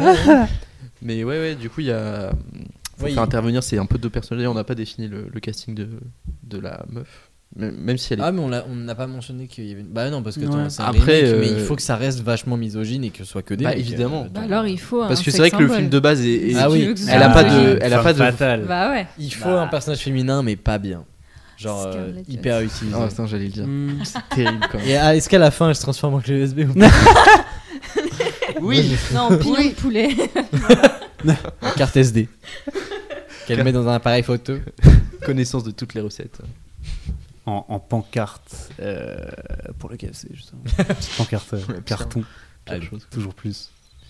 Mais ouais, ouais, du coup, il y a. Faut Oui. faire intervenir, c'est un peu deux personnages. On n'a pas défini le, le casting de, de la meuf. Même même si elle est. Ah, mais on l'a- on n'a pas mentionné qu'il y avait une. Bah non, parce que Ouais. attends, c'est un Après, remake, mais euh, il faut que ça reste vachement misogyne et que ce soit que des Bah, mecs, évidemment. euh, Bah dans- alors, il faut un Parce que c'est sex vrai que le symbol. film de base est. est- Ah oui. Tu veux que ce Elle soit a pas misogyne. de. Elle a pas de. fatale. Bah ouais. Il faut Bah. un personnage féminin, mais pas bien. Genre euh, Scarlett hyper Johansson. utilisé. Oh, putain, j'allais le dire. Hmm. C'est terrible quand même. Et ah, est-ce qu'à la fin elle se transforme en clé U S B ou pas Oui! Non, pignon de poulet. En carte S D qu'elle met dans un appareil photo. Connaissance de toutes les recettes. En, en pancarte euh, pour le K F C justement. Petite pancarte euh, Ouais, carton. Pire Allez. chose. Toujours plus.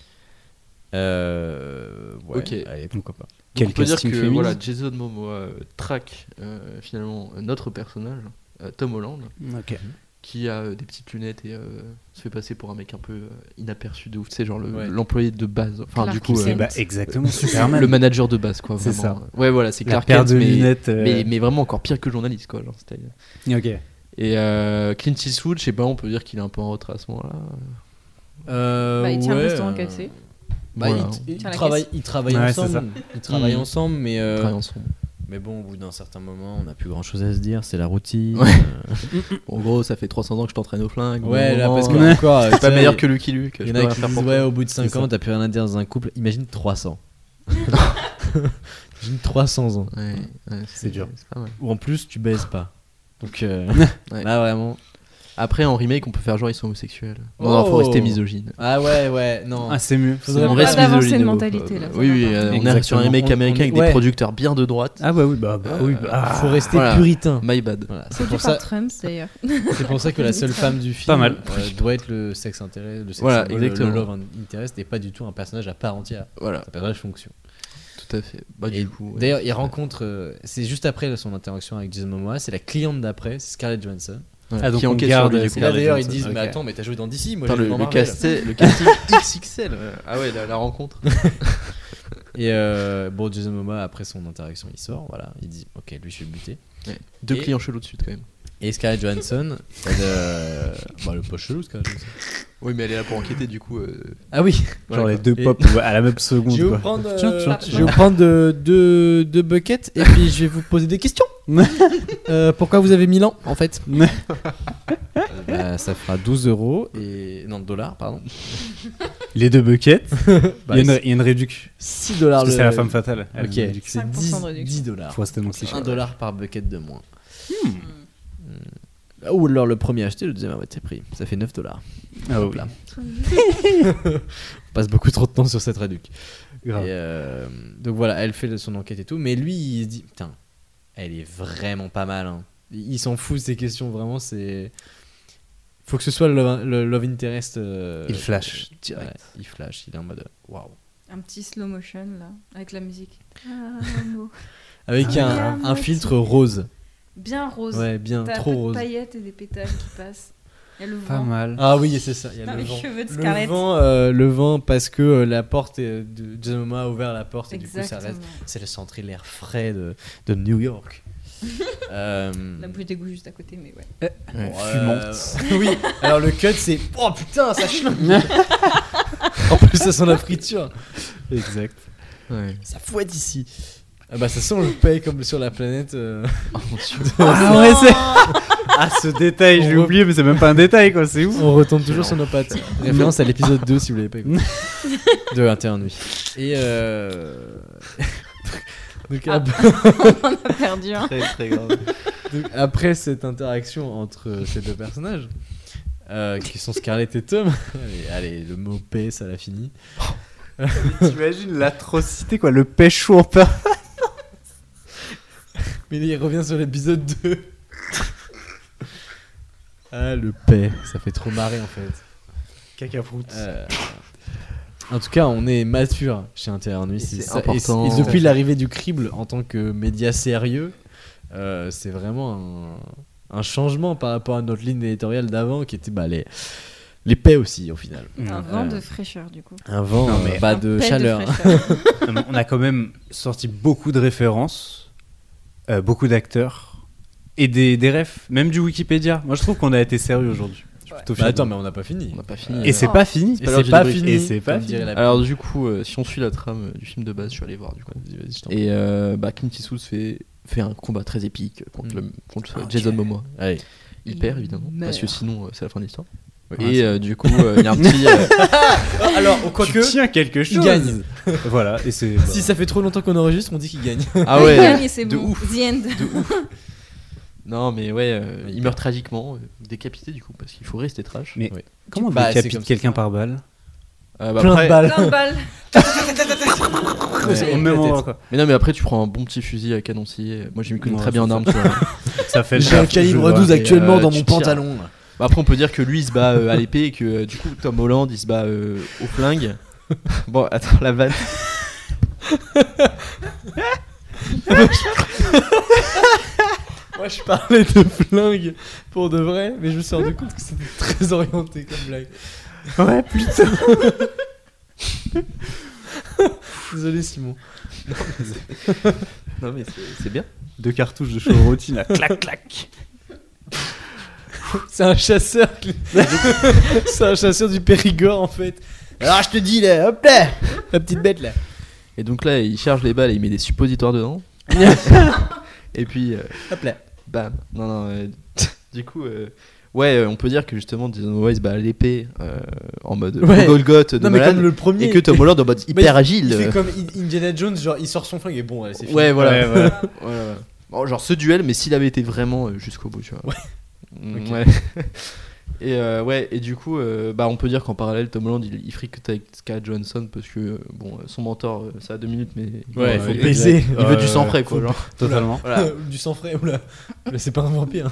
Euh, ouais, Ok. allez, pourquoi pas. Quel on peut dire casting que féminin. voilà, Jason Momoa euh, traque euh, finalement notre personnage, euh, Tom Holland, Ok. qui a euh, des petites lunettes et euh, se fait passer pour un mec un peu euh, inaperçu de ouf. Tu sais, genre le- Ouais. l'employé de base. Enfin, Clark du coup, Kent. euh, Eh bah, exactement. Superman. le manager de base, quoi. C'est vraiment. ça. Ouais, voilà, c'est La Clark paire Kent, de mais, lunettes. euh, mais, mais vraiment encore pire que journaliste, quoi. Genre, c'était- Ok. et euh, Clint Eastwood, je sais pas, on peut dire qu'il est un peu en retrait à ce moment-là. Euh, Bah, il tient un ouais, restaurant euh, K F C. Bah, Voilà. il, il Tient la travaille, caisse. ils travaillent Ouais, c'est ensemble. ça. Ils travaillent Mhm. ensemble, mais, euh, Ils travaillent ensemble. Mais bon, au bout d'un certain moment, on n'a plus grand chose à se dire, c'est la routine. Ouais. Euh, En gros, ça fait trois cents ans que je t'entraîne au flingue. Ouais, Bon là, moment, parce que euh, encore, c'est pas tu meilleur sais, que Lucky Luke. Il je y en peux a rien qui faire disent, pour ouais, toi. au bout de cinq C'est ans, ça. t'as plus rien à dire dans un couple. Imagine trois cents. Imagine trois cents ans. Ouais, ouais, C'est dur. C'est pas mal. Ou en plus, tu baises pas. Donc euh, Ouais. là, vraiment. Après, en remake, on peut faire genre ils sont homosexuels. Oh. Non, non, faut rester misogyne. Ah ouais, ouais, non. Ah, c'est mieux. Faudrait On Pas reste d'avancer misogyne. de beau. mentalité, là, ça Oui, va oui, pas. euh, on est Exactement. sur un remake On- américain on- avec ouais. des producteurs bien de droite. Ah bah oui, bah, bah oui. Bah, ah. Faut rester Voilà. puritain. My bad. Voilà, c'est Produit pour par ça. Trump, d'ailleurs. C'est pour ça que la seule femme du film Pas mal. euh, doit être le sexe intérêt, le sexe Voilà, symbole, le exactement. love interest et pas du tout un personnage à part entière. Voilà, Un personnage fonction. tout à fait. Bah, Et du coup. ouais. D'ailleurs, il rencontre. euh, c'est juste après son interaction avec Jason Momoa. C'est la cliente d'après, c'est Scarlett Johansson. Ouais, Ah, donc qui on enquête garde sur lui, du Et coup. là Scarlett d'ailleurs, ils Johansson, disent ok. mais attends, mais t'as joué dans D C, moi Putain, j'ai le, joué dans le, Marvel. casting, le casting X X L. euh, Ah ouais, la, la rencontre. Et euh, bon, Jason Momoa après son interaction, il sort, voilà, il dit ok, lui je vais le buter. Ouais. Deux Et- clients chelous de suite quand même. Et Scarlett Johansson, elle, euh... bah le pas chelou Scarlett Johansson. Oui, mais elle est là pour enquêter du coup. euh, Ah oui. Genre voilà, les quoi. deux Et- pop ouais, à la même seconde. Je vais vous quoi. prendre, euh, Tiens, tiens, je vais vous prendre deux, deux, deux buckets et puis je vais vous poser des questions. Euh, pourquoi vous avez mille ans en fait? Bah, ça fera douze euros et non dollars pardon. Les deux buckets. Bah, il, y a une, il y a une réduction. six dollars Parce que le. c'est la femme fatale. Elle a Ok, une réduction. c'est cinq pour dix, cent de réduction. dix dollars. Faut rester dans le cliché. un dollar par bucket de moins. Hmm. Ou alors le premier acheté, le deuxième à moitié prix. Ça fait neuf dollars. Ah Hop oui. là. On passe beaucoup trop de temps sur cette réduc. Et Grave. euh, donc voilà, elle fait son enquête et tout. Mais lui, il se dit putain, elle est vraiment pas mal. Hein. Il, il s'en fout de ces questions, vraiment. C'est. Faut que ce soit le love, le love interest. euh, Il flash euh, direct. ouais, il flash, il est en mode waouh. Un petit slow motion, là, avec la musique. Ah, no. Avec Ah, un, ouais. un Moitié. filtre rose. Bien rose. Ouais, bien, T'as trop un peu de rose. paillettes et des pétales qui passent. Il y a le Pas vent. mal. Ah oui, c'est ça. Il y a Dans le les vent. cheveux de Le Scarlett. vent, euh, le vent parce que euh, la porte est, de Jason Momoa a ouvert la porte et du coup ça Exactement. reste. C'est le centre l'air frais de, de New York. euh, La bouche d'égout juste à côté, mais ouais. Ouais. bon, Fumante. euh, oui. Alors le cut c'est oh putain ça chlingue. En plus ça sent la friture. Exact. Ouais. Ça fouette ici. Ah bah ça sent le paix comme sur la planète. euh. Oh mon dieu. Ah ouais, c'est. Ah, ce détail, j'ai On re- oublié, mais c'est même pas un détail, quoi, c'est ouf. On retombe toujours sur nos pattes. Référence à l'épisode deux si vous l'avez pas écouté. De vingt et une nuits. Et euh... Donc, Ah. ap- On en a perdu un. Très très grave. donc, après cette interaction entre ces deux personnages, euh, qui sont Scarlett et Tom, allez, allez, le mot paix ça l'a fini. T'imagines l'atrocité, quoi, le pécho en peur. Mais il revient sur l'épisode deux. Ah, le paix, ça fait trop marrer en fait. Cacaproute. Euh, En tout cas, on est mature chez Intérieur Nuit. C'est ça. important. Et, et depuis l'arrivée du crible en tant que média sérieux, euh, c'est vraiment un, un changement par rapport à notre ligne éditoriale d'avant qui était bah, les, les paix aussi au final. Un Euh, vent de fraîcheur, du coup. Un vent Non, euh, mais- bah, Un de paix chaleur. fraîcheur. Non, mais on a quand même sorti beaucoup de références, euh, beaucoup d'acteurs et des, des refs, même du Wikipédia. Moi, je trouve qu'on a été sérieux aujourd'hui. Je suis plutôt Bah, fier. attends, mais on n'a pas fini. On n'a pas fini. Et c'est Oh. pas fini. Et pas l'heure c'est du pas débrief. fini. Et c'est pas comme fini. dirait la Alors du coup, euh, si on suit la trame euh, du film de base, je suis allé voir du coup. Vas-y, vas-y, je t'en prie. Et euh, bah, Clint Eastwood fait, fait un combat très épique contre, Mm. le, contre Ok. Jason Momoa. Allez. Il Il perd évidemment, parce que meurt. sinon euh, c'est la fin de l'histoire. Ouais, Et c'est- euh, du coup, euh, il y a un petit. euh, Alors, Tu quoique, tiens quelque chose. gagne. Voilà. Et c'est. si ça fait trop longtemps qu'on enregistre, on dit qu'il gagne. Ah Il ouais. gagne et c'est de bon. ouf. The end. Non mais ouais, euh, il meurt tragiquement, euh, décapité du coup, parce qu'il faut rester trash. Mais Oui. comment on Bah, c'est décapite comme ça. quelqu'un par balle Euh, bah, Plein après- de balles. Plein de balles. C'est au même endroit, quoi. Mais non mais après tu prends un bon petit fusil à canon scié. Moi je m'y connais Ouais, très bien en c'est armes. tu vois. Ça fait le J'ai un taf, calibre je douze vois. actuellement euh, dans tu mon tires. pantalon. Bah, après on peut dire que lui il se bat euh, à l'épée et que euh, du coup Tom Holland il se bat euh, au flingue. Bon attends la vanne. Moi je parlais de flingue pour de vrai, mais je me suis rendu compte que c'était très orienté comme blague. Ouais, putain. Désolé Simon. Non mais c'est- c'est bien. Deux cartouches de Chevrolet, là. Clac, clac. C'est un chasseur. qui- C'est un chasseur du Périgord en fait. Alors je te dis là, hop là, la petite bête là. Et donc là il charge les balles et il met des suppositoires dedans. Et puis, euh, Hop là. bam. Non, non. euh, du coup, euh, ouais, euh, on peut dire que justement, Jason Momoa il se bat à l'épée euh, en mode Ouais. Golgoth de Non, mais malade. comme le premier. Et que Tom Holland en mode Mais hyper il- agile. Il fait euh, comme I- Indiana Jones, genre il sort son flingue et bon, allez, c'est fini. Ouais, voilà. Ouais, voilà. Voilà, voilà. Bon, genre ce duel, mais s'il avait été vraiment euh, jusqu'au bout, tu vois. Ouais. Mm, Ok. ouais. Et euh, ouais, et du coup, euh, bah on peut dire qu'en parallèle, Tom Holland il, il fricote avec Scarlett Johansson parce que euh, bon, euh, son mentor, euh, ça a deux minutes, mais il Ouais, veut- il faut il, baiser. il veut du Ouais, sang ouais, frais, quoi. faut- Genre. Totalement. Voilà, Du sang frais, oula. Mais c'est pas un vampire.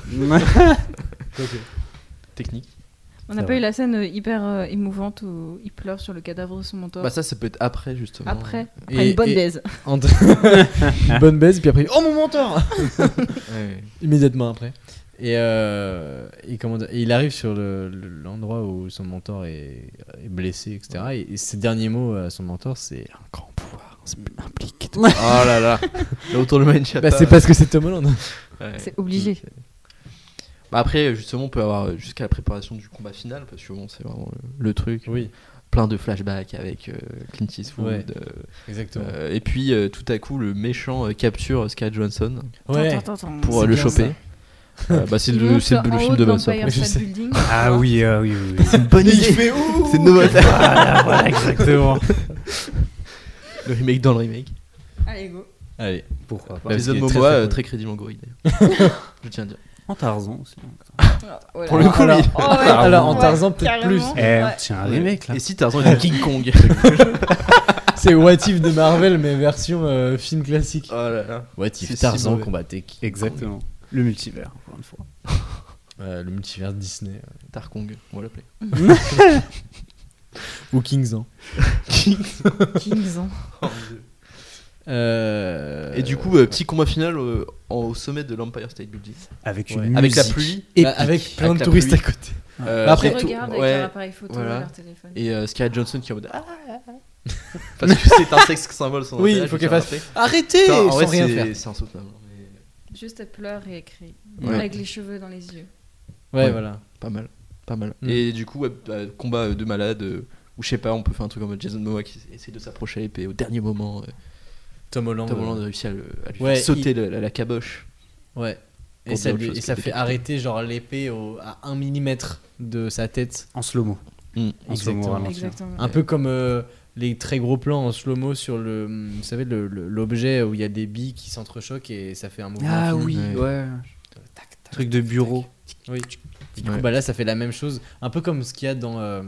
technique. On n'a C'est pas vrai. eu la scène euh, hyper euh, émouvante où il pleure sur le cadavre de son mentor. Bah ça, ça peut être après justement. Après, Et- après une bonne et- baise. Entre- Une bonne baise, puis après, oh mon mentor. Ouais. Immédiatement après. Et, euh, et, comment dire, et il arrive sur le- le- l'endroit où son mentor est, est blessé, et cetera. Et, et ses derniers mots à son mentor, c'est un grand pouvoir implique. Oh là là. Le retour de Manchata. Bah, c'est parce que c'est Tom Holland. Ouais. C'est obligé. C'est- Bah après, justement, on peut avoir jusqu'à la préparation du combat final parce que bon, c'est vraiment le, le truc. Oui, Plein de flashbacks avec euh, Clint Eastwood. Ouais. euh, exactement. euh, et puis euh, tout à coup, le méchant euh, capture Scarlett Johansson ouais. Attends, attends, attends. pour euh, C'est le bien choper. Euh, bah, c'est Il le, monte c'est le, le en film haut de de Manson. l'Empire Je State sais. Building. Ah oui, ah oui, oui. oui. C'est une bonne idée. C'est une nouvelle. voilà, voilà, exactement. Le remake dans le remake. Allez, go. Allez. Pourquoi pas. Bah, Jason ce qui est très, Momoa, très euh, cool. très crédible en gorille d'ailleurs. Je tiens à dire. En Tarzan aussi. Voilà. Pour le coup, alors, oui. Oh, ouais. alors, en Ouais, Tarzan, peut-être carrément. plus. Eh, Ouais. tiens, un remake là. Et si Tarzan était King Kong. C'est What If de Marvel, mais version euh, film classique. Oh là là. What C'est If si Tarzan mauvais. combattait King Exactement. Le multivers, encore une fois. Kong. Euh, le multivers Disney. euh. Tarkong, on va l'appeler. Ou Kingzan. Kingzan. Euh... Et du coup, euh, petit combat final euh, en- au sommet de l'Empire State Building. Avec Ouais. une Avec la musique pluie. Bah, avec plein Avec de la touristes pluie. à côté. Euh, Bah, après, Ils tout- regardent avec ouais, leur appareil photo voilà. et leur téléphone. Et euh, Scarlett Johansson qui est en mode ah, ah, ah. Parce que c'est un sexe symbole son Oui, intérêt, il faut je qu'elle tiens à fasse- rappeler. Arrêtez Enfin, en sans vrai, rien c'est- faire. C'est insoutenable. mais Juste elle pleure et elle crie. Ouais. Avec les cheveux dans les yeux. Ouais, Ouais. voilà. Pas mal, pas mal. Mm. Et du coup, ouais, bah, combat euh, de malade euh, où je sais pas, on peut faire un truc en mode Jason Momoa qui essaie de s'approcher à l'épée au dernier moment. euh, Tom Holland. Tom euh, Holland a réussi à, le- à lui Ouais, faire sauter il- la, la- la caboche. Ouais. Et Pour ça, dire autre lui- chose et que ça des fait capitaux. arrêter genre l'épée au- à un millimètre de sa tête. En slow-mo. Mm. En slow-mo Exactement. ralenti. Exactement. Un peu comme euh, les très gros plans en slow-mo sur le, vous savez, le- le- l'objet où il y a des billes qui s'entrechoquent et ça fait un mouvement. Ah infini. oui, Ouais. ouais. Truc de bureau. Oui. Et du Ouais. coup, bah là, ça fait la même chose. Un peu comme ce qu'il y a dans euh,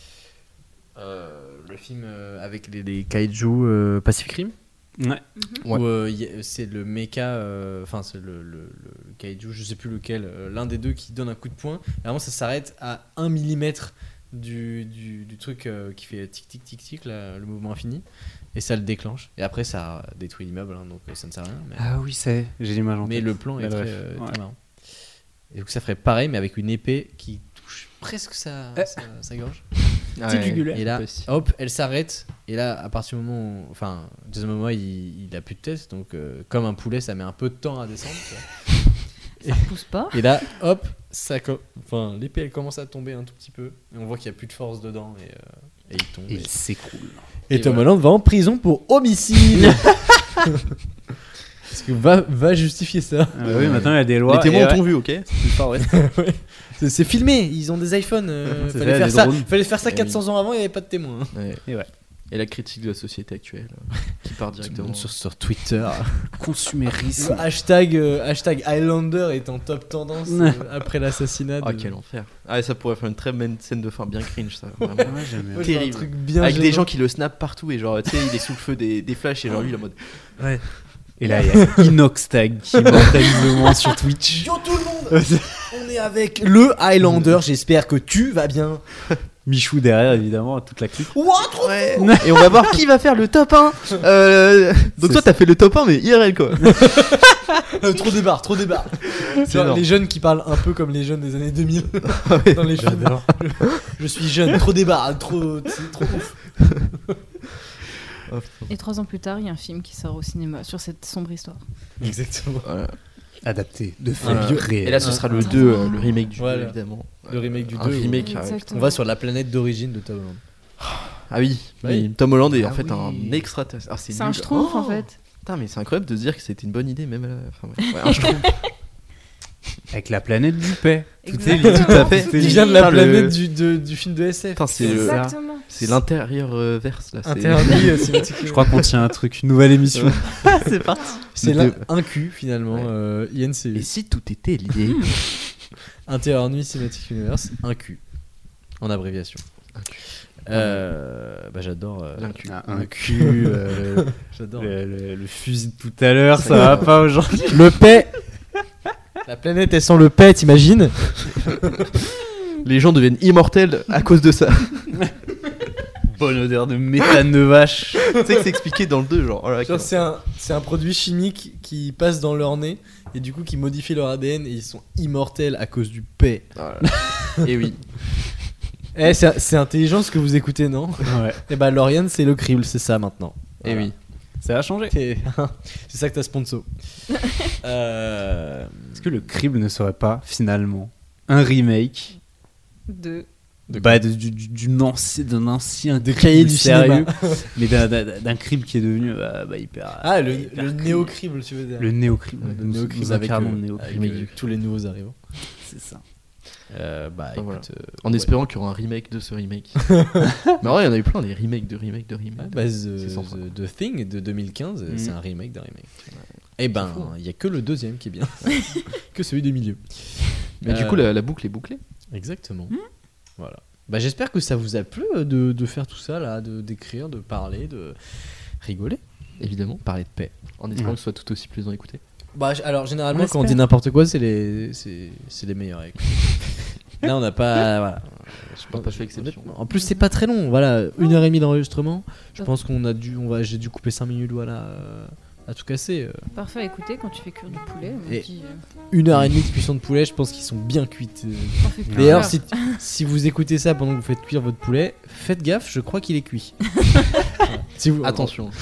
euh, le film euh, avec les, les kaiju euh, Pacific Rim. Ouais. Ouais. Où euh, y a- c'est le mecha, euh, enfin, c'est le, le- le kaiju, je sais plus lequel, euh, l'un des deux qui donne un coup de poing. Et vraiment, ça s'arrête à un millimètre du, du, du truc euh, qui fait tic tic tic tic, là, le mouvement infini. Et ça le déclenche. Et après, ça détruit l'immeuble, hein, donc euh, ça ne sert à rien. Mais, Ah oui, c'est. J'ai l'image en mais tête. le plan est Mais très, bref, euh, ouais. très marrant. Et donc, ça ferait pareil, mais avec une épée qui touche presque sa, Euh. sa, sa gorge. Ah C'est ouais. jugulaire. Et là, Possible. hop, elle s'arrête. Et là, à partir du moment où. Enfin, Jason Momoa, il, il a plus de tête. Donc, euh, comme un poulet, ça met un peu de temps à descendre. tu vois. Ça pousse pas. Et là, hop, ça co- enfin, l'épée, elle commence à tomber un tout petit peu. Et on voit qu'il n'y a plus de force dedans. Et, euh, et il tombe. Et Et, il s'écroule. et et Tom voilà. Holland va en prison pour homicide. Parce que va, va justifier ça. Ah bah oui, maintenant il y a des lois. Les témoins et ouais, t'ont vu, ok. c'est le Far West. C'est, c'est filmé, ils ont des iPhones. euh, C'est fallait, ça, faire des ça, drones. fallait faire ça Eh quatre oui. cents ans avant, il n'y avait pas de témoins. hein. Ouais. Et ouais. Et la critique de la société actuelle euh, qui part Tout le directement. monde sur, sur Twitter. Consumérisme. Le hashtag, euh, hashtag Highlander est en top tendance euh, après l'assassinat. Ah, de- quel enfer. Ah, et ça pourrait faire une très bonne scène de fin bien cringe, ça. Vraiment. Ouais, j'aime bien. Ouais, c'est un terrible. truc bien Avec des gênant. gens qui le snap partout et genre, tu sais, il est sous le feu des, des flashs et genre lui, il est en mode. Et là, il y a Inoxtag qui mortalise le moins sur Twitch. Yo tout le monde, on est avec le Highlander. J'espère que tu vas bien. Michou derrière, évidemment, toute la clique. Ouah, trop Ouais. Et on va voir qui va faire le top un. Euh, donc C'est toi, t'as fait le top un, mais I R L quoi. Euh, trop débarre, trop débarre. Genre, énorme. les jeunes qui parlent un peu comme les jeunes des années deux mille dans les films. Je, je suis jeune, trop débarre, trop, c'est trop ouf. Et trois ans plus tard, il y a un film qui sort au cinéma sur cette sombre histoire. Exactement. Voilà. Adapté de faits Voilà. réels. Et là, ce sera le Ah. deux, euh, le remake du Voilà. deux, évidemment. Le remake du Un deux, remake. ouais. avec- Exactement. On va sur la planète d'origine de Tom Holland. Ah oui, Oui. oui, Tom Holland est Ah en fait oui. un extraterrestre. Ah, c'est C'est un nul. schtroumpf Oh. en fait. Putain, mais c'est incroyable de se dire que c'était une bonne idée, même. là. Enfin, ouais. Ouais, je trouve. Avec la planète du paix. Tout est Exactement. lié, tout à fait. Tout est Il vient de la Putain, le- planète du, de- du film de S F. Putain, c'est le- Exactement. C'est l'intérieur euh, verse là. c'est- Interdit euh, cinématique. Je crois qu'on tient un truc, une nouvelle émission. c'est parti. C'est C'était- l'un- un Q finalement. Ouais. Euh, I N C U. Et si tout était lié Intérieur Nuit Cinematic Universe, un Q. En abréviation. Un Q. Euh, bah j'adore. euh, L'un Q. Ah, un cul, euh, J'adore. le, le- le fusil de tout à l'heure, ça va pas aujourd'hui. Le paix. La planète elle sent le paix, t'imagines? Les gens deviennent immortels à cause de ça. Bonne odeur de méthane de vache. Tu sais que c'est expliqué dans le deux, genre. Oh là, Genre, c'est un, c'est un produit chimique qui passe dans leur nez et du coup qui modifie leur A D N et ils sont immortels à cause du paix. Et oui. Eh, c'est, c'est intelligent ce que vous écoutez, non? Ouais. Et bah, Lauriane, c'est le crible, c'est ça maintenant. Et oui. Ça a changé. Et- c'est ça que t'as sponsor. euh... Est-ce que le crible ne serait pas finalement un remake De... De bah, de- du- du- d'une ancien, d'un ancien De crible cahier du sérieux, cinéma. mais d'un, d'un, d'un crible qui est devenu bah, bah, hyper. Ah, le, hyper le crible. néo-crible, tu veux dire? Le néo-crible. Le Nous- néo-crible nous avec, incarnons euh, le néo-crible. avec, Remake euh, du- tous les nouveaux arrivants. C'est ça. Euh, bah, Enfin, écoute, voilà. euh, En ouais. espérant qu'il y aura un remake de ce remake. Mais en vrai, il y en a eu plein, des remakes de remakes de remakes. Ouais, bah, The, C'est sans fin. The- The Thing de deux mille quinze, Mhm. c'est un remake d'un remake. Et ben, fou, hein. il y a que le deuxième qui est bien, que celui du milieu. Mais du Euh, coup, la, la boucle est bouclée. Exactement. Voilà. Bah, j'espère que ça vous a plu euh, de, de faire tout ça là, de d'écrire, de parler, de rigoler. Évidemment. Parler de paix. En espérant Ouais. que ce soit tout aussi plaisant à écouter. Bah, j- alors généralement On quand on dit espère. n'importe quoi, c'est les c'est c'est les meilleurs. à écouter. Là, on n'a pas voilà. Je On n'a pas fait exception. En plus, c'est pas très long. Voilà, une heure et demie d'enregistrement. Je pense qu'on a dû, on va, j'ai dû couper cinq minutes, voilà, euh, à tout casser. euh. Parfait à écouter quand tu fais cuire du poulet. on Et- dit, euh, Une heure et demie de cuisson de poulet, je pense qu'ils sont bien cuites. euh. t'en fais plus D'ailleurs, peur. si, si vous écoutez ça pendant que vous faites cuire votre poulet, faites gaffe, je crois qu'il est cuit. Voilà. Si vous, Attention.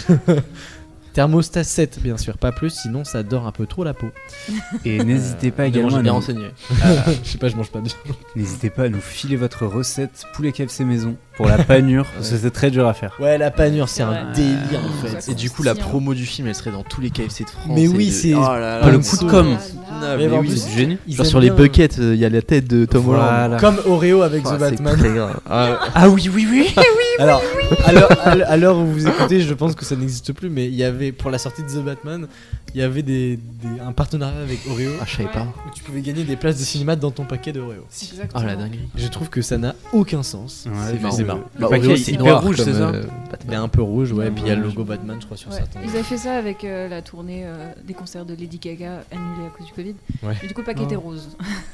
Thermostat sept, bien sûr, pas plus, sinon ça dort un peu trop la peau. Et n'hésitez pas Également, également j'ai à bien nous, renseigné. Je sais pas, je mange pas de n'hésitez pas à nous filer votre recette poulet K F C maison pour la panure, parce que c'est très dur à faire. Ouais, la panure, c'est un Ouais. délire en Ça fait. Et du coup, la croustillant. promo du film, elle serait dans tous les K F C de France. Mais et oui, de- c'est Oh là là, pas le c'est coup de so- com'. Ah, Mais Mais en oui, plus, c'est génial. ils Genre aiment sur les bien- buckets, il y a la tête de Tom Holland. Voilà. Comme Oreo avec Ah, The c'est Batman. très grave. Ah, Ah oui, oui, oui. Alors, à l'heure- à l'heure- à l'heure où vous écoutez, je pense que ça n'existe plus, mais il y avait, pour la sortie de The Batman, il y avait des, des- un partenariat avec Oreo ah, je savais pas. où tu pouvais gagner des places de cinéma dans ton paquet d'Oreo. Exactement. Oh la dinguerie. Je trouve que ça n'a aucun sens. Ouais, C'est marrant. c'est marrant. Le Bah, paquet Oreo, est c'est hyper noir rouge, comme, c'est ça euh, Il Batman. est un peu rouge, ouais, Ouais. puis il y a le logo Batman, je crois, sur Ouais. certains. Ils avaient fait ça avec euh, la tournée euh, des concerts de Lady Gaga annulée à cause du Covid. Ouais. Et du coup, le paquet Oh. était rose.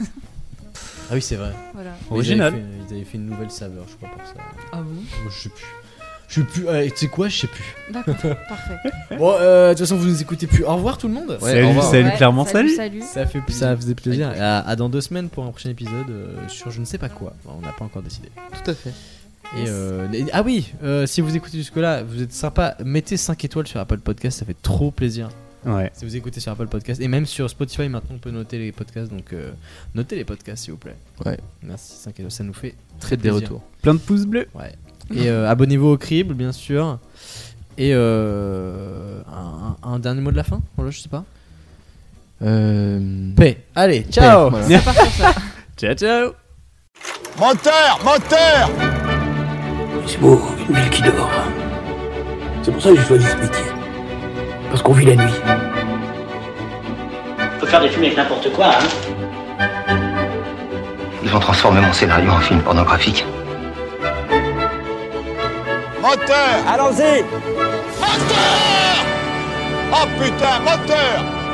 Ah oui, c'est vrai. Voilà. Mais Original. Ils avaient, fait, ils avaient fait une nouvelle saveur, je crois, pour ça. Ah bon Moi, je sais plus. Je sais plus. euh, tu sais quoi, je sais plus. D'accord, parfait. Bon, euh, de toute façon, vous nous écoutez plus. Au revoir tout le monde. Ouais, au salut, revoir. salut, Ouais, clairement, salut. Salut. Ça fait ça faisait plaisir. À, à dans deux semaines pour un prochain épisode euh, sur je ne sais pas quoi. On n'a pas encore décidé. Tout à fait. Et Yes. euh, et- ah oui, euh, si vous écoutez jusque là, vous êtes sympa. Mettez cinq étoiles sur Apple Podcast, ça fait trop plaisir. Ouais. Si vous écoutez sur Apple Podcast et même sur Spotify maintenant on peut noter les podcasts, donc euh, notez les podcasts s'il vous plaît. Ouais. Merci, cinq étoiles, ça nous fait très Faites des plaisir. retours. Plein de pouces bleus. Ouais. Et euh, abonnez-vous au Crible bien sûr. Et euh, un, un- un dernier mot de la fin, voilà, je sais pas. Euh... Paix. Allez, ciao. Voilà. On part sur ça. Ciao, ciao. Moteur, moteur. C'est beau, une ville qui dort. C'est pour ça que j'ai choisi ce métier. Parce qu'on vit la nuit. Faut faire des films avec n'importe quoi, hein. Ils vont transformer mon scénario en film pornographique. Moteur. Allons-y. Moteur. Oh putain, moteur.